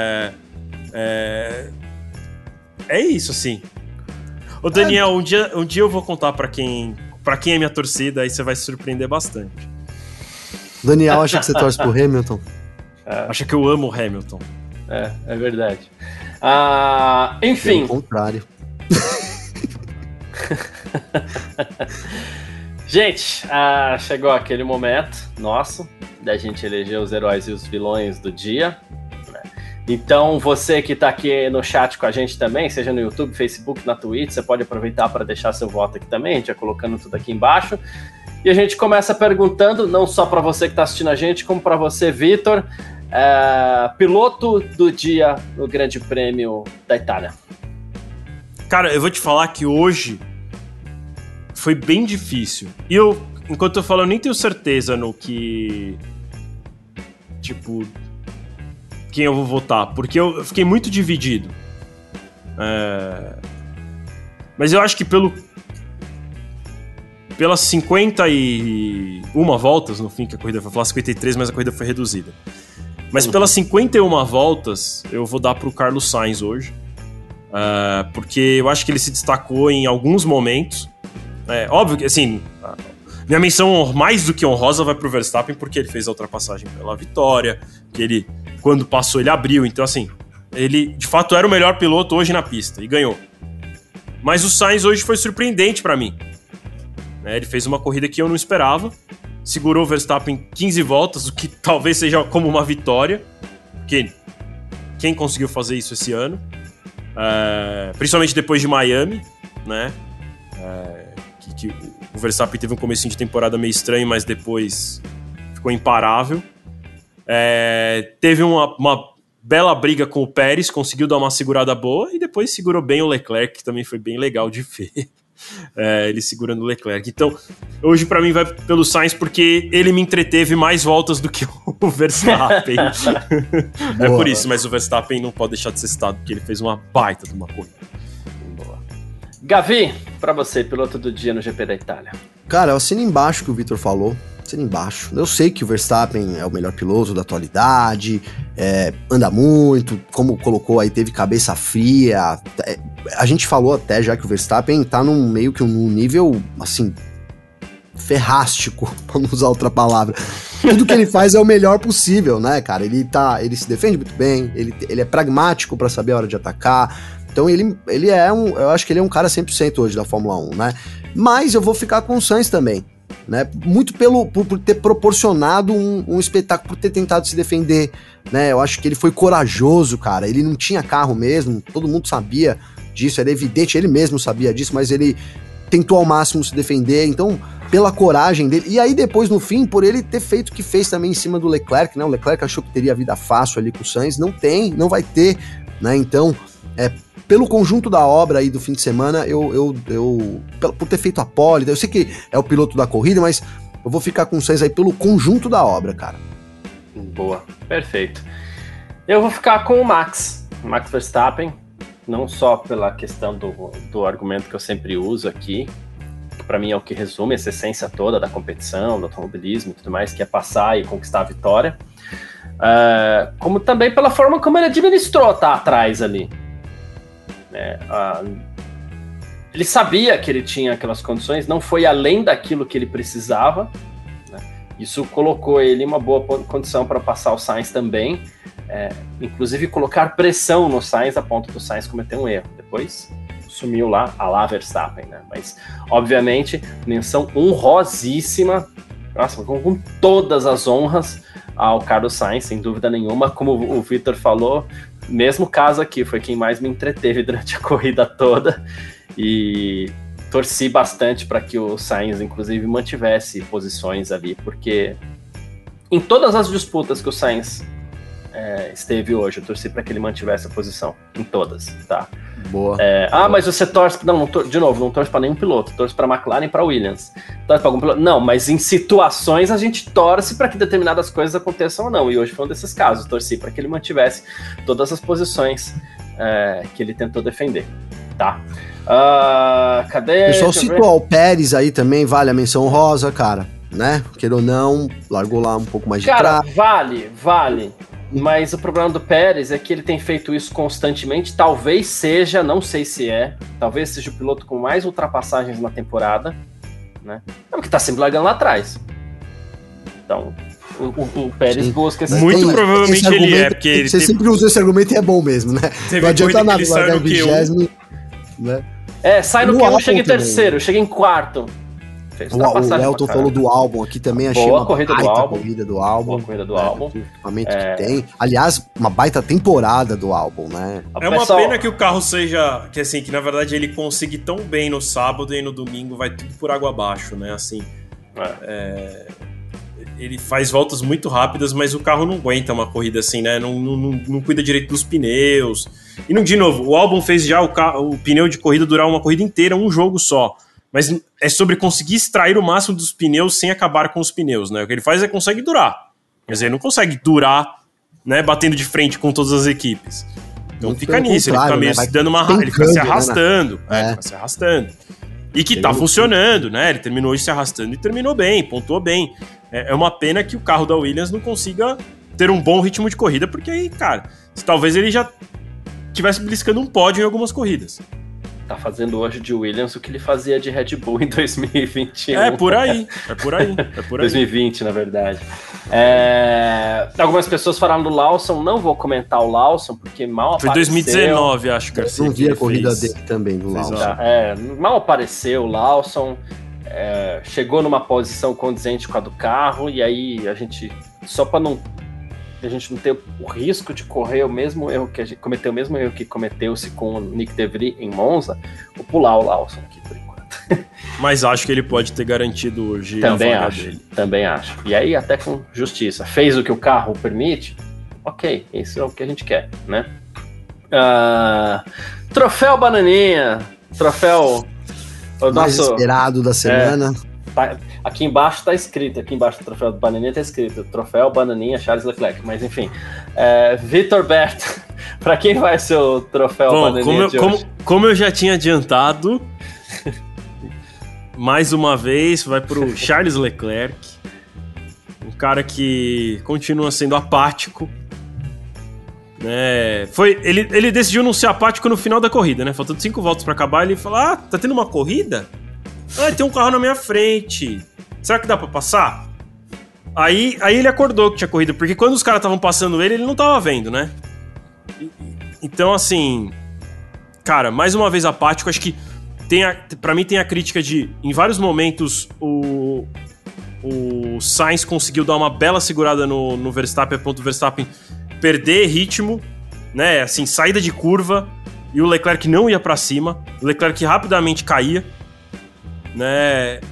é isso, assim. Ô, Daniel, um dia eu vou contar pra quem é minha torcida, aí você vai se surpreender bastante. Daniel acha que você torce pro Hamilton? Acha que eu amo o Hamilton. É verdade. Enfim. Pelo contrário. Gente, chegou aquele momento nosso da gente eleger os heróis e os vilões do dia. Então, você que está aqui no chat com a gente também, seja no YouTube, Facebook, na Twitch, você pode aproveitar para deixar seu voto aqui também, a gente vai colocando tudo aqui embaixo. E a gente começa perguntando, não só para você que está assistindo a gente, como para você, Vitor, piloto do dia no Grande Prêmio da Itália. Cara, eu vou te falar que hoje foi bem difícil. E eu, enquanto eu falo, eu nem tenho certeza no que... Tipo... quem eu vou votar, porque eu fiquei muito dividido. Mas eu acho que pelas 51 voltas, no fim, que a corrida foi falar 53, mas a corrida foi reduzida. Mas pelas 51 voltas, eu vou dar pro Carlos Sainz hoje, porque eu acho que ele se destacou em alguns momentos. Óbvio que, assim, minha menção mais do que honrosa vai pro Verstappen, porque ele fez a ultrapassagem pela vitória, que ele... Quando passou, ele abriu. Então, assim, ele de fato era o melhor piloto hoje na pista e ganhou. Mas o Sainz hoje foi surpreendente pra mim. Ele fez uma corrida que eu não esperava. Segurou o Verstappen 15 voltas, o que talvez seja como uma vitória. Porque quem conseguiu fazer isso esse ano? Principalmente depois de Miami, né? Que o Verstappen teve um comecinho de temporada meio estranho, mas depois ficou imparável. Teve uma bela briga com o Pérez, conseguiu dar uma segurada boa e depois segurou bem o Leclerc, que também foi bem legal de ver. Ele segurando o Leclerc. Então, hoje pra mim vai pelo Sainz, porque ele me entreteve mais voltas do que o Verstappen. É por isso, mas o Verstappen não pode deixar de ser citado, porque ele fez uma baita de uma corrida. Boa. Gavi, pra você, piloto do dia no GP da Itália. Cara, eu assino embaixo o que o Vitor falou. Embaixo. Eu sei que o Verstappen é o melhor piloto da atualidade, anda muito, como colocou aí, teve cabeça fria. A gente falou até já que o Verstappen tá meio que num nível, assim, ferrástico, pra não usar outra palavra. Tudo que ele faz é o melhor possível, né, cara? Ele se defende muito bem, ele é pragmático pra saber a hora de atacar. Então eu acho que ele é um cara 100% hoje da Fórmula 1, né? Mas eu vou ficar com o Sainz também. Né? Muito por ter proporcionado um espetáculo, por ter tentado se defender, né? Eu acho que ele foi corajoso, cara. Ele não tinha carro mesmo, todo mundo sabia disso, era evidente, ele mesmo sabia disso, mas ele tentou ao máximo se defender, então, pela coragem dele. E aí depois, no fim, por ele ter feito o que fez também em cima do Leclerc, né? O Leclerc achou que teria vida fácil ali com o Sainz, não vai ter, né? Então, pelo conjunto da obra aí do fim de semana, por ter feito a pole, eu sei que é o piloto da corrida, mas eu vou ficar com o Sainz aí pelo conjunto da obra, cara. Boa, perfeito. Eu vou ficar com o Max Verstappen, não só pela questão do argumento que eu sempre uso aqui, que pra mim é o que resume essa essência toda da competição, do automobilismo e tudo mais, que é passar e conquistar a vitória, como também pela forma como ele administrou tá atrás ali. Ele sabia que ele tinha aquelas condições, não foi além daquilo que ele precisava, né? Isso colocou ele em uma boa condição para passar o Sainz também, inclusive colocar pressão no Sainz a ponto do Sainz cometer um erro. Depois sumiu lá, a lá Verstappen, né? Mas obviamente menção honrosíssima, nossa, com todas as honras ao Carlos Sainz, sem dúvida nenhuma, como o Vitor falou. Mesmo caso aqui, foi quem mais me entreteve durante a corrida toda e torci bastante para que o Sainz, inclusive, mantivesse posições ali, porque em todas as disputas que o Sainz esteve hoje. Eu torci para que ele mantivesse a posição em todas, tá? Boa. Mas você torce... de novo, não torce para nenhum piloto. Torce para McLaren e para Williams. Torce para algum piloto? Não, mas em situações a gente torce para que determinadas coisas aconteçam ou não. E hoje foi um desses casos. Torci para que ele mantivesse todas as posições que ele tentou defender, tá? Cadê? O pessoal citou o Pérez aí também, vale a menção honrosa, cara, né? Queira ou não, largou lá um pouco mais de trás. Vale. Mas o problema do Pérez é que ele tem feito isso constantemente. Talvez seja, não sei se talvez seja o piloto com mais ultrapassagens na temporada, né? É porque tá sempre largando lá atrás. Então, o Pérez busca esse... Muito provavelmente ele porque você sempre usa esse argumento e é bom mesmo, né? Não adianta nada largar em 20º, né? Sai no Q1, chega em terceiro, chega em quarto. O Elton falou do álbum aqui também, achei boa uma corrida baita do álbum. corrida do álbum. Boa corrida do álbum. O equipamento que tem. Aliás, uma baita temporada do álbum, né? É uma pena que o carro seja... que na verdade ele consiga tão bem no sábado e no domingo vai tudo por água abaixo, né? Assim... Ele faz voltas muito rápidas, mas o carro não aguenta uma corrida assim, né? Não cuida direito dos pneus. E, de novo, o álbum fez já o pneu de corrida durar uma corrida inteira, um jogo só. Mas é sobre conseguir extrair o máximo dos pneus sem acabar com os pneus, né? O que ele faz é consegue durar. Quer dizer, ele não consegue durar, né, batendo de frente com todas as equipes. Então fica nisso, ele fica meio dando ele fica se arrastando. Fica se arrastando. E que tá funcionando, né? Ele terminou se arrastando e terminou bem, pontuou bem. É uma pena que o carro da Williams não consiga ter um bom ritmo de corrida, porque aí, cara, talvez ele já tivesse beliscando um pódio em algumas corridas. Tá fazendo hoje de Williams o que ele fazia de Red Bull em 2021. É por aí. 2020, na verdade. Algumas pessoas falaram do Lawson, não vou comentar o Lawson, porque mal apareceu. Foi 2019, acho, Garcia. Não vi a corrida dele também, do Lawson. Mal apareceu o Lawson, chegou numa posição condizente com a do carro, e aí a gente, só para a gente não ter o risco de correr o mesmo erro que a gente cometeu, o mesmo erro que cometeu-se com o Nick DeVries em Monza, vou pular o Lawson aqui por enquanto. Mas acho que ele pode ter garantido hoje também a vaga acho, dele. Também acho. E aí até com justiça. Fez o que o carro permite? Ok, isso é o que a gente quer, né? Troféu Bananinha. Troféu... mais esperado da semana. Aqui embaixo tá escrito, aqui embaixo do troféu do Bananinha tá escrito Troféu Bananinha Charles Leclerc, mas enfim, Vitor Berto, pra quem vai ser o troféu Bananinha de hoje? Como eu já tinha adiantado, mais uma vez vai pro Charles Leclerc, um cara que continua sendo apático, né? Ele decidiu não ser apático no final da corrida, né? Faltando 5 voltas pra acabar, ele falou: tá tendo uma corrida? Tem um carro na minha frente. Será que dá pra passar? Aí ele acordou que tinha corrida, porque quando os caras estavam passando ele não tava vendo, né? Então, assim... Cara, mais uma vez apático. Acho que pra mim tem a crítica de... Em vários momentos, o Sainz conseguiu dar uma bela segurada no Verstappen, a ponto do Verstappen perder ritmo, né? Assim, saída de curva, e o Leclerc não ia pra cima. O Leclerc rapidamente caía, né?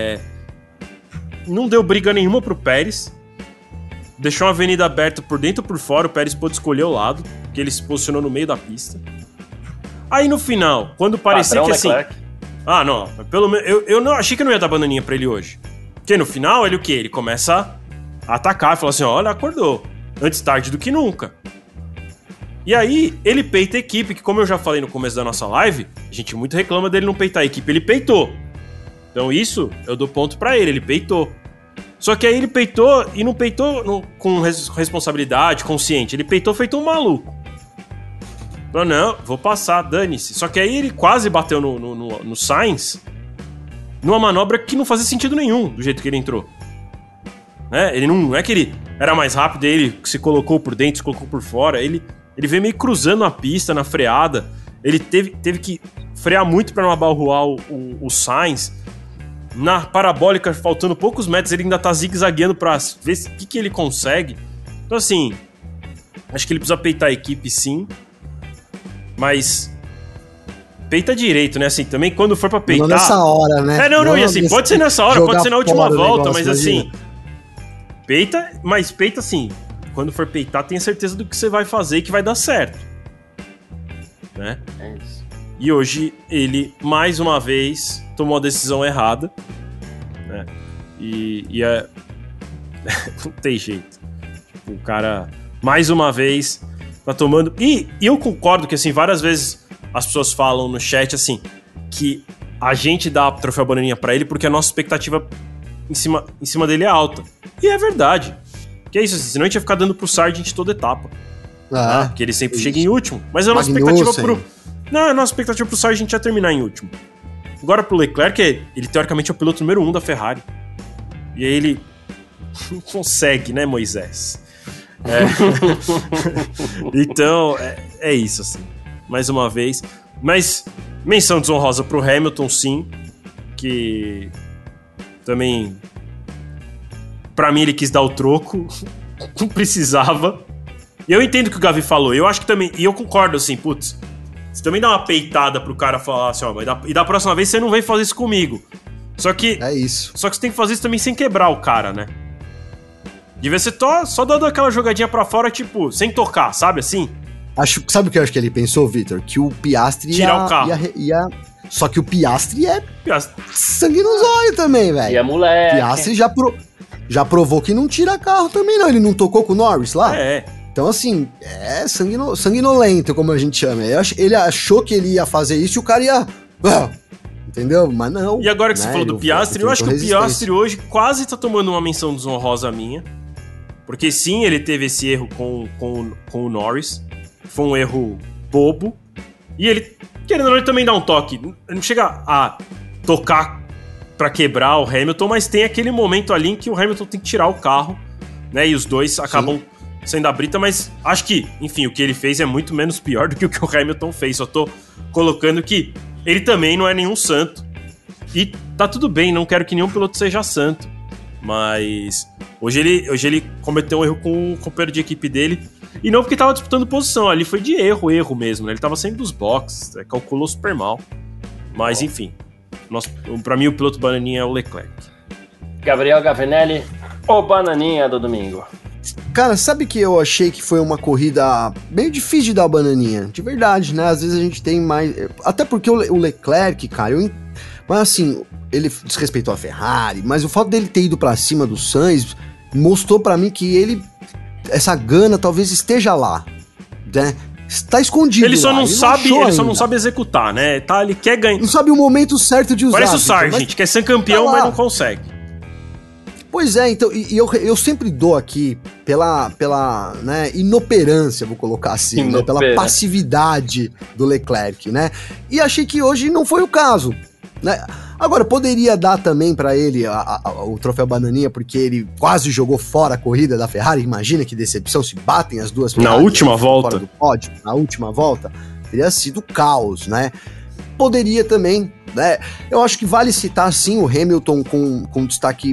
Não deu briga nenhuma pro Pérez, deixou uma avenida aberta por dentro e por fora. O Pérez pôde escolher o lado, porque ele se posicionou no meio da pista. Aí no final, quando parecia que assim... Leclerc. Não, pelo menos eu não achei que não ia dar bananinha pra ele hoje, porque no final ele o quê? Ele começa a atacar, fala assim: olha, acordou, antes tarde do que nunca. E aí ele peita a equipe, que como eu já falei no começo da nossa live, a gente muito reclama dele não peitar a equipe, ele peitou. Então isso, eu dou ponto pra ele peitou. Só que aí ele peitou, e não peitou com responsabilidade, consciente. Ele peitou feito um maluco. Não, vou passar, dane-se. Só que aí ele quase bateu no Sainz, numa manobra que não fazia sentido nenhum, do jeito que ele entrou. Né? Ele não é que ele era mais rápido, ele se colocou por dentro, se colocou por fora. Ele veio meio cruzando a pista, na freada. Ele teve que frear muito pra não abalroar o Sainz. Na parabólica, faltando poucos metros, ele ainda tá zigue-zagueando pra ver o que ele consegue. Então, assim, acho que ele precisa peitar a equipe, sim. Mas peita direito, né? Assim, também quando for pra peitar... Não nessa hora, né? E assim, pode ser nessa hora, pode ser na última volta, mas imagina. assim... Peita, mas peita assim, quando for peitar, tenha certeza do que você vai fazer e que vai dar certo. Né? É isso. E hoje ele, mais uma vez, tomou a decisão errada. Né? E é... não tem jeito. O cara, mais uma vez, tá tomando... E eu concordo que, assim, várias vezes as pessoas falam no chat, assim, que a gente dá troféu bananinha pra ele porque a nossa expectativa em cima dele é alta. E é verdade. Que é isso, assim, senão a gente ia ficar dando pro Sargent toda etapa. Né? Porque ele sempre chega em último. Mas a nossa expectativa a nossa expectativa pro Sargent é terminar em último. Agora pro Leclerc, ele teoricamente é o piloto número 1 da Ferrari. E aí ele não consegue, né, Moisés? Então, é isso, assim. Mais uma vez. Mas, menção desonrosa pro Hamilton, sim. Que também, pra mim, ele quis dar o troco. Não precisava. E eu entendo o que o Gavi falou. Eu acho que também... E eu concordo, assim, putz... Você também dá uma peitada pro cara falar assim, ó, e da próxima vez você não vem fazer isso comigo. Só que... É isso. Só que você tem que fazer isso também sem quebrar o cara, né? Devia ser só dando aquela jogadinha pra fora, tipo, sem tocar, sabe assim? Sabe o que eu acho que ele pensou, Vitor? Que o Piastri tirar o carro. Só que o Piastri é sangue nos olhos também, velho. E é moleque. Piastri já provou que não tira carro também, não. Ele não tocou com o Norris lá? É. Então, assim, é sanguinolento, como a gente chama. Ele achou que ele ia fazer isso e o cara ia... entendeu? Mas não. E agora que você falou do Piastri, eu acho que o Piastri hoje quase tá tomando uma menção desonrosa minha. Porque sim, ele teve esse erro com o Norris. Foi um erro bobo. E ele, querendo ou não, ele também dá um toque. Ele não chega a tocar pra quebrar o Hamilton, mas tem aquele momento ali em que o Hamilton tem que tirar o carro, né? E os dois acabam sendo a brita, mas acho que, enfim, o que ele fez é muito menos pior do que o Hamilton fez. Só tô colocando que ele também não é nenhum santo. E tá tudo bem, não quero que nenhum piloto seja santo. Mas hoje ele cometeu um erro com o companheiro de equipe dele. E não porque tava disputando posição, ali foi de erro mesmo, né? Ele tava saindo dos boxes, calculou super mal. Mas enfim, pra mim o piloto bananinha é o Leclerc. Gabriel Gavinelli, o bananinha do domingo. Cara, sabe que eu achei que foi uma corrida meio difícil de dar a bananinha? De verdade, né? Às vezes a gente tem mais... Até porque o Leclerc, cara, mas assim, ele desrespeitou a Ferrari, mas o fato dele ter ido pra cima do Sainz mostrou pra mim que essa gana talvez esteja lá, né? Está escondido. Ele só lá. não sabe executar, né? Ele quer ganhar. Não sabe o momento certo de usar. Parece o Sargent, quer ser campeão, mas não consegue. Pois é, então, eu sempre dou aqui pela né, inoperância, vou colocar assim, né, pela passividade do Leclerc, né? E achei que hoje não foi o caso, né? Agora, poderia dar também pra ele o troféu bananinha, porque ele quase jogou fora a corrida da Ferrari. Imagina que decepção se batem as duas Ferrari na última volta. Fora do pódio, na última volta. Teria sido caos, né? Poderia também, né? Eu acho que vale citar, sim, o Hamilton com destaque...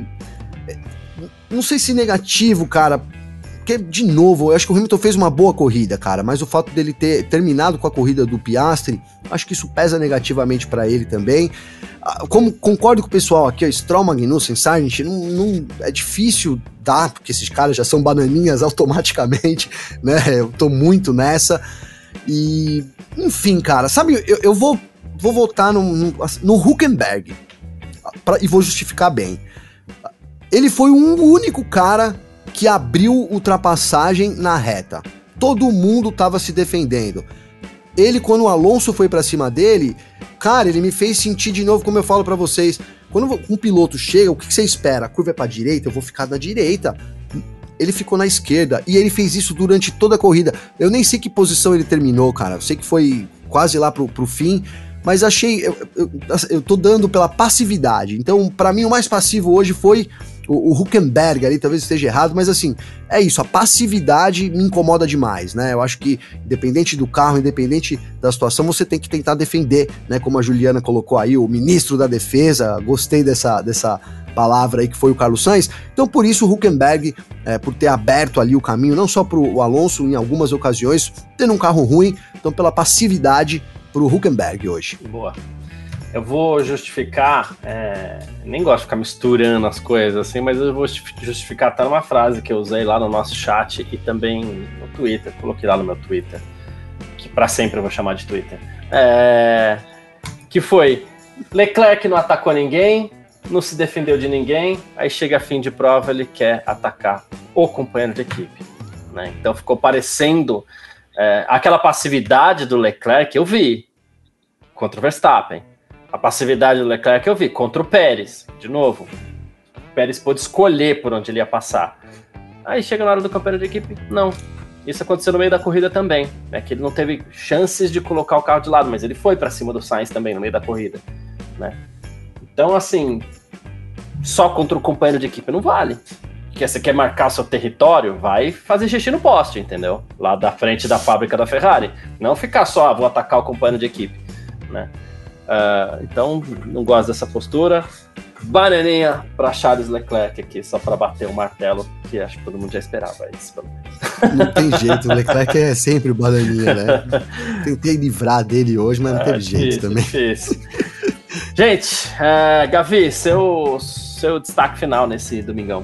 Não sei se negativo, cara, porque, de novo, eu acho que o Hamilton fez uma boa corrida, cara, mas o fato dele ter terminado com a corrida do Piastri, acho que isso pesa negativamente pra ele também. Como concordo com o pessoal aqui, Stroll, Magnussen, Sargent, não é difícil dar, porque esses caras já são bananinhas automaticamente, né, eu tô muito nessa, e, enfim, cara, sabe, eu vou votar no Hülkenberg, e vou justificar bem. Ele foi o único cara que abriu ultrapassagem na reta. Todo mundo tava se defendendo. Ele, quando o Alonso foi pra cima dele, cara, ele me fez sentir de novo, como eu falo pra vocês, quando um piloto chega, o que você espera? A curva é pra direita? Eu vou ficar na direita. Ele ficou na esquerda, e ele fez isso durante toda a corrida. Eu nem sei que posição ele terminou, cara. Eu sei que foi quase lá pro fim, mas achei... Eu tô dando pela passividade. Então, pra mim, o mais passivo hoje foi o Hülkenberg ali, talvez esteja errado, mas assim, é isso, a passividade me incomoda demais, né? Eu acho que, independente do carro, independente da situação, você tem que tentar defender, né? Como a Juliana colocou aí, o ministro da defesa, gostei dessa palavra aí que foi o Carlos Sainz. Então, por isso, o Hülkenberg, por ter aberto ali o caminho, não só pro Alonso, em algumas ocasiões, tendo um carro ruim, então pela passividade pro Hülkenberg hoje. Boa. Eu vou justificar, nem gosto de ficar misturando as coisas assim, mas eu vou justificar até uma frase que eu usei lá no nosso chat e também no Twitter, coloquei lá no meu Twitter, que para sempre eu vou chamar de Twitter, que foi: Leclerc não atacou ninguém, não se defendeu de ninguém, aí chega a fim de prova, ele quer atacar o companheiro de equipe, né? Então ficou parecendo aquela passividade do Leclerc, eu vi contra o Verstappen. A passividade do Leclerc eu vi contra o Pérez, de novo. O Pérez pôde escolher por onde ele ia passar. Aí chega na hora do companheiro de equipe, não. Isso aconteceu no meio da corrida também, né? Que ele não teve chances de colocar o carro de lado, mas ele foi para cima do Sainz também no meio da corrida, né? Então, assim, só contra o companheiro de equipe não vale. Porque você quer marcar seu território, vai fazer xixi no poste, entendeu? Lá da frente da fábrica da Ferrari. Não ficar só, vou atacar o companheiro de equipe, né? Então, não gosto dessa postura. Bananinha para Charles Leclerc aqui, só para bater o martelo, que acho que todo mundo já esperava isso, pelo menos. Não tem jeito, o Leclerc é sempre o bananinha, né? Tentei livrar dele hoje, mas não teve jeito também. Difícil. Gente, Gavi, seu destaque final nesse domingão.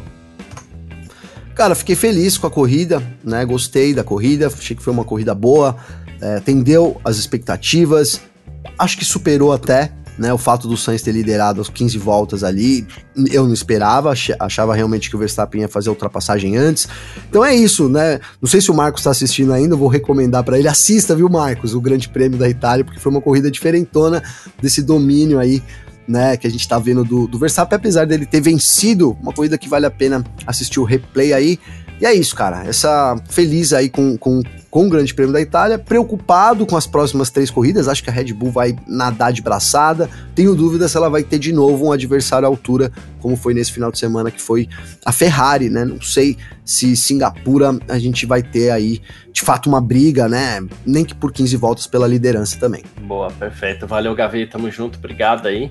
Cara, fiquei feliz com a corrida, né? Gostei da corrida, achei que foi uma corrida boa, atendeu as expectativas, acho que superou até, né, o fato do Sainz ter liderado as 15 voltas ali. Eu não esperava, achava realmente que o Verstappen ia fazer a ultrapassagem antes. Então é isso, né? Não sei se o Marcos está assistindo ainda, eu vou recomendar para ele, assista, viu, Marcos, o Grande Prêmio da Itália, porque foi uma corrida diferentona desse domínio aí, né, que a gente tá vendo do Verstappen, apesar dele ter vencido, uma corrida que vale a pena assistir o replay aí. E é isso, cara, feliz aí com o Grande Prêmio da Itália, preocupado com as próximas 3 corridas, acho que a Red Bull vai nadar de braçada, tenho dúvida se ela vai ter de novo um adversário à altura, como foi nesse final de semana, que foi a Ferrari, né, não sei se Singapura a gente vai ter aí, de fato, uma briga, né, nem que por 15 voltas pela liderança também. Boa, perfeito, valeu, Gavi, tamo junto, obrigado aí.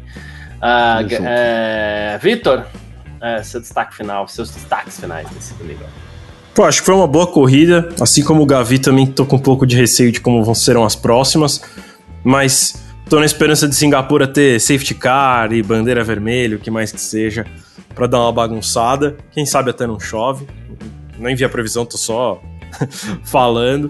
Vitor, seu destaque final, seus destaques finais desse domingo. Pô, acho que foi uma boa corrida, assim como o Gavi também tô com um pouco de receio de como serão as próximas, mas tô na esperança de Singapura ter safety car e bandeira vermelha, o que mais que seja, pra dar uma bagunçada, quem sabe até não chove, nem vi a previsão, tô só falando.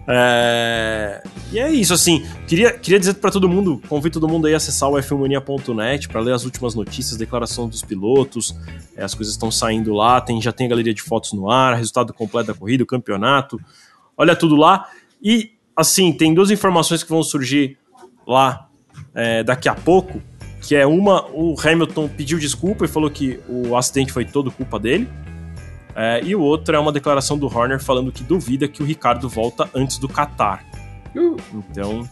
E é isso, assim, queria dizer pra todo mundo, convido todo mundo aí a acessar o f1mania.net pra ler as últimas notícias, declaração dos pilotos, as coisas estão saindo lá, já tem a galeria de fotos no ar, resultado completo da corrida, o campeonato, olha tudo lá. E, assim, tem 2 informações que vão surgir lá daqui a pouco, que é uma, o Hamilton pediu desculpa e falou que o acidente foi todo culpa dele. E o outro é uma declaração do Horner falando que duvida que o Ricardo volta antes do Qatar. Então,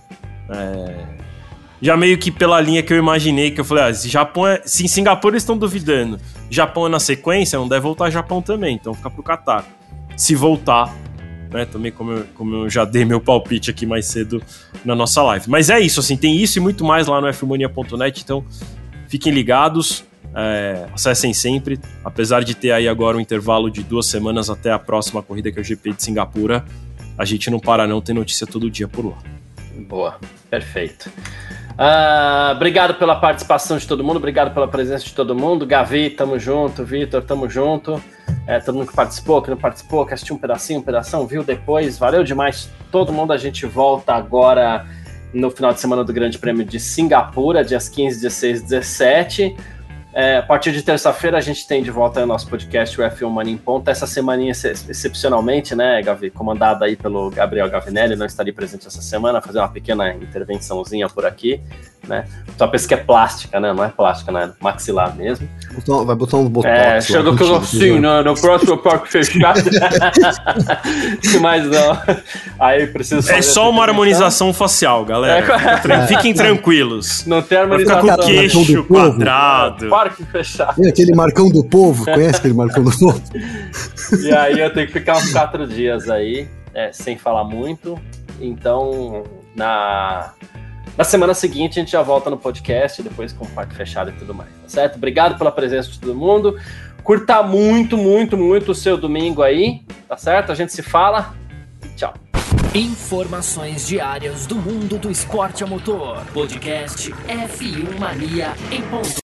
já meio que pela linha que eu imaginei, que eu falei, se em Singapura eles estão duvidando, Japão é na sequência, não deve voltar Japão também, então fica pro Qatar. Se voltar, né, também como eu já dei meu palpite aqui mais cedo na nossa live. Mas é isso, assim, tem isso e muito mais lá no f1mania.net, então fiquem ligados. Acessem sempre, apesar de ter aí agora um intervalo de 2 semanas até a próxima corrida, que é o GP de Singapura, a gente não para não, tem notícia todo dia por lá. Boa, perfeito. Obrigado pela participação de todo mundo, obrigado pela presença de todo mundo. Gavi, tamo junto, Vitor, tamo junto. Todo mundo que participou, que não participou, que assistiu um pedacinho, viu depois, valeu demais todo mundo. A gente volta agora no final de semana do Grande Prêmio de Singapura, dias 15, 16 e 17. A partir de terça-feira a gente tem de volta o nosso podcast, o F1 Mania em Ponta. Essa semaninha, excepcionalmente, né, Gavi, comandada aí pelo Gabriel Gavinelli, não estaria presente essa semana, fazer uma pequena intervençãozinha por aqui, né? Só pensa que é plástica, né? Não é plástica, né? Maxilar mesmo. Vai botar um botox. Chega que eu assim, no próximo parque fechado. Mas não. Aí precisa fazer. É só uma harmonização facial, galera. Fiquem tranquilos. Não tem harmonização. Fica com o queixo quadrado. Parque fechado. E aquele Marcão do Povo, conhece aquele Marcão do Povo? E aí eu tenho que ficar uns 4 dias aí, sem falar muito. Então, na semana seguinte a gente já volta no podcast, depois com o parque fechado e tudo mais, tá certo? Obrigado pela presença de todo mundo. Curta muito, muito, muito o seu domingo aí, tá certo? A gente se fala. Tchau. Informações diárias do mundo do esporte a motor. Podcast F1 Mania em ponto.